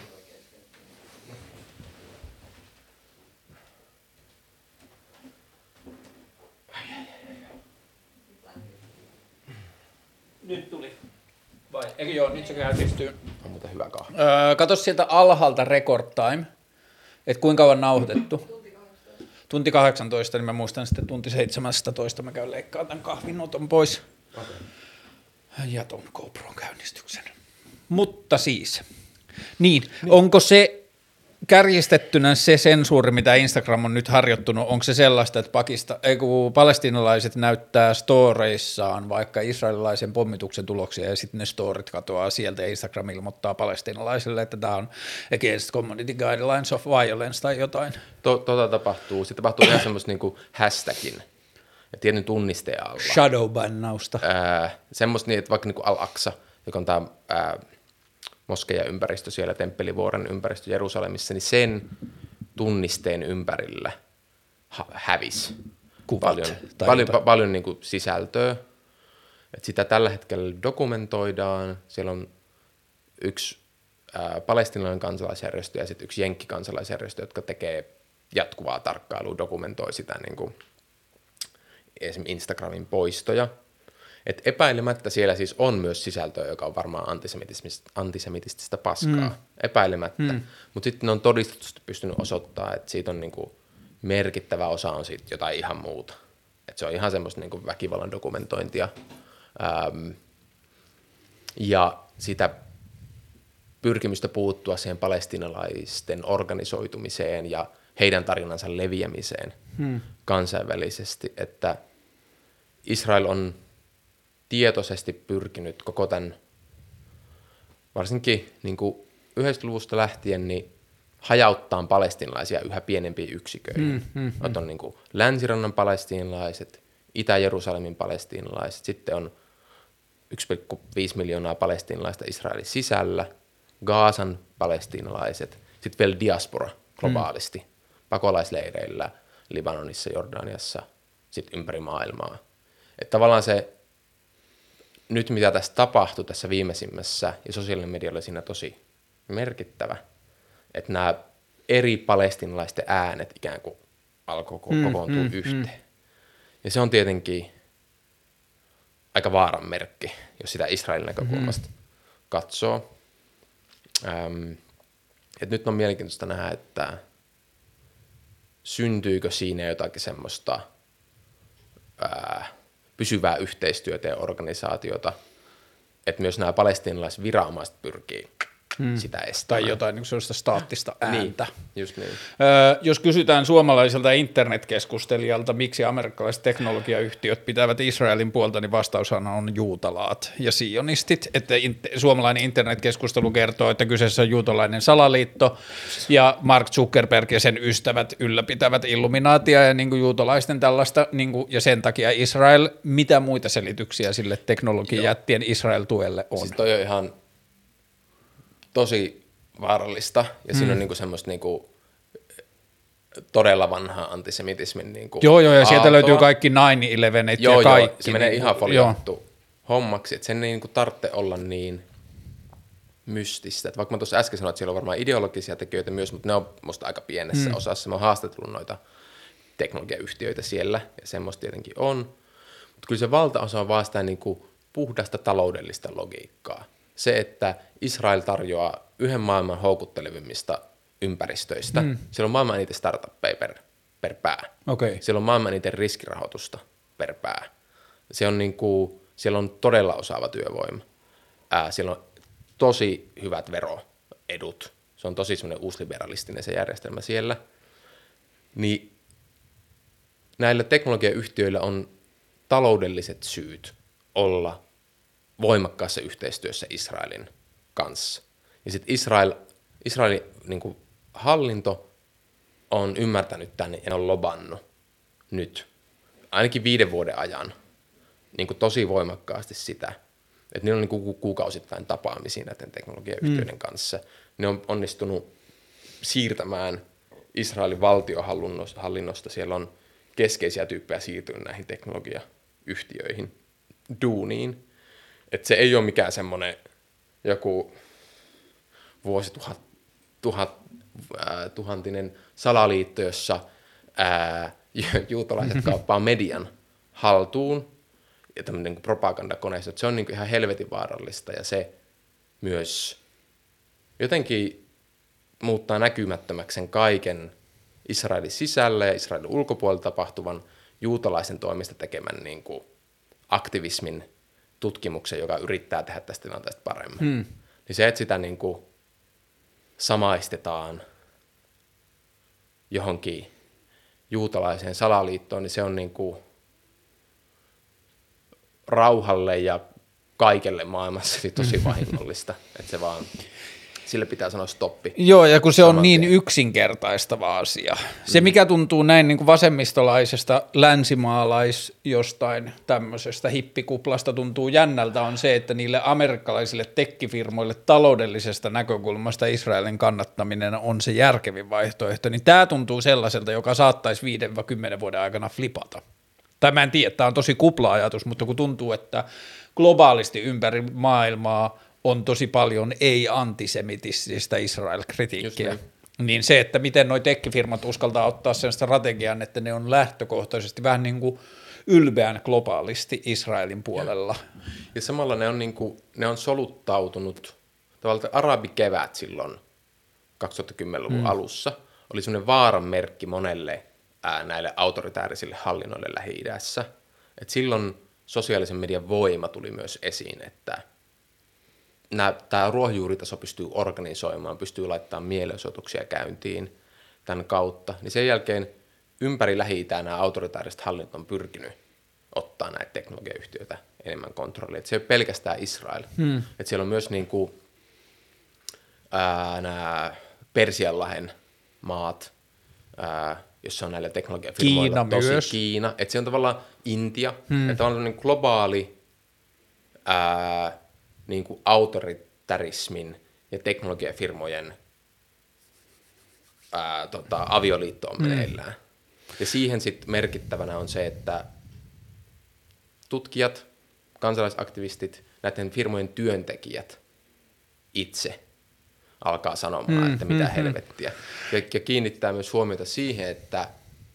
Nyt tuli. Vai? Eikö joo, nyt se käynnistyy. On muuten hyvä kahvi. Öö, kato sieltä alhaalta record time, että kuinka kauan nauhoitettu. Tunti kahdeksantoista. Tunti kahdeksantoista, niin mä muistan sitten tunti seitsemäntoista, mä käyn leikkaamaan tämän kahvinoton pois. Okay. Ja ton GoPron käynnistyksen. Mutta siis, niin, niin, onko se kärjistettynä se sensuuri, mitä Instagram on nyt harjoittunut, onko se sellaista, että Pakista, ei kun palestiinalaiset näyttää storeissaan vaikka israelilaisen pommituksen tuloksia ja sitten ne storit katoaa sieltä ja Instagram ilmoittaa palestiinalaisille, että tämä on against community guidelines of violence tai jotain. To, tota tapahtuu. Sitten tapahtuu ihan semmoista niinku hashtagin ja tietyn tunnisteen alla. Shadowbannausta. Ää, semmoista niin, että vaikka niinku Al-Aqsa, joka on tämä moskeija-ympäristö siellä, Temppelivuoren ympäristö Jerusalemissa, niin sen tunnisteen ympärillä ha- hävisi Kuvat, paljon, paljon, pa- paljon niin kuin sisältöä. Et sitä tällä hetkellä dokumentoidaan. Siellä on yksi ää, palestiinalainen kansalaisjärjestö ja sitten yksi jenkkikansalaisjärjestö, jotka tekee jatkuvaa tarkkailua, dokumentoi sitä niin kuin esimerkiksi Instagramin poistoja. Et epäilemättä siellä siis on myös sisältöä, joka on varmaan antisemitististä paskaa, mm. epäilemättä. Mm. Mutta sitten ne on todistetusti pystynyt osoittamaan, että siitä on niinku merkittävä osa on siitä jotain ihan muuta. Et se on ihan semmoista niinku väkivallan dokumentointia. Ähm, ja sitä pyrkimystä puuttua siihen palestiinalaisten organisoitumiseen ja heidän tarinansa leviämiseen mm. kansainvälisesti, että Israel on tietoisesti pyrkinyt koko tämän, varsinkin niin kuin yhdeksänkymmentäluvusta lähtien, niin hajauttaa palestiinalaisia yhä pienempiin yksiköihin. Mm, mm, mm. On niin kuin Länsirannan palestiinalaiset, Itä-Jerusalemin palestiinalaiset, sitten on yksi pilkku viisi miljoonaa palestiinalaista Israelin sisällä, Gaasan palestiinalaiset, sitten vielä diaspora globaalisti, mm. pakolaisleireillä, Libanonissa, Jordaniassa, sitten ympäri maailmaa. Että tavallaan se, nyt mitä tässä tapahtui tässä viimeisimmässä, ja sosiaalinen media oli siinä tosi merkittävä, että nämä eri palestiinalaisten äänet ikään kuin alkoi kokoontua mm, mm, yhteen. Mm. Ja se on tietenkin aika vaaran merkki, jos sitä Israelin näkökulmasta mm. katsoo. Ähm, et nyt on mielenkiintoista nähdä, että syntyykö siinä jotakin semmoista ää, pysyvää yhteistyötä ja organisaatiota, että myös nämä palestiinalaisviranomaiset pyrkii hmm. sitä estämään. Tai jotain niin sellaista staattista ääntä. Niin, just niin. Öö, jos kysytään suomalaiselta internetkeskustelijalta, miksi amerikkalaiset teknologiayhtiöt pitävät Israelin puolta, niin vastaushan on juutalaat ja sionistit. Että in- suomalainen internetkeskustelu kertoo, että kyseessä on juutalainen salaliitto ja Mark Zuckerberg ja sen ystävät ylläpitävät illuminaatia ja niin kuin juutalaisten tällaista, niin kuin, ja sen takia Israel, mitä muita selityksiä sille teknologiajättien Israel-tuelle on? Siis toi on ihan tosi vaarallista ja mm. siinä on niinku semmoista niinku todella vanhaa antisemitismin niinku Joo, joo, ja aaltoa. Sieltä löytyy kaikki nine eleven ja joo, kaikki. Joo, se menee niin, ihan foliottu hommaksi, että sen ei niinku tarvitse olla niin mystistä. Et vaikka mä tuossa äsken sanoin, että siellä on varmaan ideologisia tekijöitä myös, mutta ne on musta aika pienessä mm. osassa. Mä oon haastatellut noita teknologiayhtiöitä siellä, ja semmoista tietenkin on. Mutta kyllä se valtaosa on vaan sitä niinku puhdasta taloudellista logiikkaa. Se, että Israel tarjoaa yhden maailman houkuttelevimmista ympäristöistä. Mm. Siellä on maailman eniten startuppeja per, per pää. Okay. Siellä on maailman eniten riskirahoitusta per pää. Se on niinku, siellä on todella osaava työvoima. Ää, siellä on tosi hyvät veroedut. Se on tosi semmoinen uusliberalistinen se järjestelmä siellä. Niin näillä teknologiayhtiöillä on taloudelliset syyt olla voimakkaassa yhteistyössä Israelin kanssa. Ja sitten Israel, Israelin niin kuin hallinto on ymmärtänyt tämän ja on lobannut nyt ainakin viiden vuoden ajan niin kuin tosi voimakkaasti sitä, että niillä on niin kuin kuukausittain tapaamisia näiden teknologiayhtiöiden mm. kanssa. Ne on onnistunut siirtämään Israelin valtiohallinnosta. Siellä on keskeisiä tyyppejä siirtynyt näihin teknologiayhtiöihin duuniin. Että se ei ole mikään semmoinen joku vuosituhat tuhat, äh, tuhantinen salaliitto, jossa äh, juutalaiset kauppaa median haltuun ja tämmöinen niin propagandakoneisto. Se on niin kuin ihan helvetin vaarallista ja se myös jotenkin muuttaa näkymättömäksi sen kaiken Israelin sisällä ja Israelin ulkopuolella tapahtuvan juutalaisen toimesta tekemän niin kuin aktivismin tutkimuksen, joka yrittää tehdä tästä tilanteesta paremmin. Hmm. Niin se, että sitä niin kuin samaistetaan johonkin juutalaiseen salaliittoon, niin se on niin kuin rauhalle ja kaikelle maailmassa tosi vahingollista, että se vaan, sille pitää sanoa stoppi. Joo, ja kun se on niin yksinkertaistava asia. Se, mikä tuntuu näin niin kuin vasemmistolaisesta länsimaalais jostain tämmöisestä hippikuplasta tuntuu jännältä, on se, että niille amerikkalaisille tekkifirmoille taloudellisesta näkökulmasta Israelin kannattaminen on se järkevin vaihtoehto, niin tämä tuntuu sellaiselta, joka saattaisi viiden vai kymmenen vuoden aikana flipata. Tai mä en tiedä, tämä on tosi kupla-ajatus, mutta kun tuntuu, että globaalisti ympäri maailmaa on tosi paljon ei-antisemitististä Israel-kritiikkiä, niin se, että miten nuo tekkifirmat uskaltaa ottaa sen strategian, että ne on lähtökohtaisesti vähän niin kuin ylpeän globaalisti Israelin puolella. Ja, ja samalla ne on, niin kuin, ne on soluttautunut, tavallaan arabikevät silloin kaksituhattakymmenluvun mm. alussa oli semmoinen vaaran merkki monelle ää, näille autoritäärisille hallinnoille Lähi-idässä. Et silloin sosiaalisen median voima tuli myös esiin, että tämä ruohonjuuritaso pystyy organisoimaan, pystyy laittamaan mielenosoituksia käyntiin tämän kautta, niin sen jälkeen ympäri Lähi-itää nämä autoritaariset hallinnot on pyrkinyt ottaa näitä teknologiayhtiöitä enemmän kontrollia. Et se ei ole pelkästään Israel. Hmm. Et siellä on myös niinku, ää, nämä Persianlahden maat, ää, jossa on näillä teknologiafirmoilla Kiina tosi myös. Kiina. Et se on tavallaan Intia, Hmm. että on niin globaali ää, niin kuin autoritarismin ja teknologiafirmojen ää, tota, avioliitto on meneillään. Mm. Ja siihen sitten merkittävänä on se, että tutkijat, kansalaisaktivistit, näiden firmojen työntekijät itse alkaa sanomaan, mm, että mitä mm, helvettiä. Ja, ja kiinnittää myös huomiota siihen, että,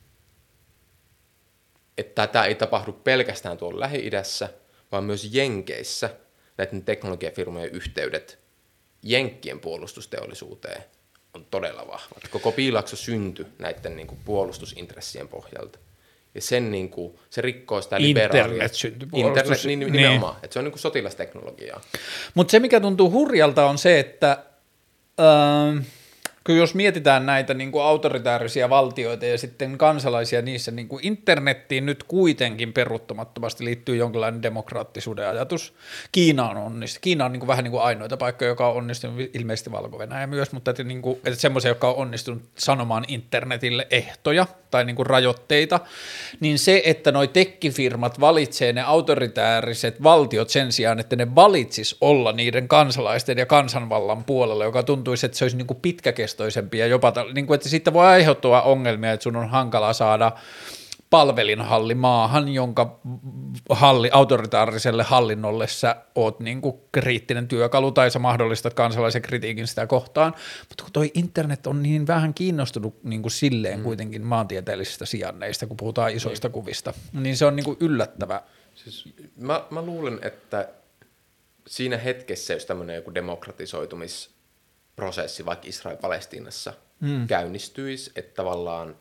että tämä ei tapahdu pelkästään tuolla Lähi-idässä, vaan myös Jenkeissä näiden teknologiafirmojen yhteydet Jenkkien puolustusteollisuuteen on todella vahvat. Koko Piilakso syntyi näiden niin kuin puolustusintressien pohjalta. Ja sen, niin kuin, se rikkoo sitä liberaalia. Internet syntyi puolustus. Internet niin, nimenomaan, niin. Että se on niin kuin sotilasteknologiaa. Mutta se, mikä tuntuu hurjalta, on se, että Öö, kun jos mietitään näitä niin kuin autoritäärisiä valtioita ja sitten kansalaisia niissä, niin kuin internettiin nyt kuitenkin peruuttamattomasti liittyy jonkinlainen demokraattisuuden ajatus. Kiina on onnistunut. Kiina on niin kuin vähän niin kuin ainoita paikkoja, joka on onnistunut, ilmeisesti Valko-Venäjä myös, mutta että, niin kuin, että semmoisia, jotka on onnistunut sanomaan internetille ehtoja tai niin kuin rajoitteita, niin se, että noi tekkifirmat valitsee ne autoritääriset valtiot sen sijaan, että ne valitsis olla niiden kansalaisten ja kansanvallan puolella, joka tuntuisi, että se olisi niin kuin pitkäkestoisempi ja jopa, niin kuin, että siitä voi aiheutua ongelmia, että sun on hankala saada palvelinhalli maahan, jonka halli, autoritaariselle hallinnolle sä oot niin kuin kriittinen työkalu tai sä mahdollistat kansalaisen kritiikin sitä kohtaan, mutta kun toi internet on niin vähän kiinnostunut niin kuin silleen mm. kuitenkin maantieteellisistä sijainneista, kun puhutaan isoista niin. kuvista, niin se on niin kuin yllättävä. Siis mä, mä luulen, että siinä hetkessä, jos tämmöinen joku demokratisoitumisprosessi vaikka Israel-Palestiinassa mm. käynnistyisi, että tavallaan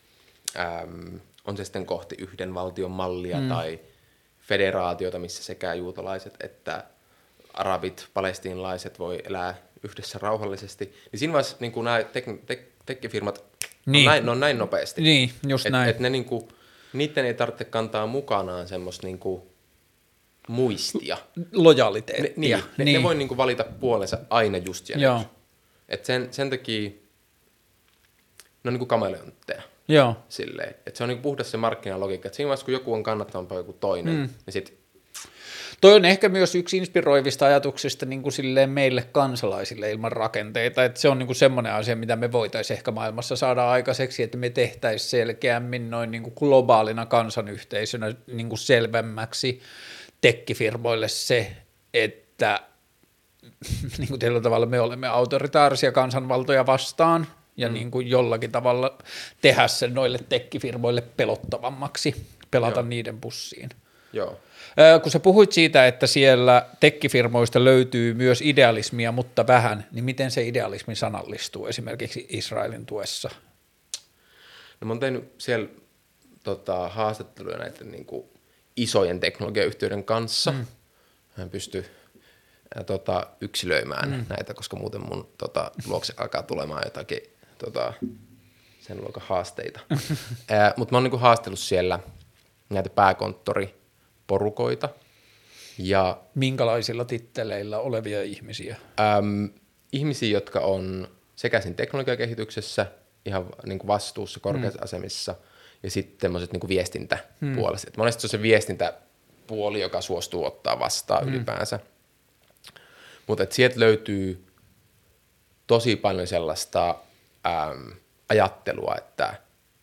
äm, on se sitten kohti yhden valtion mallia mm. tai federaatiota, missä sekä juutalaiset että arabit, palestiinalaiset voi elää yhdessä rauhallisesti, niin siinä vaiheessa niin nämä tek- tek- tekkifirmat niin. on näin, ne on näin nopeasti. Niin, just et, näin. Et ne, niin kuin, niiden ei tarvitse kantaa mukanaan semmoista niin kuin muistia. Lojaliteettia. Ne, niin, ne, niin. ne voi niin kuin valita puolensa aina just ja Joo. nyt. Et sen, sen takia ne on niin kuin kameleontteja. Joo. Silleen, että se on niin puhdas se markkinalogiikka, että siinä vaiheessa, kun joku on kannattavampaa joku toinen, mm. niin sit... Toi on ehkä myös yksi inspiroivista ajatuksista niin kuin silleen meille kansalaisille ilman rakenteita, että se on niin kuin semmoinen asia, mitä me voitaisiin ehkä maailmassa saada aikaiseksi, että me tehtäisiin selkeämmin noin niin kuin globaalina kansanyhteisönä niin kuin selvemmäksi tekkifirmoille se, että niin kuin tietyllä tavalla me olemme autoritaarisia kansanvaltoja vastaan, ja mm. niin kuin jollakin tavalla tehdä sen noille tekkifirmoille pelottavammaksi, pelata Joo. niiden pussiin. Joo. Äh, kun sä puhuit siitä, että siellä tekkifirmoista löytyy myös idealismia, mutta vähän, niin miten se idealismi sanallistuu esimerkiksi Israelin tuessa? No mä oon tehnyt siellä tota, haastatteluja näiden niin kuin isojen teknologiayhtiöiden kanssa. Mm. Mä pystyn äh, tota, yksilöimään mm. näitä, koska muuten mun tota, luokse alkaa tulemaan jotakin tota, sen luokan haasteita. äh, mutta mä oon niinku haastellut siellä näitä pääkonttoriporukoita. Ja, minkälaisilla titteleillä olevia ihmisiä? Äm, ihmisiä, jotka on sekä siinä teknologiakehityksessä ihan niinku vastuussa korkeassa mm. asemissa ja sitten semmoiset niinku viestintäpuolesta. Mm. Monesti se on se viestintäpuoli, joka suostuu ottaa vastaan mm. ylipäänsä. Mutta sieltä löytyy tosi paljon sellaista äm, ajattelua, että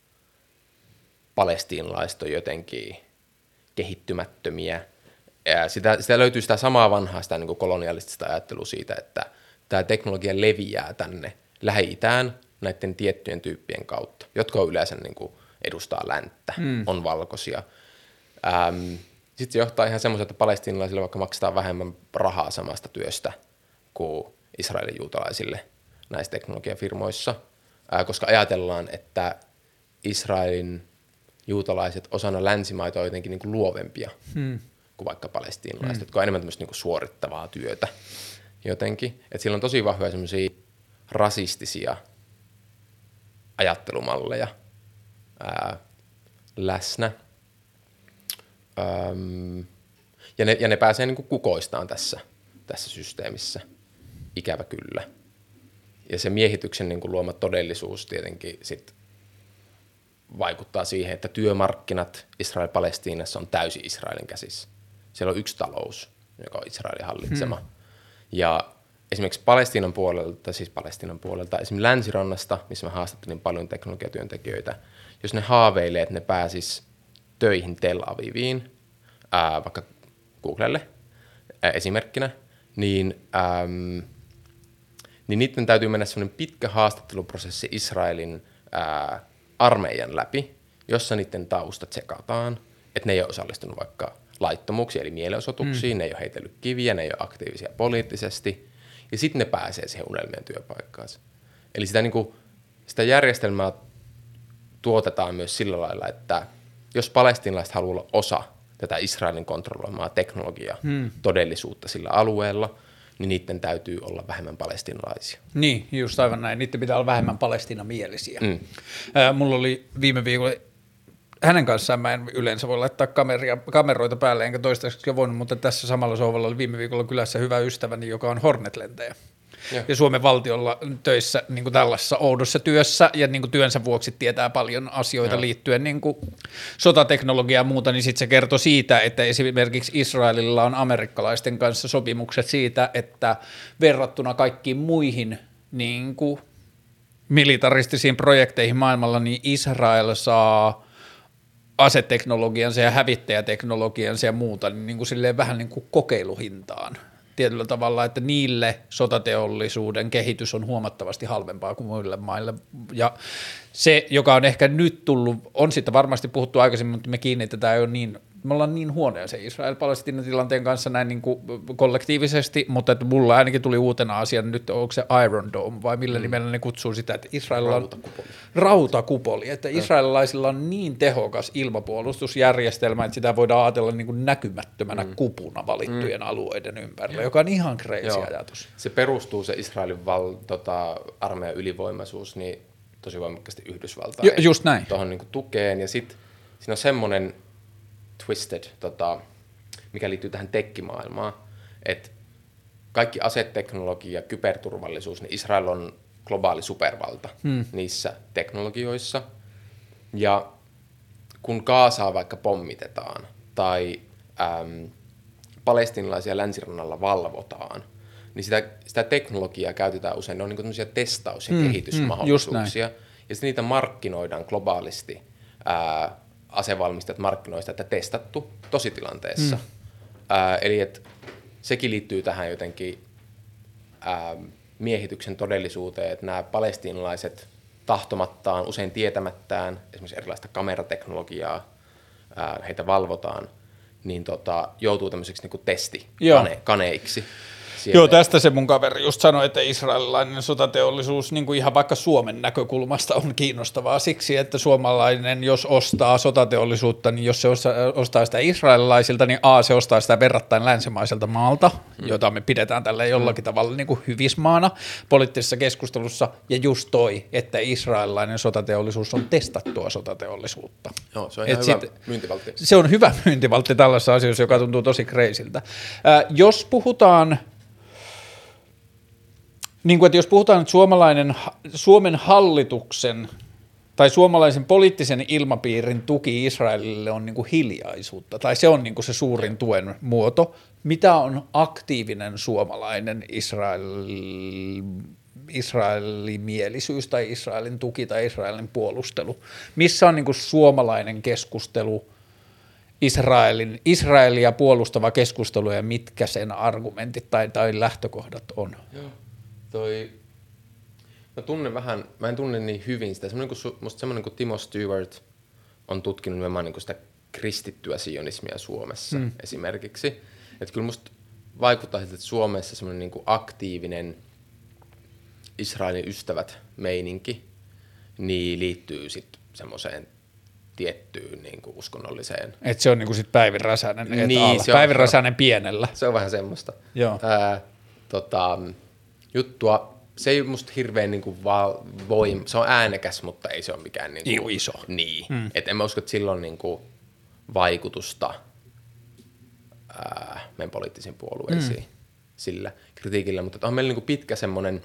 palestiinalaiset on jotenkin kehittymättömiä. Ja sitä, sitä löytyy sitä samaa vanhaa sitä niin kuin kolonialistista ajattelua siitä, että tämä teknologia leviää tänne Lähi-Itään näiden tiettyjen tyyppien kautta, jotka on yleensä niin kuin edustaa länttä, mm. on valkoisia. Ähm, Sitten se johtaa ihan semmoisen, että palestiinalaisille vaikka maksetaan vähemmän rahaa samasta työstä kuin Israelin juutalaisille näissä teknologiafirmoissa, ää, koska ajatellaan, että Israelin juutalaiset osana länsimaita on jotenkin niin kuin luovempia hmm. kuin vaikka palestiinalaiset, hmm. jotka on enemmän tämmöistä niin kuin suorittavaa työtä jotenkin. Että sillä on tosi vahvoja semmoisia rasistisia ajattelumalleja ää, läsnä. Öm, ja, ne, ja ne pääsee niin kuin kukoistaan tässä, tässä systeemissä, ikävä kyllä. Ja se miehityksen niin kuin luoma todellisuus tietenkin sit vaikuttaa siihen, että työmarkkinat Israel-Palestiinassa on täysin Israelin käsissä. Siellä on yksi talous, joka on Israelin hallitsema. Hmm. Ja esimerkiksi Palestiinan puolelta, siis Palestiinan puolelta, esimerkiksi Länsirannasta, missä mä haastattelin paljon teknologiatyöntekijöitä, jos ne haaveilee, että ne pääsis töihin Tel Aviviin, ää, vaikka Googlelle ää, esimerkkinä, niin, äm, niin niiden täytyy mennä sellainen pitkä haastatteluprosessi Israelin ää, armeijan läpi, jossa niiden tausta tsekataan, että ne ei ole osallistunut vaikka laittomuuksiin, eli mielenosoituksiin, mm. ne ei ole heitellyt kiviä, ne ei ole aktiivisia poliittisesti, ja sitten ne pääsee siihen unelmien työpaikkaansa. Eli sitä, niin kuin, sitä järjestelmää tuotetaan myös sillä lailla, että jos palestiinalaiset haluaa olla osa tätä Israelin kontrolloimaa teknologiaa, hmm. todellisuutta sillä alueella, niin niiden täytyy olla vähemmän palestiinalaisia. Niin, just aivan näin. Niiden pitää olla vähemmän palestiinamielisiä. Mm. Äh, mulla oli viime viikolla, hänen kanssaan mä en yleensä voi laittaa kameria, kameroita päälle, enkä toistaiseksi ole voinut, mutta tässä samalla sohvalla oli viime viikolla kylässä hyvä ystäväni, joka on Hornet-lentäjä. Ja. ja Suomen valtiolla töissä niin kuin tällaisessa oudossa työssä ja niin kuin työnsä vuoksi tietää paljon asioita ja. liittyen niin kuin sotateknologiaan ja muuta, niin sitten se kertoi siitä, että esimerkiksi Israelilla on amerikkalaisten kanssa sopimukset siitä, että verrattuna kaikkiin muihin niin kuin militaristisiin projekteihin maailmalla, niin Israel saa aseteknologiansa ja hävittäjäteknologiansa ja muuta niin, niin kuin silleen vähän niin kuin kokeiluhintaan. Tietyllä tavalla, että niille sotateollisuuden kehitys on huomattavasti halvempaa kuin muille maille. Ja se, joka on ehkä nyt tullut, on siitä varmasti puhuttu aikaisemmin, mutta me kiinnitetään jo niin, me ollaan niin huonoja se Israel-Palestiinan tilanteen kanssa näin niin kuin kollektiivisesti, mutta että mulla ainakin tuli uutena asiana nyt, onko se Iron Dome vai millä mm. nimellä ne kutsuu sitä, että Israelilla on rautakupoli, rautakupoli että mm. israelilaisilla on niin tehokas ilmapuolustusjärjestelmä, että sitä voidaan ajatella niin kuin näkymättömänä mm. kupuna valittujen mm. alueiden ympärillä, joka on ihan crazy ajatus. Se perustuu se Israelin val, tota, armeijan ylivoimaisuus niin tosi voimakkaasti Yhdysvaltain jo, just näin. Tuohon niin kuin tukeen ja sitten siinä on semmoinen twisted, tota, mikä liittyy tähän tekkimaailmaan, että kaikki aseteknologia ja kyberturvallisuus, niin Israel on globaali supervalta hmm. niissä teknologioissa. Ja kun Gazaa vaikka pommitetaan tai äm, palestiinalaisia länsirannalla valvotaan, niin sitä, sitä teknologiaa käytetään usein, ne on niin kuin testaus- ja hmm. kehitysmahdollisuuksia. Hmm, ja sitten niitä markkinoidaan globaalisti. Ää, asevalmistajat markkinoista, että testattu tositilanteessa. Mm. Ää, eli että sekin liittyy tähän jotenkin ää, miehityksen todellisuuteen, että nämä palestiinalaiset tahtomattaan, usein tietämättään, esimerkiksi erilaista kamerateknologiaa, ää, heitä valvotaan, niin tota, joutuu tämmöiseksi niinku testikaneiksi. Joo, tästä se mun kaveri just sanoi, että israelilainen sotateollisuus niin kuin ihan vaikka Suomen näkökulmasta on kiinnostavaa siksi, että suomalainen, jos ostaa sotateollisuutta, niin jos se ostaa sitä israelilaisilta, niin A, se ostaa sitä verrattain länsimaiselta maalta, mm. jota me pidetään tällä jollakin mm. tavalla niin kuin hyvismaana poliittisessa keskustelussa, ja just toi, että israelilainen sotateollisuus on testattua sotateollisuutta. Joo, se on ihan hyvä sit, myyntivaltti. Se on hyvä myyntivaltti tällaisessa asiassa, joka tuntuu tosi kreisiltä. Äh, jos puhutaan Niin kuin, että jos puhutaan, että suomalainen, Suomen hallituksen tai suomalaisen poliittisen ilmapiirin tuki Israelille on niin kuin hiljaisuutta, tai se on niin kuin se suurin tuen muoto, mitä on aktiivinen suomalainen Israel, Israelimielisyys tai Israelin tuki tai Israelin puolustelu? Missä on niin kuin suomalainen keskustelu, Israelin, Israelia puolustava keskustelu ja mitkä sen argumentit tai, tai lähtökohdat on? Joo. Toi, mä tunnen vähän, mä en tunne niin hyvin sitä, semmoinen kuin, musta semmoinen kuin Timo Stewart on tutkinut nimenomaan niin kuin sitä kristittyä sionismia Suomessa mm. esimerkiksi. Että kyllä musta vaikuttaa siltä, että Suomessa semmoinen niin kuin aktiivinen Israelin ystävät meininki niin liittyy sitten semmoiseen tiettyyn niin kuin uskonnolliseen. Että se on niin kuin sit Päivi Räsänen, niin, Päivi Räsänen pienellä. Se on vähän semmoista. Joo. Ää, tota, juttua. Se ei musta hirveän niinku voim, se on äänekäs, mutta ei se ole mikään niinku iso. Niin. Hmm. Et en mä usko, että sillä on niinku vaikutusta ää, meidän poliittisiin puolueisiin hmm. sillä kritiikillä, mutta on meillä niinku pitkä semmoinen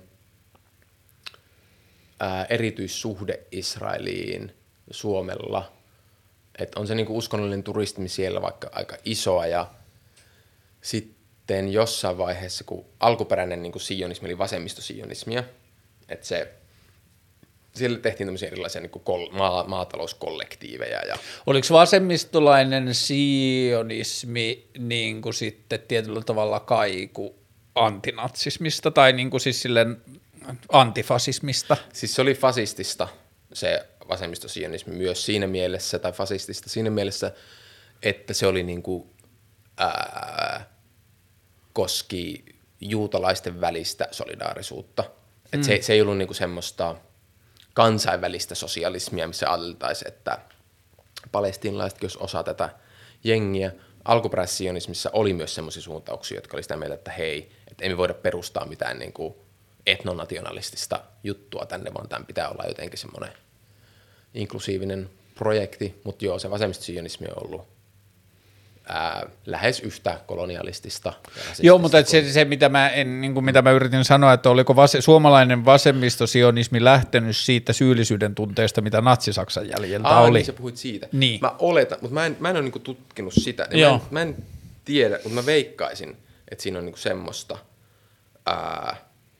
ää, erityissuhde Israeliin Suomella. Et on se niinku uskonnollinen turismi siellä vaikka aika isoa ja sitten jossain vaiheessa, kun alkuperäinen niin kuin sionismi eli vasemmistosionismia, että se, siellä tehtiin tämmöisiä erilaisia niin kuin kol, maa, maatalouskollektiiveja. Ja oliko vasemmistolainen sionismi niin kuin sitten tietyllä tavalla kaiku antinatsismista tai niin kuin siis silleen antifasismista? Siis se oli fasistista se vasemmistosionismi myös siinä mielessä, tai fasistista siinä mielessä, että se oli niin kuin, ää, koski juutalaisten välistä solidaarisuutta. Mm. Et se, se ei ollut niinku semmoista kansainvälistä sosialismia, missä ajateltaisiin, että palestiinalaisetkin olisi osa tätä jengiä. alkuperäissionismissa oli myös semmoisia suuntauksia, jotka oli sitä mieltä, että hei, että emme voida perustaa mitään niin kuin etnonationalistista juttua tänne, vaan tämän pitää olla jotenkin semmoinen inklusiivinen projekti, mutta joo, se vasemmistosionismi on ollut ää, lähes yhtä kolonialistista. Joo, mutta se, se mitä, mä en, niin kuin mitä mä yritin sanoa, että oliko vase, suomalainen vasemmistosionismi lähtenyt siitä syyllisyyden tunteesta, mitä Natsi-Saksan jäljiltä Aa, oli. Niin sä puhuit siitä. Niin. Mä oletan, mutta mä en, mä en ole niinku tutkinut sitä. Mä en, mä en tiedä, mutta mä veikkaisin, että siinä on niinku semmoista ää,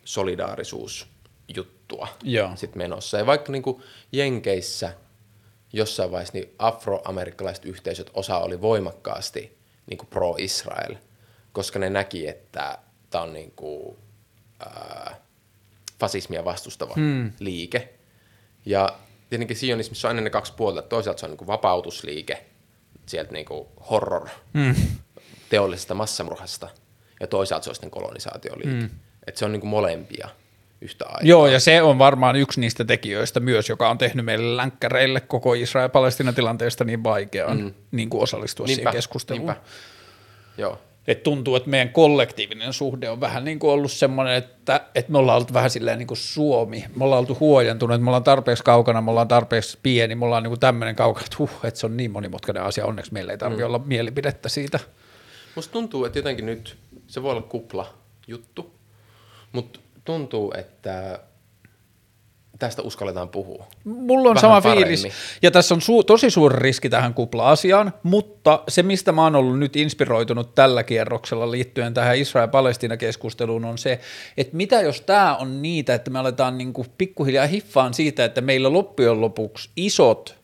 solidaarisuusjuttua sitten menossa. Ja vaikka niinku Jenkeissä jossain vaiheessa niin afroamerikkalaiset yhteisöt osa oli voimakkaasti niinku pro-Israel, koska ne näki, että tämä on niinku, ää, fasismia vastustava hmm. liike. Ja tietenkin sionismissa on aina ne kaksi puolta. Toisaalta se on niinku vapautusliike sieltä niinku horror hmm. teollisesta massamurhasta ja toisaalta se on sitten kolonisaatioliike. Hmm. Että se on niinku molempia yhtä aikaa. Joo, ja se on varmaan yksi niistä tekijöistä myös, joka on tehnyt meille länkkäreille koko Israel-Palestinan tilanteesta niin vaikeaa mm. niin kuin osallistua niinpä, siihen keskusteluun. Niinpä. Joo. Et tuntuu, että meidän kollektiivinen suhde on vähän niin kuin ollut semmoinen, että, että me ollaan oltu vähän silleen niin kuin Suomi. Me ollaan oltu huojentunut, me ollaan tarpeeksi kaukana, me ollaan tarpeeksi pieni, me ollaan niin kuin tämmöinen kaukana, että, huh, että se on niin monimutkainen asia. Onneksi meillä ei tarvitse mm. olla mielipidettä siitä. Musta tuntuu, että jotenkin nyt, se voi olla kupla juttu, mutta tuntuu, että tästä uskalletaan puhua. Mulla on vähän sama paremmin. fiilis, ja tässä on su- tosi suuri riski tähän kupla-asiaan, mutta se, mistä mä oon ollut nyt inspiroitunut tällä kierroksella liittyen tähän Israel-Palestiina-keskusteluun, on se, että mitä jos tämä on niitä, että me aletaan niinku pikkuhiljaa hiffaan siitä, että meillä loppujen lopuksi isot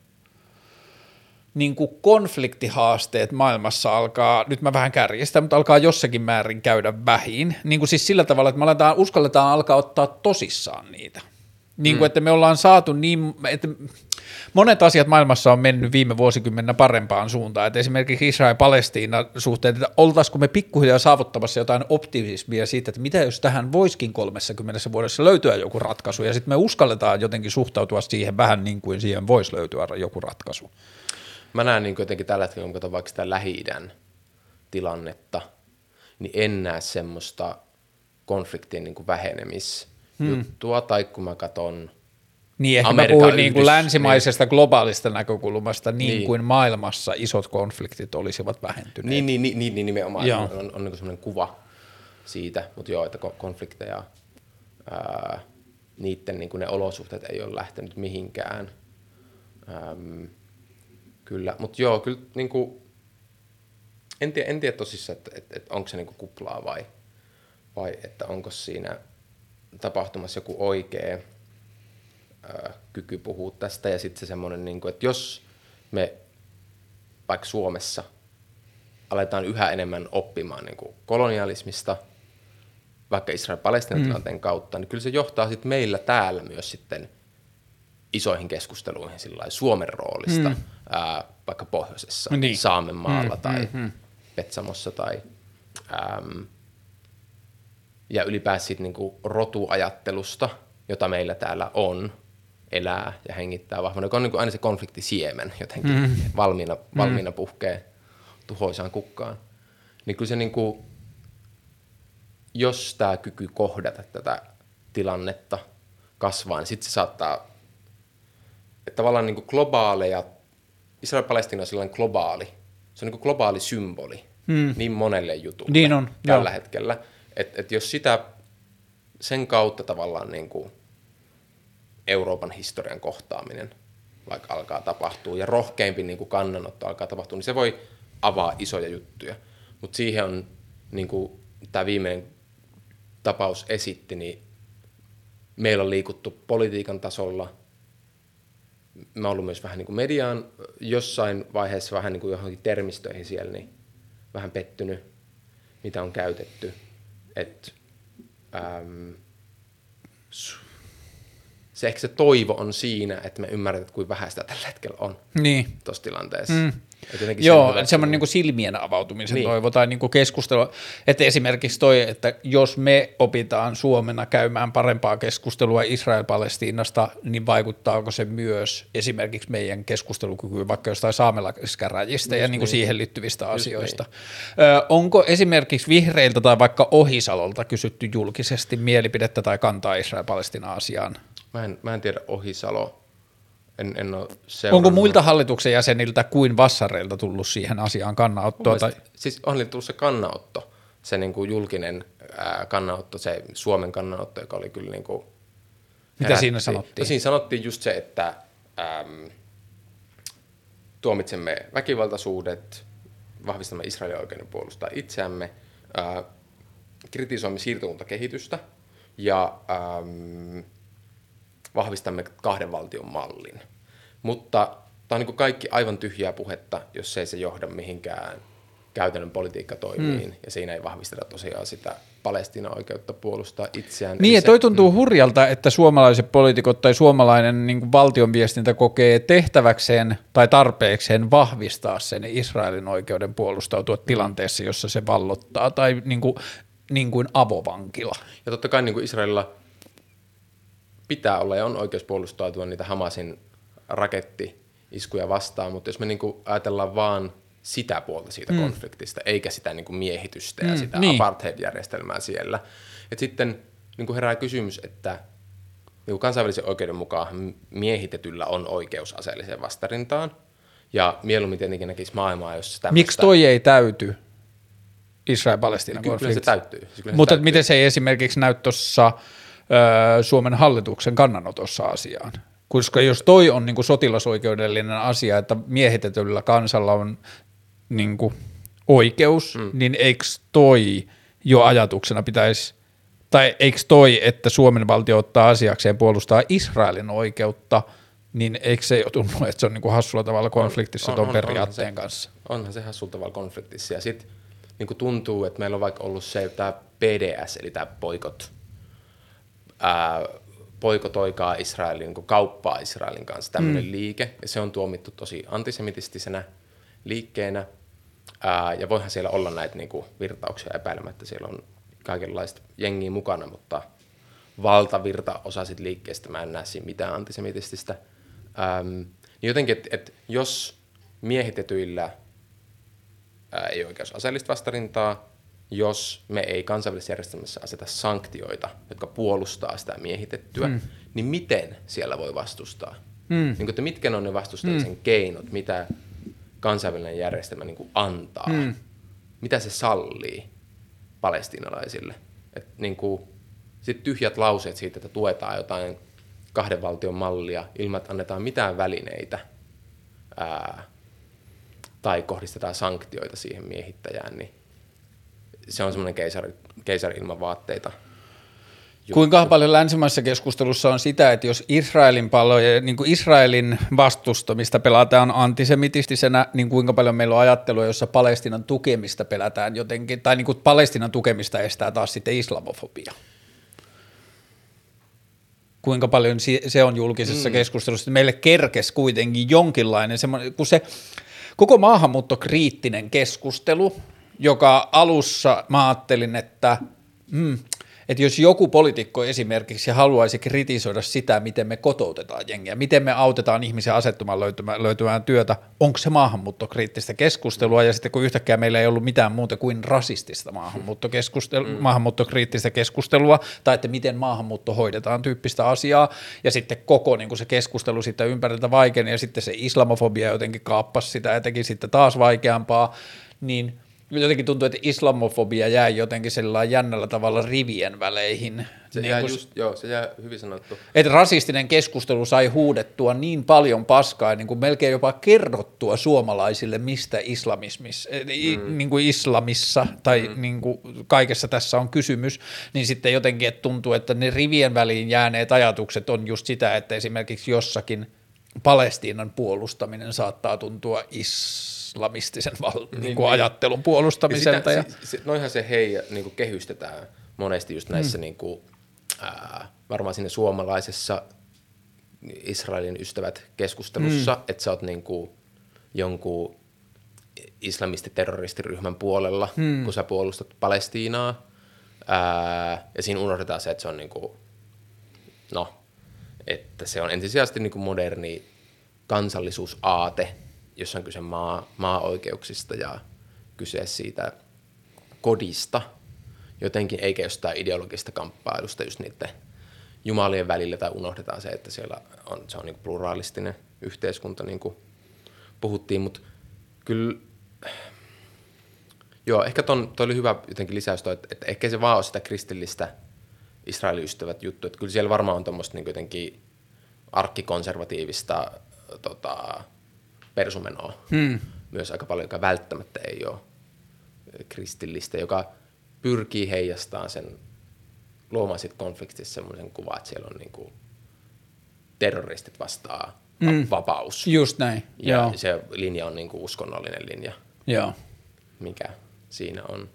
niin kuin konfliktihaasteet maailmassa alkaa, nyt mä vähän kärjistän, mutta alkaa jossakin määrin käydä vähin. Niin kuin siis sillä tavalla, että me aletaan, uskalletaan alkaa ottaa tosissaan niitä. Niin kuin, mm. että me ollaan saatu niin, että monet asiat maailmassa on mennyt viime vuosikymmenä parempaan suuntaan. Että esimerkiksi Israel-Palestiina suhteen, että oltaisiko me pikkuhiljaa saavuttamassa jotain optimismia siitä, että mitä jos tähän voisikin kolmessakymmenessä vuodessa löytyä joku ratkaisu, ja sitten me uskalletaan jotenkin suhtautua siihen vähän niin kuin siihen voisi löytyä joku ratkaisu. Mä näen niin jotenkin tällä hetkellä, kun katson vaikka sitä Lähi-idän tilannetta, niin en näe semmoista konfliktien niin kuin vähenemisjuttua, hmm. tai kun mä katson niin, ehkä mä puhuin niin kuin länsimaisesta niin, globaalista näkökulmasta, niin, niin kuin maailmassa isot konfliktit olisivat vähentyneet. Niin, niin, niin, niin nimenomaan joo. on, on, on niin semmoinen kuva siitä, mutta joo, että konflikteja, ää, niiden niin kuin ne olosuhteet ei ole lähtenyt mihinkään. Ähm, Kyllä, mutta joo, kyllä niinku, en tiedä, en tiedä tosissaan, että, että, että onko se niinku kuplaa vai, vai että onko siinä tapahtumassa joku oikea ää, kyky puhua tästä ja sitten se semmoinen, niinku, että jos me vaikka Suomessa aletaan yhä enemmän oppimaan niinku kolonialismista, vaikka Israel-Palestiinan tilanteen mm. kautta, niin kyllä se johtaa sitten meillä täällä myös sitten isoihin keskusteluihin sillä Suomen roolista, mm. ää, vaikka pohjoisessa, niin. Saamenmaalla mm, tai mm, mm. Petsamossa tai äm, ja ylipäänsä siitä niinku rotuajattelusta, jota meillä täällä on, elää ja hengittää vahvana, joka on niinku aina se konfliktisiemen jotenkin mm. valmiina, valmiina mm. puhkee tuhoisaan kukkaan. Niin kyllä se niinku, jos tämä kyky kohdata tätä tilannetta kasvaa, niin sitten se saattaa, että tavallaan niin kuin globaaleja, Israel-Palestiina on sellainen globaali, se on niin kuin globaali symboli hmm. niin monelle jutulle niin on, tällä joo. hetkellä, että et jos sitä sen kautta tavallaan niin kuin Euroopan historian kohtaaminen vaikka alkaa tapahtua ja rohkeampi niin kuin kannanotto alkaa tapahtua, niin se voi avaa isoja juttuja, mutta siihen on, niin kuin tämä viimeinen tapaus esitti, niin meillä on liikuttu politiikan tasolla. Mä oon ollut myös vähän niin kuin mediaan jossain vaiheessa vähän niin kuin johonkin termistöihin siellä, niin vähän pettynyt, mitä on käytetty. Et, äm, se ehkä se toivo on siinä, että me ymmärretään, kuinka vähän sitä tällä hetkellä on niin. tuossa tilanteessa. Mm. Joo, semmoinen niin kuin silmien avautumisen niin. toivo tai niin kuin keskustelua, että esimerkiksi toi, että jos me opitaan Suomena käymään parempaa keskustelua Israel-Palestiinasta, niin vaikuttaako se myös esimerkiksi meidän keskustelukykyyn vaikka jostain saamelaiskäräjistä ja niin kuin siihen liittyvistä Just asioista. Niin. Ö, onko esimerkiksi vihreiltä tai vaikka Ohisalolta kysytty julkisesti mielipidettä tai kantaa Israel-Palestiina-asiaan? Mä en, mä en tiedä Ohisalo. En, en ole Onko muilta hallituksen jäseniltä kuin vassareilta tullut siihen asiaan kannanottoa? Tai? Siis on tullut se kannanotto, se niin kuin julkinen ää, kannanotto, se Suomen kannanotto, joka oli kyllä niin kuin Mitä herätti. siinä sanottiin? No, siinä sanottiin just se, että äm, tuomitsemme väkivaltaisuudet, vahvistamme Israelin oikeuden puolustaa itseämme, ää, kritisoimme siirtokuntakehitystä ja äm, vahvistamme kahden valtion mallin. Mutta tämä on niin kuin kaikki aivan tyhjää puhetta, jos ei se johda mihinkään käytännön politiikka toimiin, mm. ja siinä ei vahvisteta tosiaan sitä Palestiinan oikeutta puolustaa itseään. Niin, ja se, toi tuntuu mm. hurjalta, että suomalaiset poliitikot tai suomalainen niin kuin valtionviestintä kokee tehtäväkseen tai tarpeekseen vahvistaa sen Israelin oikeuden puolustautua mm. tilanteessa, jossa se vallottaa, tai niin kuin, niin kuin avovankila. Ja totta kai niin kuin Israelilla pitää olla ja on oikeus puolustautua niitä Hamasin raketti-iskuja vastaan, mutta jos me niinku ajatellaan vaan sitä puolta siitä mm. konfliktista, eikä sitä niinku miehitystä mm, ja sitä niin. apartheid-järjestelmää siellä, että sitten niinku herää kysymys, että niinku kansainvälisen oikeuden mukaan miehitetyllä on oikeus aseelliseen vastarintaan, ja mieluummin tietenkin näkisi maailmaa, jossa tämmöistä... Miksi toi ei täyty Israel-Palestiinan konfliktissa? Kyllä se täytyy. Kyllä se mutta täytyy. Miten se ei esimerkiksi näy tuossa Suomen hallituksen kannanotossa asiaan? Koska jos toi on niin kuin sotilasoikeudellinen asia, että miehitetyllä kansalla on niin kuin oikeus, mm. niin eikö toi jo ajatuksena pitäisi, tai eikö toi, että Suomen valtio ottaa asiakseen puolustaa Israelin oikeutta, niin eikö se jo tunnu, että se on niin kuin hassulla tavalla konfliktissa on, on, tuon on, periaatteen onhan se, kanssa? Onhan se hassulla tavalla konfliktissa, ja sitten niin kuin tuntuu, että meillä on vaikka ollut se, tämä P D S, eli tämä boikot, ää, boikotoikaa Israelin, niin kuin kauppaa Israelin kanssa, tämmöinen mm. liike, ja se on tuomittu tosi antisemitistisenä liikkeenä, ää, ja voihan siellä olla näitä niin kuin virtauksia epäilemättä, siellä on kaikenlaista jengiä mukana, mutta valtavirta osa sit liikkeestä, mä en näe siinä mitään antisemitististä. Ähm, niin jotenkin, että et jos miehitetyillä ää, ei oikeus aseellista vastarintaa, jos me ei kansainvälisessä järjestelmässä aseta sanktioita, jotka puolustaa sitä miehitettyä, mm. niin miten siellä voi vastustaa? Mm. Niin kuin, että mitkä on ne vastustamisen mm. keinot, mitä kansainvälinen järjestelmä niin kuin antaa? Mm. Mitä se sallii palestiinalaisille? Et, niin kuin, sitten tyhjät lauseet siitä, että tuetaan jotain kahden valtion mallia ilman, että annetaan mitään välineitä ää, tai kohdistetaan sanktioita siihen miehittäjään, niin se on semmoinen keisari, keisari ilman vaatteita. Juttu. Kuinka paljon länsimaisessa keskustelussa on sitä, että jos Israelin, paloja, niin kuin Israelin vastustamista pelataan antisemitistisenä, niin kuinka paljon meillä on ajattelua, jossa Palestiinan tukemista pelätään jotenkin, tai niin kuin Palestiinan tukemista estää taas sitten islamofobia? Kuinka paljon se on julkisessa mm. keskustelussa. Meille kerkesi kuitenkin jonkinlainen semmoinen, kun se koko maahanmuuttokriittinen keskustelu, joka alussa mä ajattelin, että, mm, että jos joku poliitikko esimerkiksi haluaisi kritisoida sitä, miten me kotoutetaan jengiä, miten me autetaan ihmisiä asettumaan löytymään, löytymään työtä, onko se maahanmuuttokriittistä keskustelua, ja sitten kun yhtäkkiä meillä ei ollut mitään muuta kuin rasistista maahanmuuttokeskustelu, mm. maahanmuuttokriittistä keskustelua, tai että miten maahanmuutto hoidetaan tyyppistä asiaa, ja sitten koko niin kuin se keskustelu siitä ympäriltä vaikeni, ja sitten se islamofobia jotenkin kaappasi sitä ja teki sitten taas vaikeampaa, niin jotenkin tuntuu, että islamofobia jää jotenkin sellainen jännällä tavalla rivien väleihin. Se niin jää kun, just, joo, se jää hyvin sanottu. Että rasistinen keskustelu sai huudettua niin paljon paskaa, niin kuin melkein jopa kerrottua suomalaisille, mistä islamismissa, mm. niin kuin islamissa tai mm. niin kuin kaikessa tässä on kysymys, niin sitten jotenkin että tuntuu, että ne rivien väliin jääneet ajatukset on just sitä, että esimerkiksi jossakin Palestiinan puolustaminen saattaa tuntua is islamistisen val- niin, niin kuin ajattelun puolustamiselta. Ja ja sitä, se, noinhan se hei niin kuin kehystetään monesti just näissä mm. niin kuin, ää, varmaan siinä suomalaisessa Israelin ystävät keskustelussa, mm. että sä oot niin kuin jonkun islamistiterroristiryhmän puolella, hmm. kun sä puolustat Palestiinaa. Ää, ja siinä unohdetaan se, että se on niinku, no, että se on ensisijaisesti niinku moderni kansallisuusaate, jossa on kyse maa, maa-oikeuksista ja kyse siitä kodista jotenkin, eikä jostain ideologista kamppailusta just niiden jumalien välillä, tai unohdetaan se, että siellä on, se on niinku pluralistinen yhteiskunta, niin kuin puhuttiin, mutta kyllä, joo, ehkä ton, toi oli hyvä jotenkin lisäys toi, että, että ehkä se vaan on sitä kristillistä Israelin ystävät juttu, että kyllä siellä varmaan on tommoista niin jotenkin arkkikonservatiivista tota, persumenoa hmm. myös aika paljon, joka välttämättä ei ole kristillistä, joka pyrkii heijastamaan sen, luomaan sit konfliktissa semmoisen kuvan, että siellä on niinku terroristit vastaan mm. vapaus. Just näin. Ja Joo. se linja on niinku uskonnollinen linja, Joo. mikä siinä on.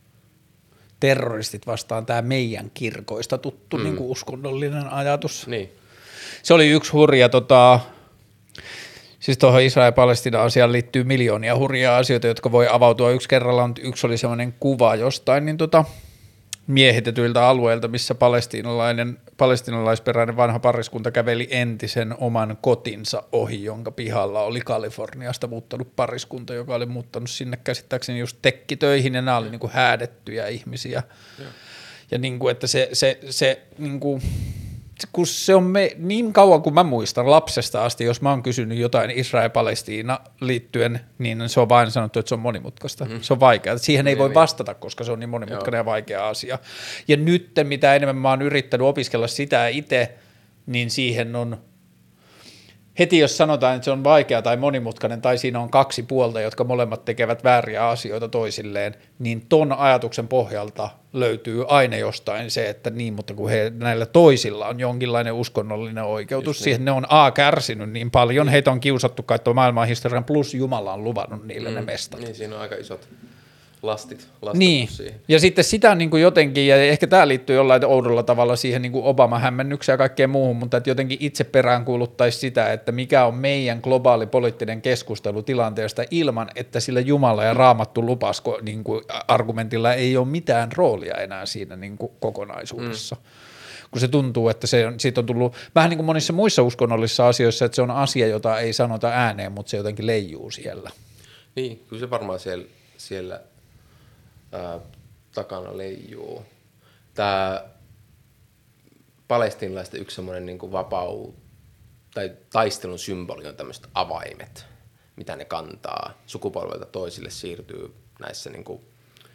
Terroristit vastaan tämä meidän kirkoista tuttu mm. niinku uskonnollinen ajatus. Niin. Se oli yksi hurja, tota, siis tuohon Israel-Palestina-asiaan liittyy miljoonia hurjaa asioita, jotka voi avautua yksi kerrallaan, mutta yksi oli semmoinen kuva jostain niin tota, miehitetyiltä alueilta, missä palestiinalainen, palestiinalaisperäinen vanha pariskunta käveli entisen oman kotinsa ohi, jonka pihalla oli Kaliforniasta muuttanut pariskunta, joka oli muuttanut sinne käsittääkseni just tekkitöihin, ja nämä oli niin kuin häädettyjä ihmisiä. Ja, ja niin kuin, että se, se, se niin kuin, kun se on me, niin kauan kuin mä muistan lapsesta asti, jos mä oon kysynyt jotain Israel-Palestiina liittyen, niin se on vain sanottu, että se on monimutkaista. Mm. Se on vaikeaa. Siihen ei voi vastata, koska se on niin monimutkainen Joo. ja vaikea asia. Ja nyt, mitä enemmän mä oon yrittänyt opiskella sitä itse, niin siihen on heti jos sanotaan, että se on vaikea tai monimutkainen tai siinä on kaksi puolta, jotka molemmat tekevät vääriä asioita toisilleen, niin ton ajatuksen pohjalta löytyy aina jostain se, että niin, mutta kun he näillä toisilla on jonkinlainen uskonnollinen oikeutus, niin. siihen ne on A kärsinyt niin paljon, heitä on kiusattu katsoo maailmanhistorian, plus Jumala on luvannut niille mm. ne mestat. Niin, siinä on aika isot lastit, niin. siihen. Ja sitten sitä niin kuin jotenkin, ja ehkä tämä liittyy jollain oudolla tavalla siihen niin kuin Obama-hämmennykseen ja kaikkeen muuhun, mutta että jotenkin itse peräänkuuluttaisi sitä, että mikä on meidän globaali poliittinen keskustelu tilanteesta ilman, että sillä Jumala ja Raamattu lupasko niin kuin argumentilla ei ole mitään roolia enää siinä niin kuin kokonaisuudessa. Mm. Kun se tuntuu, että se on, siitä on tullut vähän niin kuin monissa muissa uskonnollisissa asioissa, että se on asia, jota ei sanota ääneen, mutta se jotenkin leijuu siellä. Niin, kyllä se varmaan siellä, siellä ää, takana leijuu. Tämä palestiinalaisten yksi semmoinen niin kuin vapau- tai taistelun symboli on tämmöiset avaimet, mitä ne kantaa. Sukupolvelta toisille siirtyy näissä niin kuin,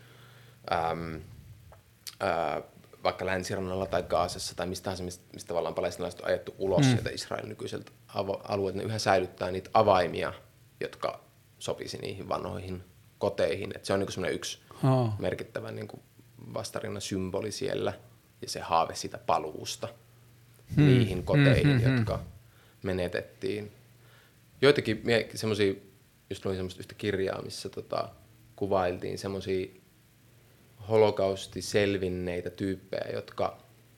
äm, ää, vaikka Länsirannalla tai Gaasassa tai mistä tahansa, mistä, mistä tavallaan palestiinalaiset on ajettu ulos mm. sieltä Israelin nykyiseltä avo- alueelta, ne yhä säilyttää niitä avaimia, jotka sopisi niihin vanhoihin koteihin. Et se on niin semmoinen yksi oh. merkittävä niin kuin vastarinnan symboli siellä ja se haave siitä paluusta hmm. niihin koteihin, hmm, jotka hmm. menetettiin. Joitakin semmoisia, just luin semmoista yhtä kirjaa, missä tota, kuvailtiin semmoisia holokausti selvinneitä tyyppejä, jotka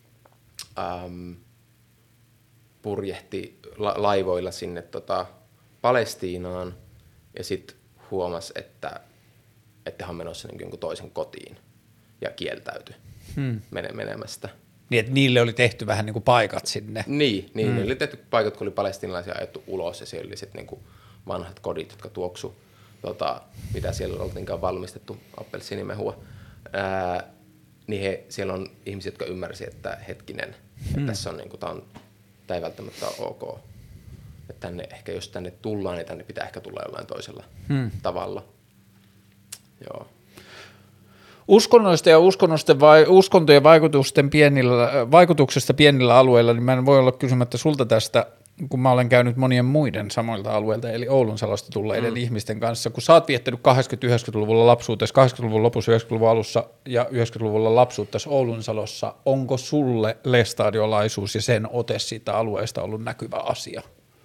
äm, purjehti la- laivoilla sinne tota, Palestiinaan ja sitten huomasi, että että hän on menossa niin jonkun toisen kotiin ja kieltäytyi hmm. menemästä. Niin, että niille oli tehty vähän niin kuin paikat sinne. Niin, niin hmm. niille oli tehty paikat, kun oli palestiinalaisia ajettu ulos ja siellä oli sitten niin kuin vanhat kodit, jotka tuoksu, tota, mitä siellä oltiinkaan valmistettu, appelsiinimehua. Ää, niin he, siellä on ihmisiä, jotka ymmärsi, että hetkinen, hmm. että tässä on, niin kuin, tämä, on, tämä ei välttämättä ole ok. Että tänne, ehkä jos tänne tullaan, niin tänne pitää ehkä tulla jollain toisella hmm. tavalla. Joo. Uskonnoista ja uskonnosten vai, uskontojen vaikutusten pienillä, vaikutuksesta pienillä alueilla, niin mä en voi olla kysymättä sulta tästä, kun mä olen käynyt monien muiden samoilta alueilta, eli Oulunsalosta tulleiden mm. ihmisten kanssa. Kun sä oot viettänyt kahdeksankymmentä-yhdeksänkymmentäluvulla lapsuutessa, kahdeksankymmentäluvun lopussa, yhdeksänkymmentäluvun alussa ja yhdeksänkymmentäluvulla lapsuutessa Oulunsalossa, onko sulle lestadiolaisuus ja sen ote siitä alueesta ollut näkyvä asia?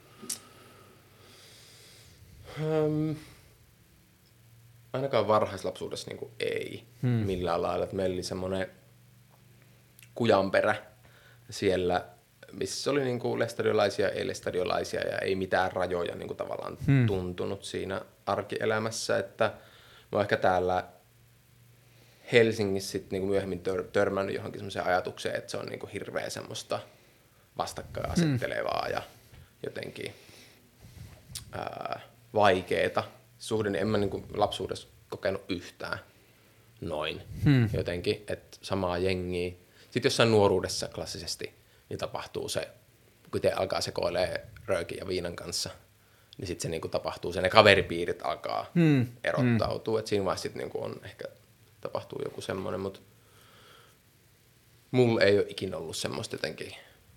Um. Ainakaan varhaislapsuudessa niin kuin ei hmm. millään lailla. Että meillä oli semmoinen kujanperä siellä, missä oli niinku lestadiolaisia, ei-lestadiolaisia ja ei mitään rajoja niinku tavallaan hmm. tuntunut siinä arkielämässä, että mä oon ehkä täällä Helsingissä sit niinku myöhemmin tör- törmännyt johonkin semmoiseen ajatukseen, että se on niinku hirveä semmoista vastakkainasettelevaa hmm. ja jotenkin ää, vaikeeta suhde, niin en mä niinku lapsuudessa kokenut yhtään noin hmm. jotenkin, että samaa jengiä. Sitten jossain nuoruudessa klassisesti niin tapahtuu se, kun te alkaa sekoilee röökin ja viinan kanssa, niin sitten se niinku tapahtuu, se ne kaveripiirit alkaa hmm. erottautua, hmm. että siinä vaiheessa sitten niinku on ehkä tapahtuu joku semmoinen, mutta mulla ei ole ikinä ollut semmoista jotenkin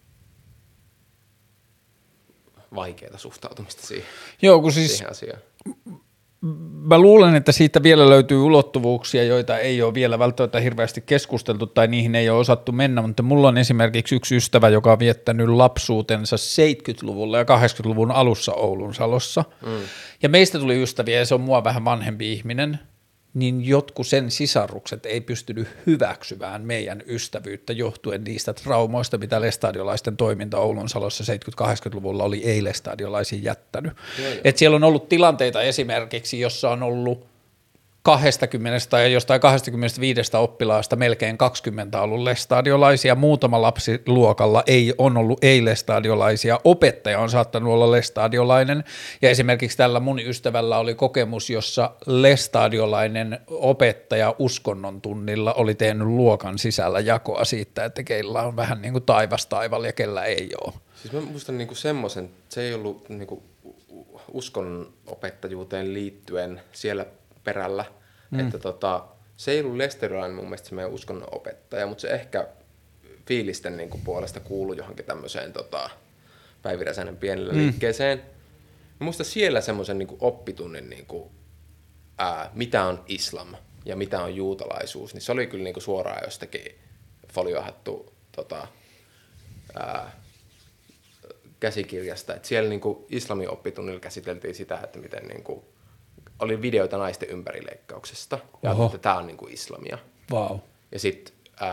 vaikeaa suhtautumista siihen, Joo, kun siis siihen asiaan. Mä luulen, että siitä vielä löytyy ulottuvuuksia, joita ei ole vielä välttämättä hirveästi keskusteltu tai niihin ei ole osattu mennä, mutta mulla on esimerkiksi yksi ystävä, joka on viettänyt lapsuutensa seitsemänkymmentäluvulla ja kahdeksankymmentäluvun alussa Oulunsalossa. Mm. Ja meistä tuli ystäviä ja se on mua vähän vanhempi ihminen, niin jotkut sen sisarukset ei pystynyt hyväksymään meidän ystävyyttä johtuen niistä traumoista, mitä lestadiolaisten toiminta Oulunsalossa seitsemänkymmentä-kahdeksankymmentäluvulla oli ei-lestadiolaisiin jättänyt. Et siellä on ollut tilanteita esimerkiksi, jossa on ollut kaksikymmentä tai jostain kaksikymmentäviisi oppilaasta melkein kaksikymmentä ollut lestadiolaisia, muutama lapsi luokalla ei on ollut ei-lestadiolaisia, opettaja on saattanut olla lestadiolainen ja esimerkiksi tällä mun ystävällä oli kokemus, jossa lestadiolainen opettaja uskonnon tunnilla oli tehnyt luokan sisällä jakoa siitä, että keillä on vähän niin kuin taivas taivaalla ja kellä ei ole. Siis mä muistan niinku semmoisen, se ei ollut niinku uskonnonopettajuuteen liittyen siellä perällä, mm. että tota, se ei ollut lestadiolainen mun mielestä se meidän uskonnonopettaja, mutta se ehkä fiilisten niin kuin puolesta kuului johonkin tämmöiseen tota, Päivi Räsänen pienelle mm. liikkeeseen. Mä muistan siellä semmoisen niin kuin oppitunnin, niin kuin, ää, mitä on islam ja mitä on juutalaisuus, niin se oli kyllä niin kuin suoraan jostakin foliohattu tota, ää, käsikirjasta. Et siellä niin kuin islamin oppitunnilla käsiteltiin sitä, että miten niin kuin oli videoita naisten ympärileikkauksesta, ja että tämä on niinku islamia. Wow. Ja sitten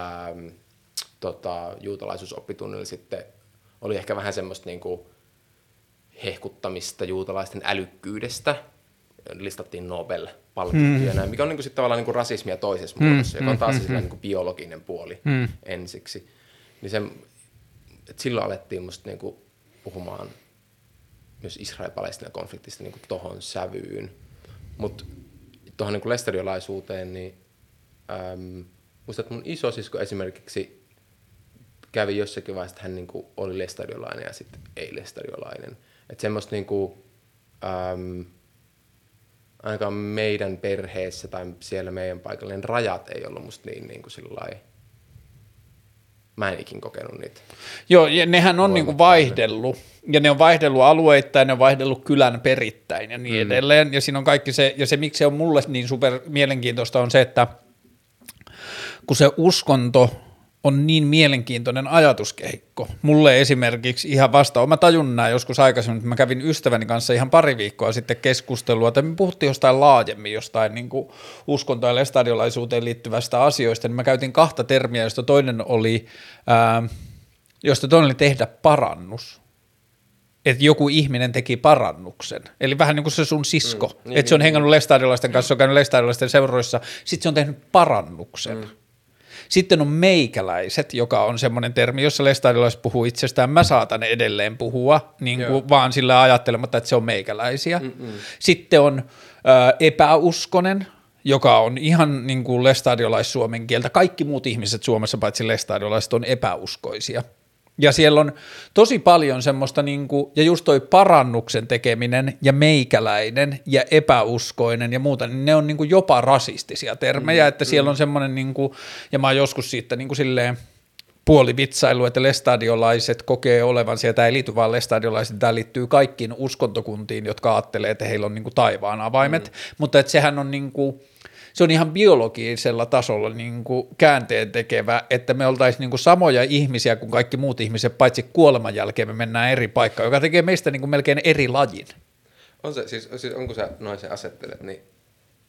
tota, juutalaisuusoppitunnilla sitten oli ehkä vähän semmoista niinku hehkuttamista juutalaisten älykkyydestä. Listattiin Nobel-palkintoja, mm. mikä on niinku sit tavallaan niinku rasismia toisessa mm. muodossa, joka on taas mm. se niinku biologinen puoli mm. ensiksi. Niin se, et silloin alettiin musta niinku puhumaan myös Israel-Palestina-konfliktista niinku tohon sävyyn. Mutta tuohon niin lestadiolaisuuteen, niin äm, muistan, että mun isosisko esimerkiksi kävi jossakin vaiheessa, että hän niin kuin oli lestadiolainen ja sitten ei lestadiolainen. Että semmoista niin kuin, äm, ainakaan meidän perheessä tai siellä meidän paikallinen rajat ei ollut musta niin, niin kuin sillai. Mä en ikin kokenut niitä. Joo, ja nehän on niinku vaihdellut, ja ne on vaihdellut alueittain, ne on vaihdellut kylän perittäin ja niin mm. edelleen, ja siinä on kaikki se, ja se miksi se on mulle niin super mielenkiintoista on se, että kun se uskonto on niin mielenkiintoinen ajatuskehikko. Mulle esimerkiksi ihan vasta, mä tajun nämä joskus aikaisemmin, että mä kävin ystäväni kanssa ihan pari viikkoa sitten keskustelua, että me puhuttiin jostain laajemmin, jostain niin kuin uskonto- ja lestadiolaisuuteen liittyvästä asioista, niin mä käytin kahta termiä, josta toinen oli, ää, josta toinen oli tehdä parannus. Että joku ihminen teki parannuksen. Eli vähän niin kuin se sun sisko, mm, niin, että se on niin, hengannut lestadiolaisten kanssa, se on käynyt lestadiolaisten seuroissa, sitten se on tehnyt parannuksen. Mm. Sitten on meikäläiset, joka on semmoinen termi, jossa lestadiolaiset puhuu itsestään, mä saatan edelleen puhua, niin kuin vaan sillä ajattelematta, että se on meikäläisiä. Mm-mm. Sitten on ö, epäuskonen, joka on ihan niin kuin lestadiolais-suomen kieltä. Kaikki muut ihmiset Suomessa, paitsi lestadiolaiset, on epäuskoisia. Ja siellä on tosi paljon semmoista, niin kuin, ja just toi parannuksen tekeminen ja meikäläinen ja epäuskoinen ja muuta, niin ne on niin kuin jopa rasistisia termejä, mm, että mm. siellä on semmoinen, niin kuin, ja mä oon joskus siitä niin kuin silleen puolivitsailu, että lestadiolaiset kokee olevansa, ja tämä ei liity vaan lestadiolaisiin, tämä liittyy kaikkiin uskontokuntiin, jotka ajattelee, että heillä on niin kuin taivaan avaimet, mm. mutta että sehän on niin kuin, se on ihan biologisella tasolla niin kuin käänteen tekevä, että me oltaisiin niin kuin samoja ihmisiä kuin kaikki muut ihmiset, paitsi kuoleman jälkeen me mennään eri paikkaan, joka tekee meistä niin kuin melkein eri lajin. On se, siis, siis on kun sä noin sen asettelet, niin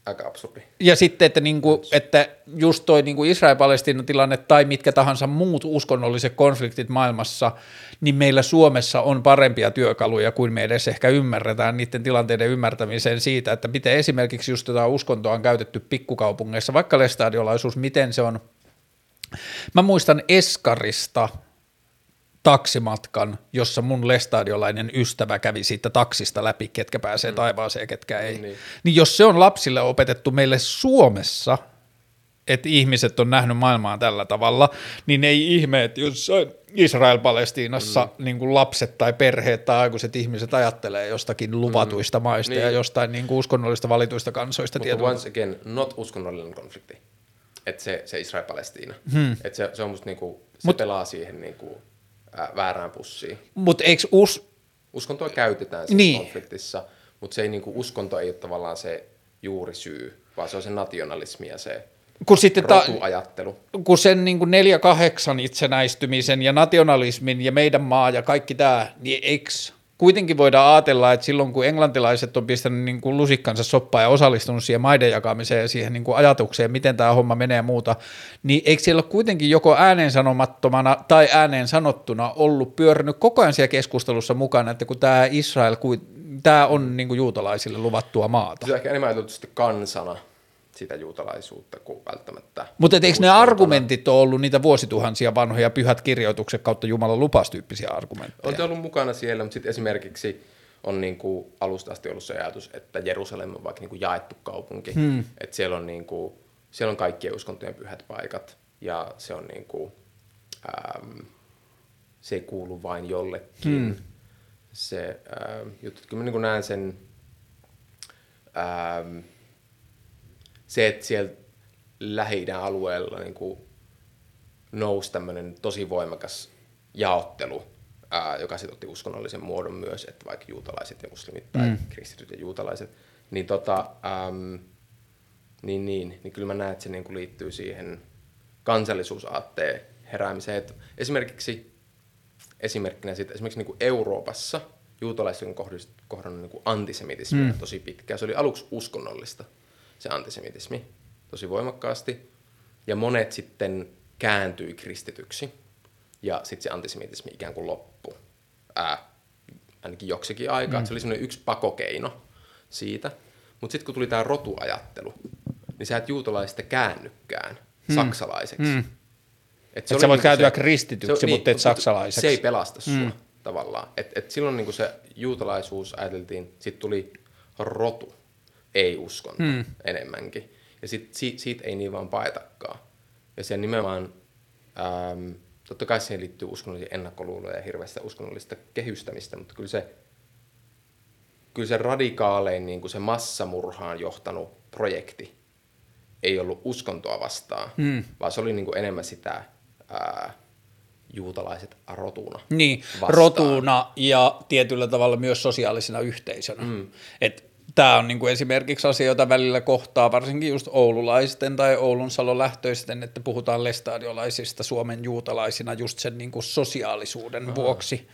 aika absurdi. Ja sitten, että, niinku, että just toi niinku Israel-Palestiinan tilanne tai mitkä tahansa muut uskonnolliset konfliktit maailmassa, niin meillä Suomessa on parempia työkaluja kuin me edes ehkä ymmärretään niiden tilanteiden ymmärtämiseen siitä, että miten esimerkiksi just tätä uskontoa on käytetty pikkukaupungeissa, vaikka lestadiolaisuus, miten se on. Mä muistan Eskarista taksimatkan, jossa mun lestadiolainen ystävä kävi siitä taksista läpi, ketkä pääsee mm. taivaaseen ja ketkä ei. Niin. niin jos se on lapsille opetettu meille Suomessa, että ihmiset on nähnyt maailmaa tällä tavalla, niin ei ihme, että jossain Israel-Palestiinassa mm. niin kuin lapset tai perheet tai aikuiset ihmiset ajattelee jostakin luvatuista mm. maista niin. ja jostain niin kuin uskonnollista valituista kansoista. Mutta once again, not uskonnollinen konflikti. Että se, se Israel-Palestiina. Hmm. Että se, se on musta niinku, se Mut, pelaa siihen niinku, ää, väärään pussiin. Mutta eikö us... Uskontoa käytetään siinä niin. konfliktissa, mutta se ei niinku, uskonto ei ole tavallaan se juurisyy, vaan se on se nationalismi ja se kun sitten rotuajattelu. Ta, kun sen niin kuin neljä kahdeksan itsenäistymisen ja nationalismin ja meidän maa ja kaikki tämä, niin eikö kuitenkin voidaan ajatella, että silloin kun englantilaiset on pistänyt niin kuin lusikkansa soppaan ja osallistunut siihen maiden jakamiseen ja siihen niin kuin ajatukseen, miten tämä homma menee ja muuta, niin eikö siellä ole kuitenkin joko ääneen sanomattomana tai ääneen sanottuna ollut pyörinyt koko ajan siellä keskustelussa mukana, että kun tämä Israel, tämä on niin kuin juutalaisille luvattua maata. Se on ehkä enemmän ajateltu sitten kansana sitä juutalaisuutta kuin välttämättä. Mutta eikö ne argumentit ole ollut niitä vuosituhansia vanhoja pyhät kirjoitukset kautta Jumalan lupastyyppisiä argumentteja? On ollut mukana siellä, mutta sitten esimerkiksi on niinku alusta asti ollut se ajatus, että Jerusalem on vaikka niinku jaettu kaupunki, hmm. että siellä on, niinku, siellä on kaikkien uskontojen pyhät paikat ja se on niinku, ähm, se ei kuulu vain jollekin. Hmm. Se ähm, juttu, kyllä mä niinku näen sen ähm, se, että siellä Lähi-idän alueella niin kuin nousi tämmöinen tosi voimakas jaottelu, ää, joka sitten otti uskonnollisen muodon myös, että vaikka juutalaiset ja muslimit tai mm. kristityt ja juutalaiset, niin, tota, äm, niin, niin, niin kyllä mä näen, että se niin kuin liittyy siihen kansallisuusaatteen heräämiseen. Et esimerkiksi esimerkkinä siitä, esimerkiksi niin kuin Euroopassa juutalaiset on kohdannut niin kuin antisemitismiä mm. tosi pitkään. Se oli aluksi uskonnollista. Se antisemitismi tosi voimakkaasti, ja monet sitten kääntyi kristityksi, ja sitten se antisemitismi ikään kuin loppui, Ää, ainakin joksikin aikaa, mm. se oli semmoinen yksi pakokeino siitä, mutta sitten kun tuli tämä rotuajattelu, niin sä et juutalaisista käännykään mm. saksalaiseksi. Mm. Et et sä voit niin kääntyä kristityksi, se, mutta et niin, saksalaiseksi. Se ei pelasta sua mm. tavallaan. Et, et silloin niin se juutalaisuus ajateltiin, sitten tuli rotu. Ei uskonto hmm. enemmänkin. Ja sit, si, siitä ei niin vaan paetakaan. Ja se nimenomaan, ähm, totta kai siihen liittyy uskonnollisia ennakkoluuloja ja hirveästä uskonnollista kehystämistä, mutta kyllä se, kyllä se radikaalein niin kuin se massamurhaan johtanut projekti ei ollut uskontoa vastaan, hmm. vaan se oli niin kuin enemmän sitä ää, juutalaiset rotuna Niin, vastaan. rotuna ja tietyllä tavalla myös sosiaalisena yhteisönä. Hmm. Et tämä on niinku esimerkiksi asia, jota välillä kohtaa, varsinkin just oululaisten tai Oulunsalon lähtöisten, että puhutaan lestadiolaisista Suomen juutalaisina just sen niinku sosiaalisuuden Aha. vuoksi.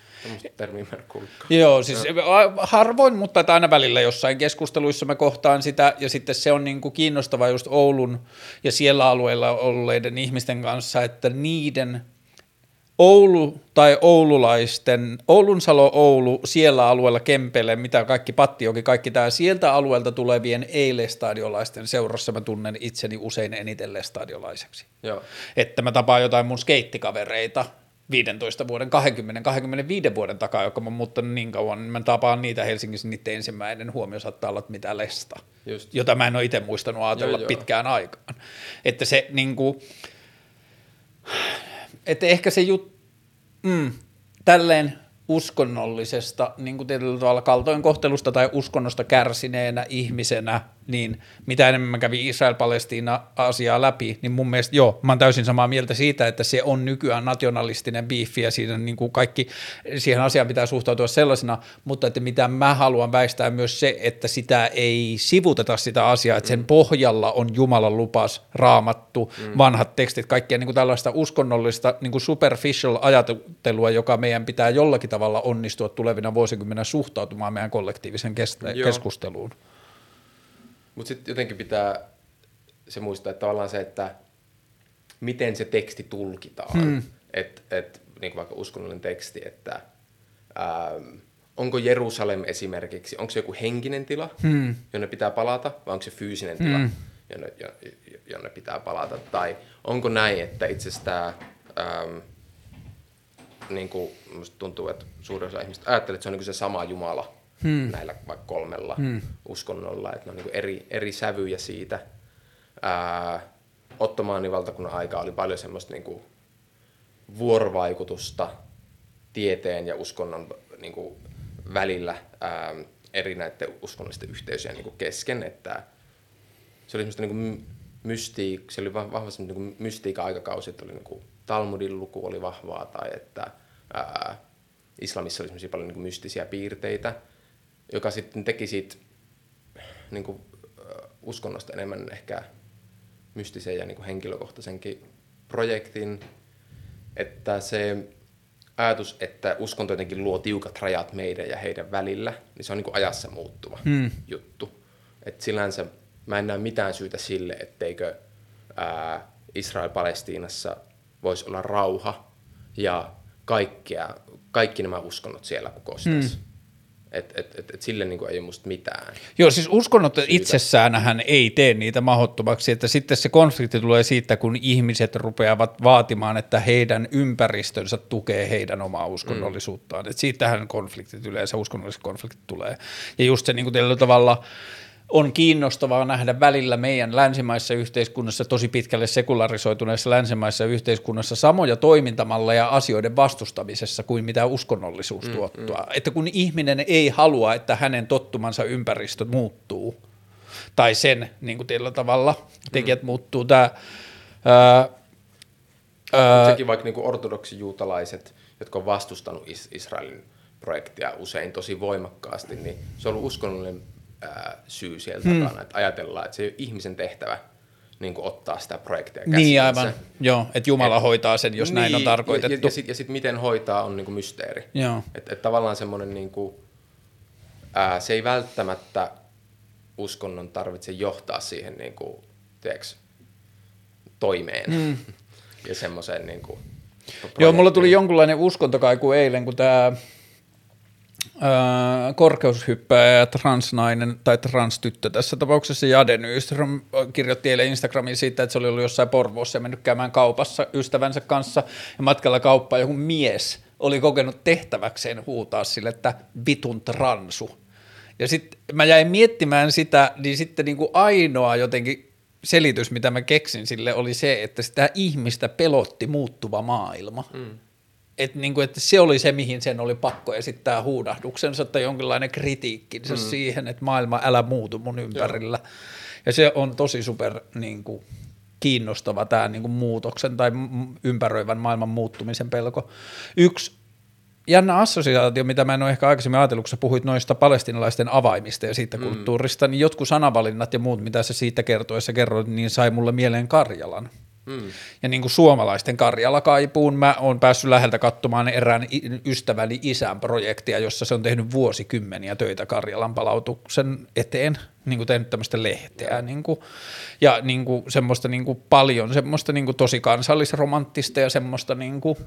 Joo, siis Joo. harvoin, mutta aina välillä jossain keskusteluissa mä kohtaan sitä, ja sitten se on niinku kiinnostavaa just Oulun ja siellä alueella olleiden ihmisten kanssa, että niiden Oulu tai oululaisten, Oulunsalo, Oulu, siellä alueella Kempele, mitä kaikki Pattijoki, kaikki tämä sieltä alueelta tulevien ei-lestadiolaisten seurassa mä tunnen itseni usein eniten lestadiolaiseksi. Joo. Että mä tapaan jotain mun skeittikavereita viidentoista vuoden, kaksikymmentä kaksikymmentäviisi vuoden takaa, joka mä oon muuttanut niin kauan, niin mä tapaan niitä Helsingissä, niiden ensimmäinen huomio saattaa olla, että mitä lesta, Just. jota mä en ole itse muistanut ajatella joo, pitkään joo. aikaan. Että se niinku... Että ehkä se jut, mm, tälleen uskonnollisesta, niin kuin tietyllä tavalla kaltoinkohtelusta tai uskonnosta kärsineenä ihmisenä, niin mitä enemmän mä kävin Israel-Palestiina-asiaa läpi, niin mun mielestä joo, mä oon täysin samaa mieltä siitä, että se on nykyään nationalistinen biifi ja siinä niin kuin kaikki, siihen asiaan pitää suhtautua sellaisena, mutta että mitä mä haluan väistää myös se, että sitä ei sivuteta sitä asiaa, että sen mm. pohjalla on Jumalan lupas, raamattu, mm. vanhat tekstit, kaikkea niin kuin tällaista uskonnollista niin kuin superficial ajattelua, joka meidän pitää jollakin tavalla onnistua tulevina vuosikymmenä suhtautumaan meidän kollektiivisen kes- keskusteluun. Mutta sitten jotenkin pitää se muistaa, että tavallaan se, että miten se teksti tulkitaan. Hmm. Että et, niin vaikka uskonnollinen teksti, että ää, onko Jerusalem esimerkiksi, onko se joku henkinen tila, hmm. jonne pitää palata, vai onko se fyysinen tila, hmm. jonne, jonne pitää palata? Tai onko näin, että itse asiassa tämä, ää, niin kuin musta tuntuu, että suurin osa ihmistä ajattelee, että se on niin kuin se sama Jumala hmm. näillä vaikka kolmella hmm. uskonnolla, että ne on niin kuin eri, eri sävyjä siitä. Ää, Ottomaanin valtakunnan aikaa oli paljon semmoista niin kuin vuorovaikutusta tieteen ja uskonnon niin kuin välillä ää, eri näiden uskonnollisten yhteisöjen niin kuin kesken, että se oli semmoista niin kuin mystiik, se oli vahvasti niin kuin mystiikan aikakausi, että oli niin kuin Talmudin luku oli vahvaa tai että ää, islamissa oli semmoisia paljon niin kuin mystisiä piirteitä, joka sitten teki siitä niin kuin, uskonnosta enemmän ehkä mystisen ja niin kuin henkilökohtaisenkin projektin, että se ajatus, että uskonto jotenkin luo tiukat rajat meidän ja heidän välillä, niin se on niin kuin ajassa muuttuva hmm. juttu. Että sillänsä mä en näe mitään syytä sille, etteikö ää, Israel-Palestiinassa voisi olla rauha ja kaikkia, kaikki nämä uskonnot siellä kukoistaisi. Hmm. Että et, et, et sille niinku ei ole musta mitään. Joo, siis uskonnot itsessäänhän ei tee niitä mahdottomaksi, että sitten se konflikti tulee siitä, kun ihmiset rupeavat vaatimaan, että heidän ympäristönsä tukee heidän omaa uskonnollisuuttaan. Mm. Että siitähän konfliktit yleensä, uskonnolliset konfliktit tulee. Ja just se niin kuin tällä tavalla on kiinnostavaa nähdä välillä meidän länsimaisessa yhteiskunnassa, tosi pitkälle sekularisoituneessa länsimaisessa yhteiskunnassa samoja toimintamalleja asioiden vastustamisessa kuin mitä uskonnollisuus mm, tuottaa. Mm. Että kun ihminen ei halua, että hänen tottumansa ympäristö muuttuu, tai sen niin kuin tällä tavalla tekijät mm. muuttuu. Tämä, ää, ää, sekin vaikka niin kuin ortodoksijuutalaiset, jotka on vastustanut is- Israelin projektia usein tosi voimakkaasti, niin se on ollut uskonnollinen Ää, syy sieltä hmm. takana, että ajatellaan, että se ei ole ihmisen tehtävä niin kuin ottaa sitä projektia käsinsä. Niin aivan, joo, että Jumala et, hoitaa sen, jos niin, näin on tarkoitettu. Ja, ja, ja sitten sit miten hoitaa on niin kuin mysteeri. Että et tavallaan semmoinen, niin kuin, ää, se ei välttämättä uskonnon tarvitse johtaa siihen niin kuin, tiedätkö, toimeen hmm. ja semmoiseen niin kuin, joo, mulla tuli jonkunlainen uskontokaiku eilen, kun tämä Öö, korkeushyppääjä ja transnainen tai transtyttö tässä tapauksessa Jade Nyström kirjoitti eilen Instagramiin siitä, että se oli ollut jossain Porvoossa ja mennyt käymään kaupassa ystävänsä kanssa ja matkalla kauppaan joku mies oli kokenut tehtäväkseen huutaa sille, että vitun transu. Ja sitten mä jäin miettimään sitä, niin sitten niin kuin ainoa jotenkin selitys, mitä mä keksin sille oli se, että sitä ihmistä pelotti muuttuva maailma. Mm. Että niinku, et se oli se, mihin sen oli pakko esittää huudahduksensa tai jonkinlainen kritiikkinsä mm. siihen, että maailma älä muutu mun ympärillä. Joo. Ja se on tosi super niinku, kiinnostava tämä niinku, muutoksen tai ympäröivän maailman muuttumisen pelko. Yksi jännä assosiaatio, mitä mä en ole ehkä aikaisemmin ajatellut, kun sä puhuit noista palestinalaisten avaimista ja siitä mm. kulttuurista, niin jotkut sanavalinnat ja muut, mitä sä siitä kertoessa kerroit, niin sai mulle mieleen Karjalan. Mm. Ja niin kuin suomalaisten Karjala-kaipuun mä oon päässyt läheltä katsomaan erään ystäväni isän projektia, jossa se on tehnyt vuosikymmeniä töitä Karjalan palautuksen eteen, niin kuin tehnyt tämmöistä lehteä, niin kuin, ja niin kuin semmoista niin kuin paljon semmoista niin kuin tosi kansallisromanttista ja semmoista niin kuin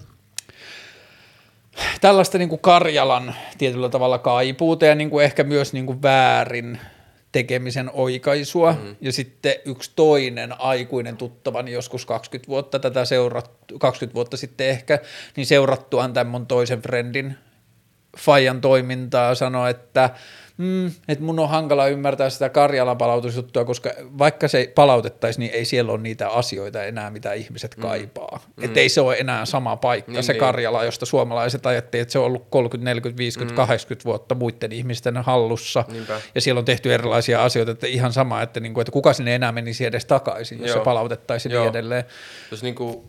tällaista niin kuin Karjalan tietyllä tavalla kaipuuta ja niin kuin ehkä myös niin kuin väärin tekemisen oikaisua, mm. ja sitten yksi toinen aikuinen tuttavani joskus kaksikymmentä vuotta tätä seurattu, kaksikymmentä vuotta sitten ehkä, niin seurattuaan tämän mun toisen friendin Fajan toimintaa sanoi, että mm, että mun on hankala ymmärtää sitä Karjalan palautusjuttua, koska vaikka se palautettaisiin, niin ei siellä ole niitä asioita enää, mitä ihmiset kaipaa. Mm. Että ei se ole enää sama paikka, niin, se Karjala, josta suomalaiset ajattelivat, että se on ollut kolmekymmentä, neljäkymmentä, viisikymmentä, mm. kahdeksankymmentä vuotta muiden ihmisten hallussa. Niinpä. Ja siellä on tehty erilaisia asioita, että ihan sama, että, niinku, että kuka sinne enää menisi edes takaisin, jos Joo. se palautettaisiin niin edelleen. Jos niinku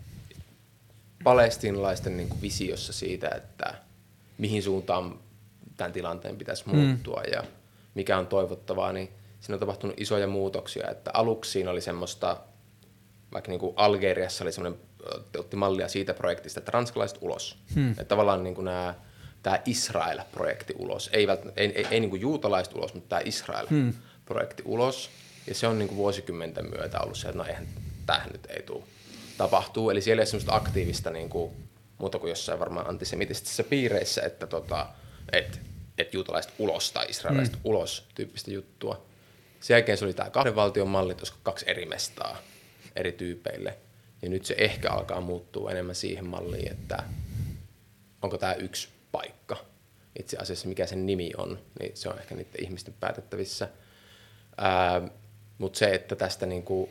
palestiinalaisten niinku visiossa siitä, että mihin suuntaan tämän tilanteen pitäisi muuttua mm. ja mikä on toivottavaa, niin siinä on tapahtunut isoja muutoksia. Että aluksi siinä oli semmoista, vaikka niin kuin Algeriassa oli semmoinen, otti mallia siitä projektista, että ranskalaiset ulos. Hmm. Että tavallaan niin kuin nämä, tämä Israel-projekti ulos, ei, ei, ei, ei niin kuin juutalaiset ulos, mutta tämä Israel. Hmm. projekti ulos. Ja se on niin kuin vuosikymmenten myötä ollut se, että no eihän tämähän nyt ei tule tapahtuu. Eli siellä ei ole semmoista aktiivista niin kuin, muuta kuin jossain varmaan antisemitisissä piireissä, että tota, et, et juutalaiset ulos tai israelilaiset mm. ulos tyyppistä juttua. Sen jälkeen se oli tämä kahden valtion malli, että olisiko kaksi eri mestaa eri tyypeille. Ja nyt se ehkä alkaa muuttua enemmän siihen malliin, että onko tämä yksi paikka. Itse asiassa mikä sen nimi on, niin se on ehkä niiden ihmisten päätettävissä. Mutta se, että tästä niinku,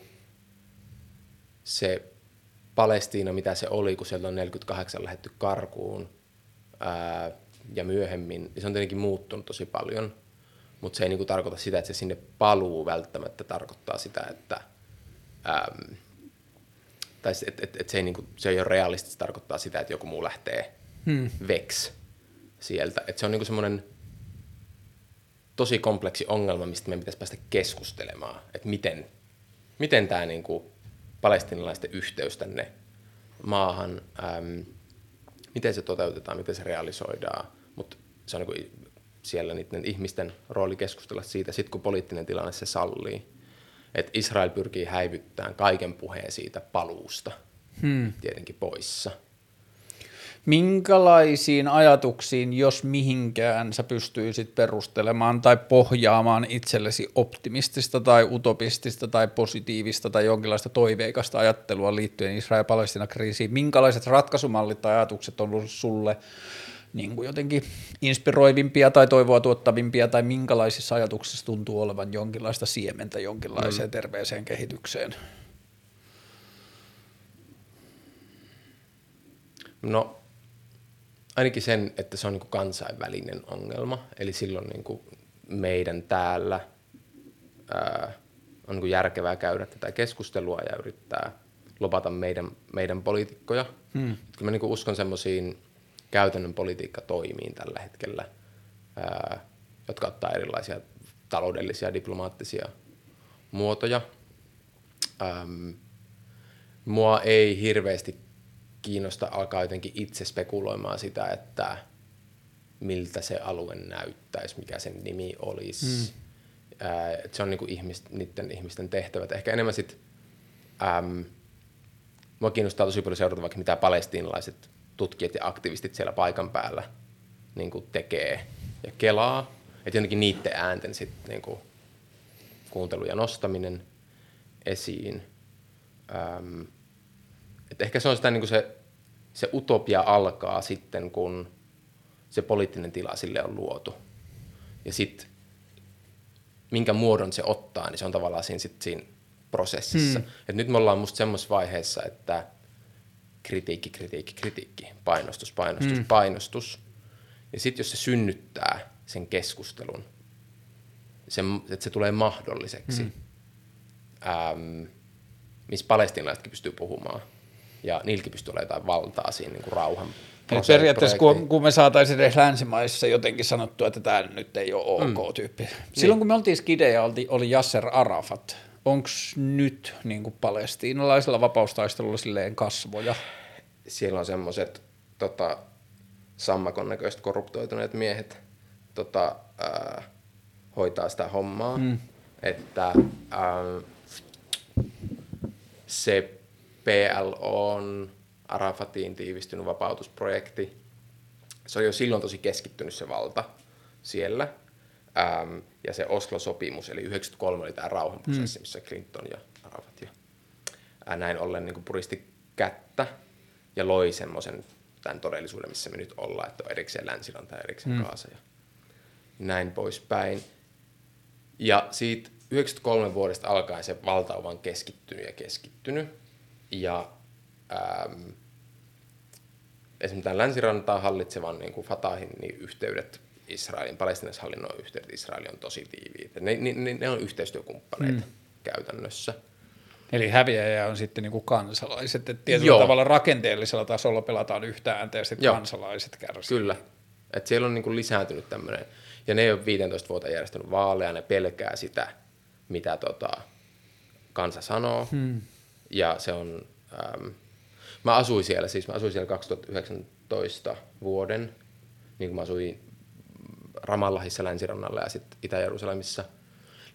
se Palestiina, mitä se oli, kun sieltä on neljäkymmentäkahdeksan lähdetty karkuun ää, ja myöhemmin, niin se on tietenkin muuttunut tosi paljon. Mutta se ei niinku tarkoita sitä, että se sinne paluu välttämättä tarkoittaa sitä, että äm, tai et, et, et se, ei niinku, se ei ole realistista, se tarkoittaa sitä, että joku muu lähtee hmm. veks sieltä. Et se on niinku semmoinen tosi kompleksi ongelma, mistä meidän pitäisi päästä keskustelemaan, että miten, miten tämä niinku palestiinalaisten yhteys tänne maahan, äm, miten se toteutetaan, miten se realisoidaan, mutta se on niinku siellä niiden ihmisten rooli keskustella siitä, sit kun poliittinen tilanne se sallii, että Israel pyrkii häivyttämään kaiken puheen siitä paluusta hmm. tietenkin poissa. Minkälaisiin ajatuksiin, jos mihinkään, sä pystyisit perustelemaan tai pohjaamaan itsellesi optimistista tai utopistista tai positiivista tai jonkinlaista toiveikasta ajattelua liittyen Israel-Palestiina-kriisiin? Minkälaiset ratkaisumallit tai ajatukset on ollut sulle niin kuin jotenkin inspiroivimpia tai toivoa tuottavimpia, tai minkälaisissa ajatuksissa tuntuu olevan jonkinlaista siementä jonkinlaiseen mm. terveeseen kehitykseen? No, ainakin sen, että se on niin kuin kansainvälinen ongelma, eli silloin niin kuin meidän täällä ää, on niin kuin järkevää käydä tätä keskustelua ja yrittää lopata meidän, meidän poliitikkoja. Hmm. Kyllä mä niin kuin uskon semmoisiin käytännön politiikkatoimiin tällä hetkellä, ää, jotka ottaa erilaisia taloudellisia ja diplomaattisia muotoja. Ähm, mua ei hirveästi kiinnosta alkaa jotenkin itse spekuloimaan sitä, että miltä se alue näyttäisi, mikä sen nimi olisi. Mm. Ää, se on niinku ihmist, niiden ihmisten tehtävät. Ehkä enemmän sit, äm, mua kiinnostaa tosi paljon seurata vaikka mitä palestiinalaiset tutkijat ja aktivistit siellä paikan päällä niinku tekee ja kelaa. Että jotenkin niiden äänten sit, niinku, kuuntelu ja nostaminen esiin. Äm, Et ehkä se on sitä, niin kuin se, se utopia alkaa sitten, kun se poliittinen tila sille on luotu. Ja sitten minkä muodon se ottaa, niin se on tavallaan siinä, sit siinä prosessissa. Hmm. Et nyt me ollaan musta semmoisessa vaiheessa, että kritiikki, kritiikki, kritiikki, painostus, painostus, hmm. painostus. Ja sitten jos se synnyttää sen keskustelun, se, että se tulee mahdolliseksi, hmm. äm, missä palestiinalaisetkin pystyy puhumaan. Ja niilläkin pystyy olemaan jotain valtaa siinä niin kuin rauhan prosessi. Periaatteessa kun, kun me saataisiin edes länsimaissa jotenkin sanottua, että tämä nyt ei ole ok tyyppi. Mm. Silloin niin. kun me oltiin skidejä, oli, oli Yasser Arafat. Onko nyt niin kuin palestiinalaisella vapaustaistelulla silleen kasvoja? Siellä on semmoiset tota, sammakon näköiset korruptoituneet miehet tota, äh, hoitaa sitä hommaa. Mm. Että äh, se P L on Arafatiin tiivistynyt vapautusprojekti. Se on jo silloin tosi keskittynyt se valta siellä. Ähm, ja se Oslo-sopimus, eli yhdeksänkymmentäkolme oli tämä rauhanprosessi, missä Clinton ja Arafat ja ää, näin ollen niin kuin puristi kättä ja loi semmoisen tämän todellisuuden, missä me nyt ollaan, että on erikseen Länsiranta ja erikseen mm. Gaza ja näin poispäin. Ja siitä yhdeksänkymmentäkolme vuodesta alkaen se valta on vaan keskittynyt ja keskittynyt. Ja ähm, esimerkiksi tämän Länsirantaa hallitsevan niin kuin Fatahin niin yhteydet Israelin, palestiinalaishallinnon yhteydet Israelin on tosi tiiviitä. Ne, ne, ne on yhteistyökumppaneita mm. käytännössä. Eli häviäjä on sitten niin kuin kansalaiset, että tietyllä Joo. tavalla rakenteellisella tasolla pelataan yhtä ääntä ja sitten Joo. kansalaiset kärsivät. Kyllä, että siellä on niin kuin lisääntynyt tämmöinen, ja ne ei ole viisitoista vuotta järjestänyt vaaleja, ne pelkää sitä, mitä tota, kansa sanoo. Hmm. Ja se on, ähm, mä asuin siellä, siis mä asuin siellä kaksituhattayhdeksäntoista vuoden, niin kuin mä asuin Ramallahissa Länsirannalla ja sitten Itä-Jerusalemissa.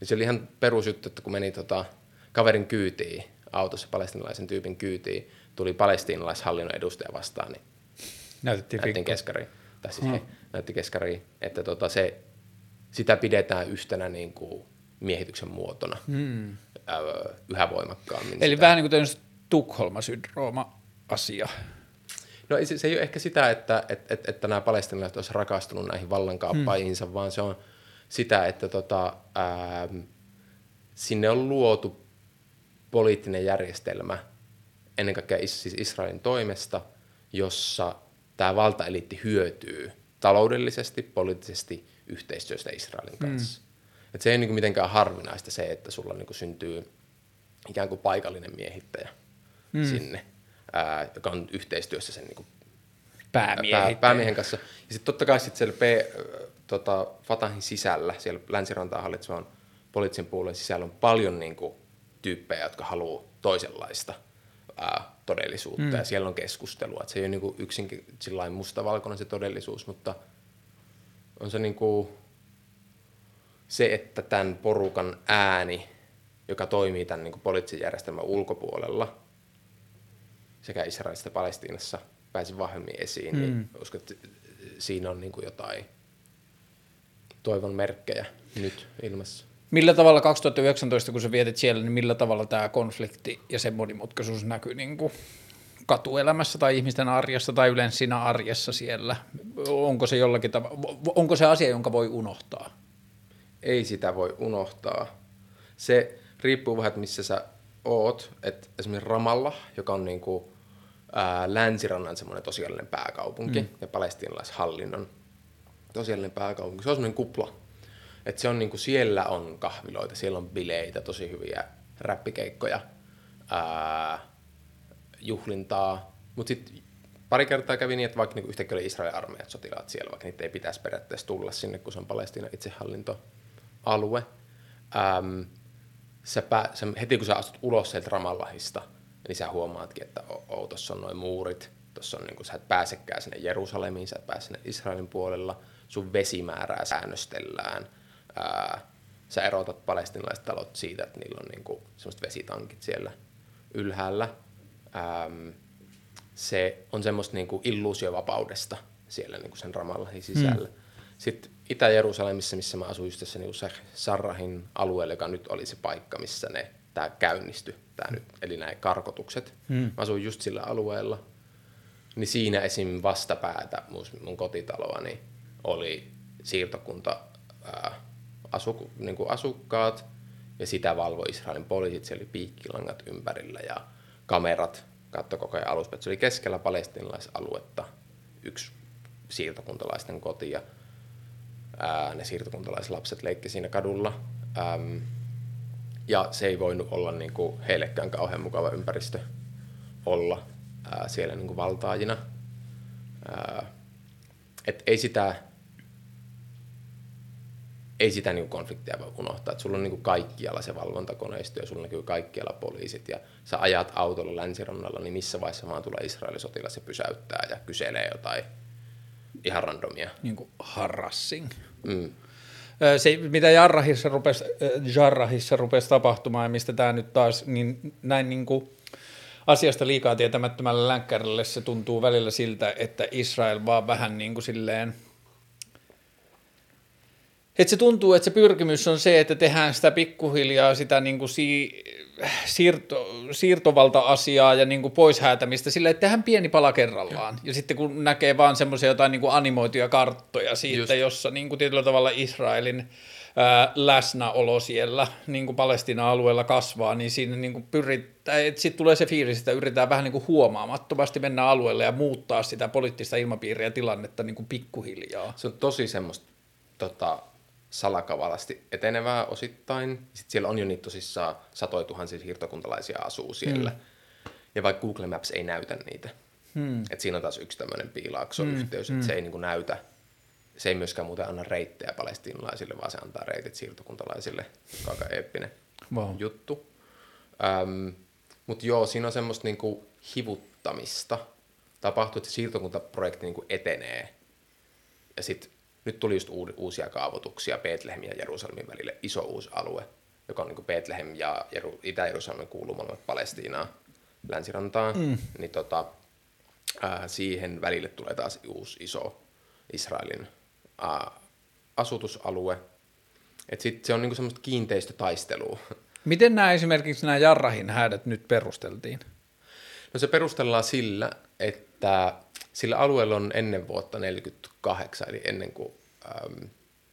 niin se oli ihan perusjuttu, että kun meni tota, kaverin kyytiin, autossa palestiinalaisen tyypin kyytiin, tuli palestiinalaishallinnon edustaja vastaan, niin näytettiin näyttiin keskariin. Tai siis hmm. he näytti keskariin, että tota se, sitä pidetään yhtenä niin kuin miehityksen muotona hmm. öö, yhä voimakkaammin. Eli sitä. vähän niin kuin tämmöistä Tukholma-syndrooma-asia. No se, se ei ole ehkä sitä, että, että, että, että nämä palestiinalaiset olisivat rakastunut näihin vallankaappaajiinsa, hmm. vaan se on sitä, että tota, ää, sinne on luotu poliittinen järjestelmä, ennen kaikkea is, siis Israelin toimesta, jossa tämä valtaeliitti hyötyy taloudellisesti, poliittisesti yhteistyöstä Israelin kanssa. Mm. Et se ei ole niinku mitenkään harvinaista se, että sulla niinku syntyy ikään kuin paikallinen miehittäjä mm. sinne, ää, joka on yhteistyössä sen niinku pää, päämiehen kanssa. Ja sitten totta kai sit siellä P, tota, Fatahin sisällä, siellä länsirantaa hallitsevan poliittisen puolueen sisällä on paljon niinku tyyppejä, jotka haluaa toisenlaista ää, todellisuutta, mm. ja siellä on keskustelua. Et se ei ole niinku yksinkin sillain mustavalkoinen se todellisuus, mutta on se niinku se, että tämän porukan ääni, joka toimii tämän niinku poliittisen järjestelmän ulkopuolella, sekä Israelissa että Palestiinassa, pääsi vahvemmin esiin, mm. niin uskon, että siinä on niinku jotain toivon merkkejä nyt ilmassa. Millä tavalla kaksituhattayhdeksäntoista, kun sä vietit siellä, niin millä tavalla tämä konflikti ja sen monimutkaisuus näkyy niin kuin katuelämässä tai ihmisten arjessa tai yleensä siinä arjessa siellä? Onko se jollakin tavalla, onko se asia, jonka voi unohtaa? Ei sitä voi unohtaa. Se riippuu vähän, että missä sä oot. Et esimerkiksi Ramallah, joka on niin kuin, ää, länsirannan semmoinen tosiaalinen pääkaupunki mm. ja palestiinalaishallinnon tosiaalinen pääkaupunki, se on semmoinen kupla. Et se on niinku, siellä on kahviloita, siellä on bileitä, tosi hyviä räppikeikkoja, ää, juhlintaa. Mutta sitten pari kertaa kävi niin, että vaikka niinku yhtäkkiä oli Israelin armeijat sotilaat siellä, vaikka niitä ei pitäisi periaatteessa tulla sinne, kun se on Palestiinan itsehallintoalue. Ähm, sä pää, sä, heti kun sä astut ulos sieltä Ramallahista, niin sä huomaatkin, että oh, tuossa on noin muurit, tossa on, niinku, sä et pääsekään sinne Jerusalemiin, sä et pääse sinne Israelin puolella, sun vesimäärää säännöstellään. Ää, sä erotat palestiinalaiset talot siitä, että niillä on niinku semmoiset vesitankit siellä ylhäällä. Ähm, se on semmoista niinku illuusiovapaudesta siellä niinku sen Ramallahin sisällä. Mm. Sitten Itä-Jerusalemissa, missä mä asuin just tässä niinku Sarrahin alueella, joka nyt oli se paikka, missä ne tää käynnistyi, tää nyt, eli nämä karkotukset. Mm. Mä asuin just sillä alueella. Niin siinä esim. Vastapäätä mun, mun kotitaloani oli siirtokunta ää, asu, niin kuin asukkaat, ja sitä valvoi Israelin poliisit, siellä oli piikkilangat ympärillä ja kamerat katsoi koko ajan aluspäin. Se oli keskellä palestiinalaisaluetta yksi siirtokuntalaisten koti, ja ää, ne siirtokuntalaislapset leikki siinä kadulla. Äm, ja se ei voinut olla niin kuin heillekään kauhean mukava ympäristö olla ää, siellä niin kuin valtaajina. Ää, et ei sitä ei sitä niin kuin konfliktia voi unohtaa, että sulla on niin kuin kaikkialla se valvontakoneisto ja sulla näkyy kaikkialla poliisit ja sä ajat autolla länsirannalla, niin missä vaiheessa vaan tulee Israelin sotilas ja pysäyttää ja kyselee jotain ihan randomia. Niin kuin harassing. Mm. Se, mitä Jarrahissa rupesi, Jarrahissa rupesi tapahtumaan ja mistä tämä nyt taas, niin näin niin kuin asiasta liikaa tietämättömälle länkkärille se tuntuu välillä siltä, että Israel vaan vähän niin kuin silleen, että se tuntuu, että se pyrkimys on se, että tehdään sitä pikkuhiljaa sitä niin kuin si- siirto, siirtovalta-asiaa ja niin kuin poishäätämistä silleen, että tehdään pieni pala kerrallaan. Ja sitten kun näkee vaan semmoisia jotain niin kuin animoituja karttoja siitä, Just. jossa niin kuin tietyllä tavalla Israelin ää, läsnäolo siellä niin kuin Palestiina-alueella kasvaa, niin siinä niin kuin pyritään, että sitten tulee se fiilis, että yritetään vähän niin kuin huomaamattomasti mennä alueelle ja muuttaa sitä poliittista ilmapiiriä ja tilannetta niin kuin pikkuhiljaa. Se on tosi semmoista tota, salakavalasti etenevää osittain. Sitten siellä on jo niitä tosissaan satoja tuhansia siirtokuntalaisia asuu siellä. Mm. Ja vaikka Google Maps ei näytä niitä. Mm. Että siinä on taas yksi tämmöinen piilaakso-yhteys, mm. että se ei niin kuin näytä. Se ei myöskään muuten anna reittejä palestiinalaisille, vaan se antaa reitit siirtokuntalaisille. Aika eeppinen wow. juttu. Ähm, Mutta joo, siinä on semmoista niin kuin hivuttamista. Tapahtuu, että se siirtokuntaprojekti niin kuin etenee. Ja sitten nyt tuli just uusia kaavoituksia Betlehem ja Jerusalemin välille, iso uusi alue, joka on niin kuin Betlehem ja Jeru- Itä-Jerusalem kuuluu molemmat Palestiinaan länsirantaan, mm. niin tota, ää, siihen välille tulee taas uusi iso Israelin ää, asutusalue. Et sit se on niinku semmoista kiinteistötaistelua. Miten nämä esimerkiksi nämä Jarrahin häädöt nyt perusteltiin? No se perustellaan sillä, että sillä alueella on ennen vuotta neljäkymmentäkahdeksan, eli ennen kuin äm,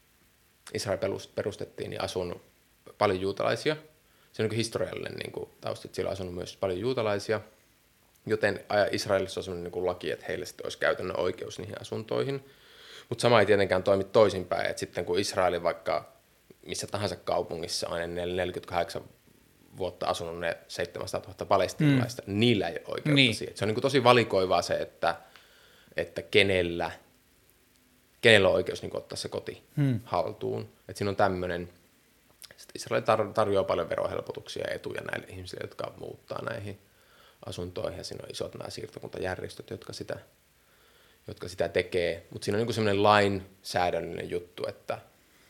Israel perustettiin, niin asunut paljon juutalaisia. Se on niin historiallinen niin tausta, että siellä on asunut myös paljon juutalaisia, joten Israelissa on sellainen niin laki, että heille sitten olisi käytännön oikeus niihin asuntoihin. Mutta sama ei tietenkään toimi toisinpäin, että sitten kun Israelin vaikka missä tahansa kaupungissa on ennen neljäkymmentäkahdeksan vuotta asunut ne seitsemänsataatuhatta palestiinalaista, mm. niillä ei ole oikeutta niin. siihen. Se on niin kuin tosi valikoivaa se, että, että kenellä, kenellä on oikeus niin kuin ottaa se koti mm. haltuun. Että siinä on tämmöinen, sitten Israel tar- tarjoaa paljon verohelpotuksia ja etuja näille ihmisille, jotka muuttaa näihin asuntoihin, ja siinä on isot nämä siirtokuntajärjestöt, jotka sitä, jotka sitä tekee. Mutta siinä on niin kuin semmoinen lainsäädännöllinen juttu, että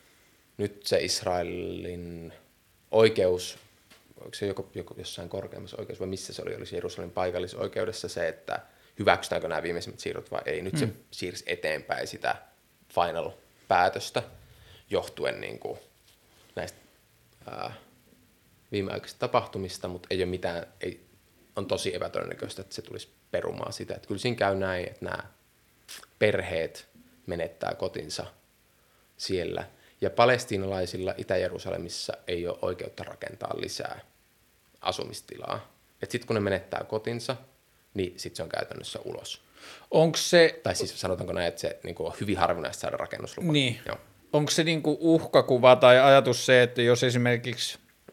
nyt se Israelin oikeus, onko se joko, joko jossain korkeammassa oikeus vai missä se oli, olisi Jerusalemin paikallisoikeudessa se, että hyväksytäänkö nämä viimeisimmät siirrot vai ei. Nyt mm. se siirsi eteenpäin sitä final-päätöstä johtuen niin kuin näistä ää, viimeaikaisista tapahtumista, mutta ei ole mitään, ei, on tosi epätodennäköistä, että se tulisi perumaan sitä. Että kyllä siinä käy näin, että nämä perheet menettää kotinsa siellä. Ja palestiinalaisilla Itä-Jerusalemissa ei ole oikeutta rakentaa lisää asumistilaa. Sitten kun ne menettää kotinsa, niin sitten se on käytännössä ulos. Onko se... Tai siis sanotaanko näin, että se niin kuin on hyvin harvinaista saada rakennuslupa. Niin. Joo. Onko se niin kuin uhkakuva tai ajatus se, että jos esimerkiksi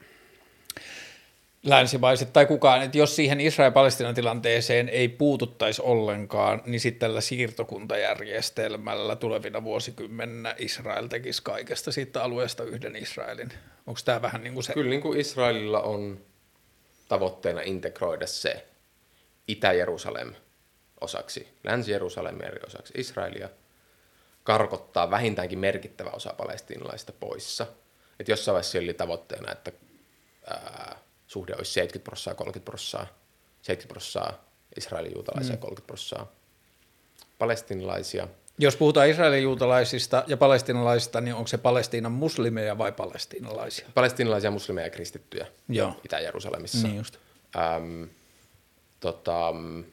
länsimaiset tai kukaan, että jos siihen Israel-Palestiinan tilanteeseen ei puututtaisi ollenkaan, niin sitten tällä siirtokuntajärjestelmällä tulevina vuosikymmeninä Israel tekisi kaikesta siitä alueesta yhden Israelin. Onko tämä vähän niin kuin se? Kyllä niin kuin Israelilla on tavoitteena integroida se Itä-Jerusalem osaksi Länsi-Jerusalem eri osaksi Israelia, karkottaa vähintäänkin merkittävä osa palestiinalaisista poissa. Että jossain vaiheessa oli tavoitteena, että ää, suhde olisi seitsemänkymmentä prosenttia, kolmekymmentä prosenttia, seitsemänkymmentä prosenttia Israelin juutalaisia ja mm. kolmekymmentä prosenttia palestiinalaisia. Jos puhutaan Israelin juutalaisista ja palestiinalaisista, niin onko se Palestiinan muslimeja vai palestiinalaisia? Palestiinalaisia, muslimeja ja kristittyjä Joo. Itä-Jerusalemissa. Niin just. Ähm, tota,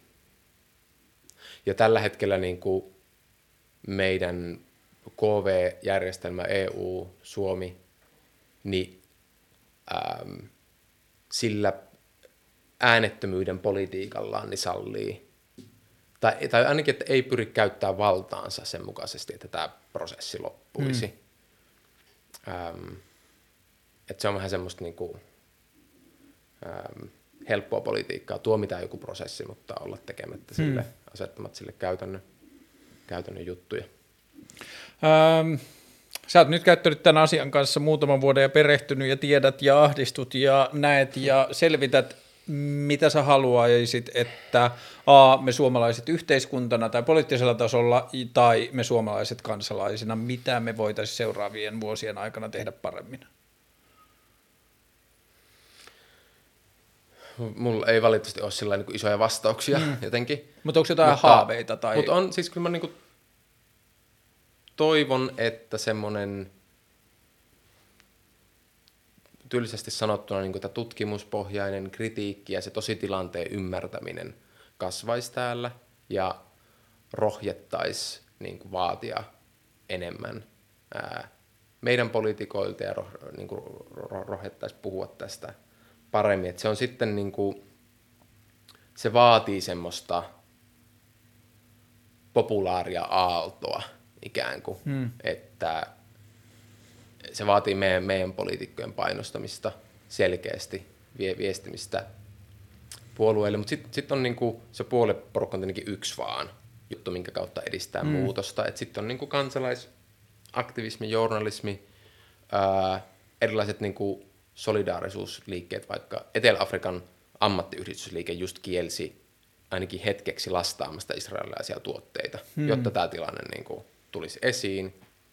ja tällä hetkellä niin kuin meidän K V-järjestelmä, E U, Suomi, niin ähm, sillä äänettömyyden politiikallaan niin sallii, tai, tai ainakin, että ei pyri käyttää valtaansa sen mukaisesti, että tämä prosessi loppuisi. Mm. Ähm, että se on vähän semmoista niinku, ähm, helppoa politiikkaa, tuomitaan joku prosessi, mutta olla tekemättä sille, mm. asettamat sille käytännön, käytännön juttuja. Ähm. Sä oot nyt käyttänyt tämän asian kanssa muutaman vuoden ja perehtynyt ja tiedät ja ahdistut ja näet ja selvität, mitä sä haluaisit, että a, me suomalaiset yhteiskuntana tai poliittisella tasolla tai me suomalaiset kansalaisina, mitä me voitaisiin seuraavien vuosien aikana tehdä paremmin? Mulla ei valitettavasti ole sillä niin isoja vastauksia mm. jotenkin. Mutta onko jotain mutta, haaveita? Tai... Mutta on siis kyllä mä niin kuin toivon, että semmoinen tyylisesti sanottuna niin kuin tutkimuspohjainen kritiikki ja se tositilanteen ymmärtäminen kasvaisi täällä ja rohjettaisi niin kuin vaatia enemmän ää, meidän poliitikoilta ja roh, niin kuin rohjettaisi puhua tästä paremmin. Et se on sitten niin kuin, se vaatii semmoista populaaria aaltoa ikään kuin, hmm. että se vaatii meidän, meidän poliitikkojen painostamista selkeästi, vie, viestimistä puolueille, mutta sitten sit on niinku, se puolueporukka on tietenkin yksi vaan juttu, minkä kautta edistää hmm. muutosta. Sitten on niinku kansalaisaktivismi, journalismi, ää, erilaiset niinku solidaarisuusliikkeet, vaikka Etelä-Afrikan ammattiyhdistysliike just kielsi ainakin hetkeksi lastaamasta israelilaisia tuotteita, hmm. jotta tämä tilanne niinku tulisi esiin.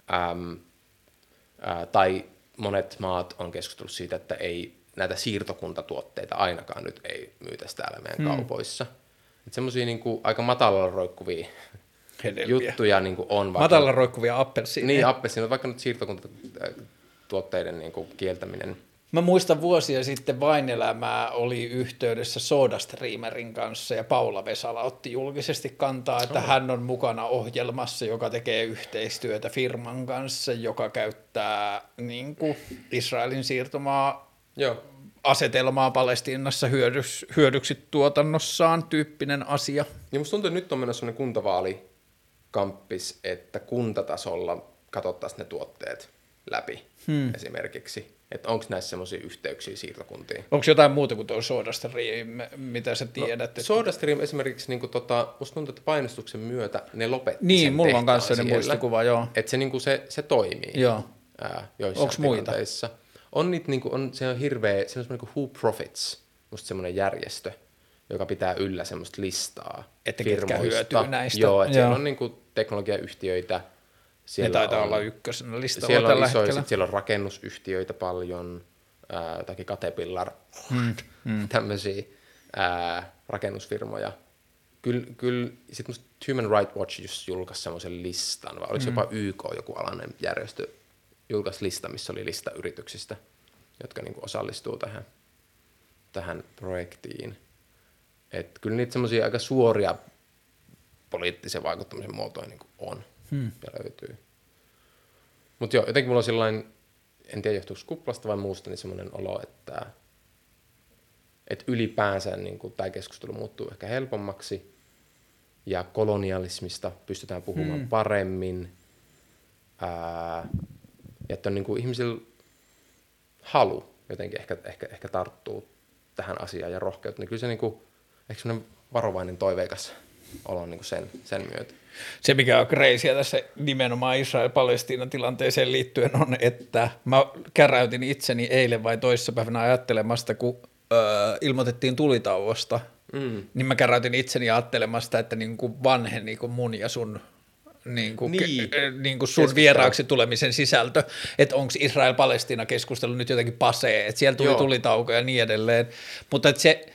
äm, ää, tai monet maat on keskustellut siitä, että ei näitä siirtokuntatuotteita ainakaan nyt ei myytäisi täällä meidän hmm. kaupoissa. Että semmoisia niinku aika matalalla roikkuvia Hedelmiä. juttuja niinku on. Matalalla roikkuvia appelsiineja. Niin, appelsiinit, vaikka nyt siirtokuntatuotteiden niinku kieltäminen. Mä muistan vuosia sitten Vain-elämää oli yhteydessä SodaStreamerin kanssa ja Paula Vesala otti julkisesti kantaa, että oh. hän on mukana ohjelmassa, joka tekee yhteistyötä firman kanssa, joka käyttää niin kuin Israelin siirtomaa Joo. asetelmaa Palestiinassa hyödyksi, hyödyksi tuotannossaan tyyppinen asia. Ja musta tuntuu, että nyt on menossa sellainen kuntavaalikamppis, että kuntatasolla katsottaisiin ne tuotteet läpi hmm. esimerkiksi. Että onko näissä semmoisia yhteyksiä siirtokuntiin? Onko jotain muuta kuin tuo SodaStream, mitä sä tiedät? No, SodaStream esimerkiksi, niin kuin, tota, musta tuntuu, että painostuksen myötä ne lopetti Niin, sen mulla on kanssa siellä. ne muistikuva, joo. Että se, niin kuin se, se toimii joo. Ää, joissain tilanteissa. On niitä, niin kuin, on, se on hirveä, se on semmoinen kuin Who Profits, musta semmoinen järjestö, joka pitää yllä semmoista listaa että firmoista. Ketkä hyötyy näistä. Joo, että siellä on niin kuin teknologiayhtiöitä. Siellä ne taitaa on, olla ykkösenä listalla siellä tällä on isoja, hetkellä. Siellä on rakennusyhtiöitä paljon, ää, jotakin Caterpillar, hmm, hmm. tämmöisiä ää, rakennusfirmoja. Kyllä, kyl, sitten musta Human Rights Watch just julkaisi semmoisen listan, vai oliko se hmm. jopa Y K, joku alainen järjestö, julkaisi lista, missä oli lista yrityksistä, jotka niinku osallistuu tähän, tähän projektiin. Et kyllä niitä semmoisia aika suoria poliittisen vaikuttamisen muotoja niinku on hmm. ja löytyy. Mutta joo, jotenkin mulla on sellainen, en tiedä johtuuko kuplasta vai muusta, niin semmoinen olo, että, että ylipäänsä niin tämä keskustelu muuttuu ehkä helpommaksi ja kolonialismista pystytään puhumaan hmm. paremmin. Ää, ja että on niin kuin ihmisillä halu jotenkin ehkä, ehkä, ehkä tarttuu tähän asiaan ja rohkeutta, niin kyllä se niin kuin, ehkä semmoinen varovainen toiveikas olo on niin kuin sen, sen myötä. Se, mikä on crazyä tässä nimenomaan Israel-Palestiinan tilanteeseen liittyen on, että mä käräytin itseni eilen vai toissapäivänä ajattelemasta, kun öö, ilmoitettiin tulitauosta, mm. niin mä käräytin itseni ajattelemasta, että niin kuin vanheni kuin mun ja sun niin kuin, niin. Ke, niin kuin sun vieraaksi tulemisen sisältö, että onko Israel-Palestiina-keskustelu nyt jotenkin pasee, että siellä tuli Joo. tulitauko ja niin edelleen, mutta että se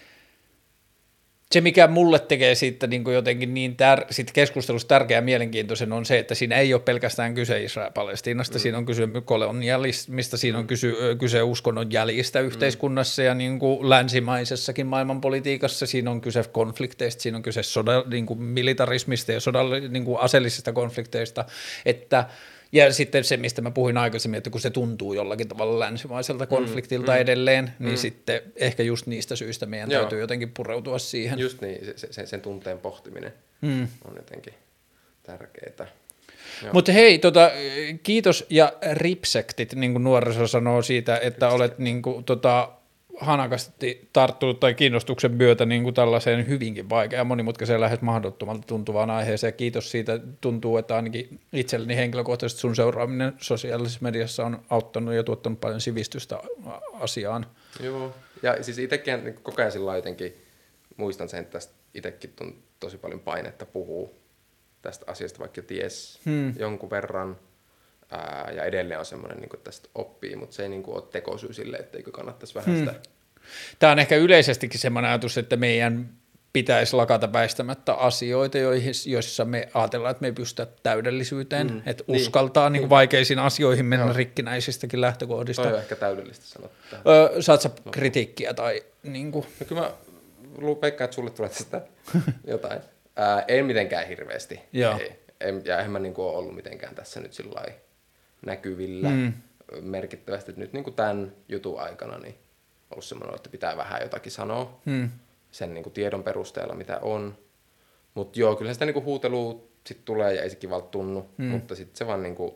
Se, mikä mulle tekee siitä niin kuin jotenkin niin tär- siitä keskustelusta tärkeä ja mielenkiintoisen, on se, että siinä ei ole pelkästään kyse Israel-Palestiinasta, mm. siinä on kyse kolonialismista, siinä on kyse, kyse uskonnon jäljistä yhteiskunnassa mm. ja niin kuin länsimaisessakin maailmanpolitiikassa, siinä on kyse konflikteista, siinä on kyse soda, niin kuin militarismista ja sodan, niin kuin aseellisista konflikteista, että ja sitten se, mistä mä puhuin aikaisemmin, että kun se tuntuu jollakin tavalla länsimaiselta konfliktilta mm, edelleen, mm, niin mm. sitten ehkä just niistä syistä meidän Joo. täytyy jotenkin pureutua siihen. Just niin, se, se, sen tunteen pohtiminen mm. on jotenkin tärkeää. Mutta hei, tota, kiitos ja ripsektit, niin kuin nuoriso sanoo siitä, että Ripsektit. olet niin kuin, tota, hanakasti tarttunut tai kiinnostuksen myötä niin kuin tällaiseen hyvinkin vaikeaan, monimutkaiseen lähes mahdottomalta tuntuvaan aiheeseen. Kiitos siitä. Tuntuu, että ainakin itselleni henkilökohtaisesti sun seuraaminen sosiaalisessa mediassa on auttanut ja tuottanut paljon sivistystä asiaan. Joo, ja siis itsekin niin koko ajan sillä jotenkin muistan sen, että tästä itsekin on tosi paljon painetta puhua tästä asiasta, vaikka ties hmm. jonkun verran. Ää, ja edelleen on semmoinen, niin että tästä oppii, mutta se ei niin kuin, ole tekosyy sille, etteikö kannattaisi vähän hmm. sitä. Tämä on ehkä yleisestikin semmoinen ajatus, että meidän pitäisi lakata väistämättä asioita, joissa me ajatellaan, että me ei pystytä täydellisyyteen, hmm. että niin. uskaltaa niin kuin vaikeisiin asioihin mennä no. rikkinäisistäkin lähtökohdista. Toi on ehkä täydellistä sanottu. Öö, saat sä no. kritiikkiä tai niin kuin? No kyllä mä veikkaan, että sulle tulee tästä jotain. Ää, ei mitenkään hirveästi. Joo. Ei. En, ja eihän mä niin kuin ole ollut mitenkään tässä nyt sillä lailla näkyvillä mm. merkittävästi. Nyt niin kuin tämän jutun aikana niin ollut semmoinen, että pitää vähän jotakin sanoa mm. sen niin kuin tiedon perusteella, mitä on. Mutta joo, kyllähän sitä niin kuin huutelua sit tulee ja ei se kivalta tunnu, mm. mutta sitten se vaan niin kuin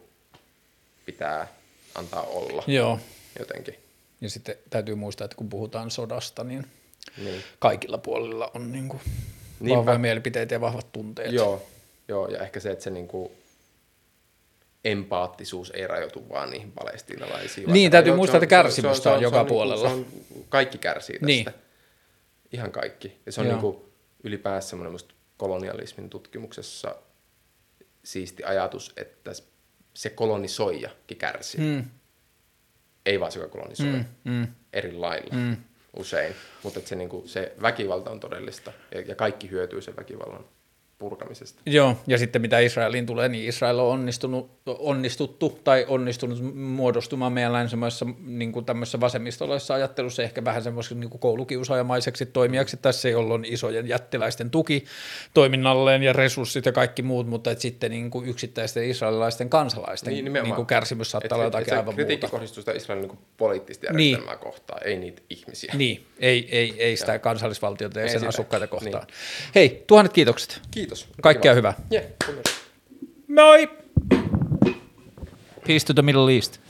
pitää antaa olla joo. jotenkin. Ja sitten täytyy muistaa, että kun puhutaan sodasta, niin, niin. kaikilla puolilla on niin kuin vahvoja mielipiteitä ja vahvat tunteet. Joo, joo, ja ehkä se, että se niin kuin empaattisuus ei rajoitu vaan niihin palestiinalaisiin. Niin, täytyy rajoitu, muistaa, että kärsimystä on, se on, on joka se on, puolella. Se on, kaikki kärsii tästä. Niin. Ihan kaikki. Ja se on niin kuin ylipäänsä semmoinen musta kolonialismin tutkimuksessa siisti ajatus, että se kolonisoijakin kärsii. Mm. Ei vaan se, joka kolonisoi. Mm. Mm. Eri lailla mm. usein. Mutta se, niinku, se väkivalta on todellista ja, ja kaikki hyötyy sen väkivallan purkamisesta. Joo, ja sitten mitä Israeliin tulee, niin Israel on onnistunut, onnistuttu tai onnistunut muodostumaan meidän länsimaissa niin kuin tämmöisessä vasemmistolaisessa ajattelussa ehkä vähän semmoiseksi niin kuin koulukiusaajamaiseksi toimijaksi tässä, jolla on isojen jättiläisten tuki toiminnalleen ja resurssit ja kaikki muut, mutta et sitten niin kuin yksittäisten israelilaisten kansalaisten niin, niin kuin kärsimys saattaa olla jotakin aivan muuta. Kritiikki kohdistuu sitä Israelin niin poliittista järjestelmää niin. kohtaan, ei niitä ihmisiä. Niin, ei, ei, ei sitä kansallisvaltiota ja ei sen sitä. asukkaita kohtaan. Niin. Hei, tuhannet kiitokset. Kiitos. Kaikkea hyvää. Yeah, Moi! Peace to the Middle East.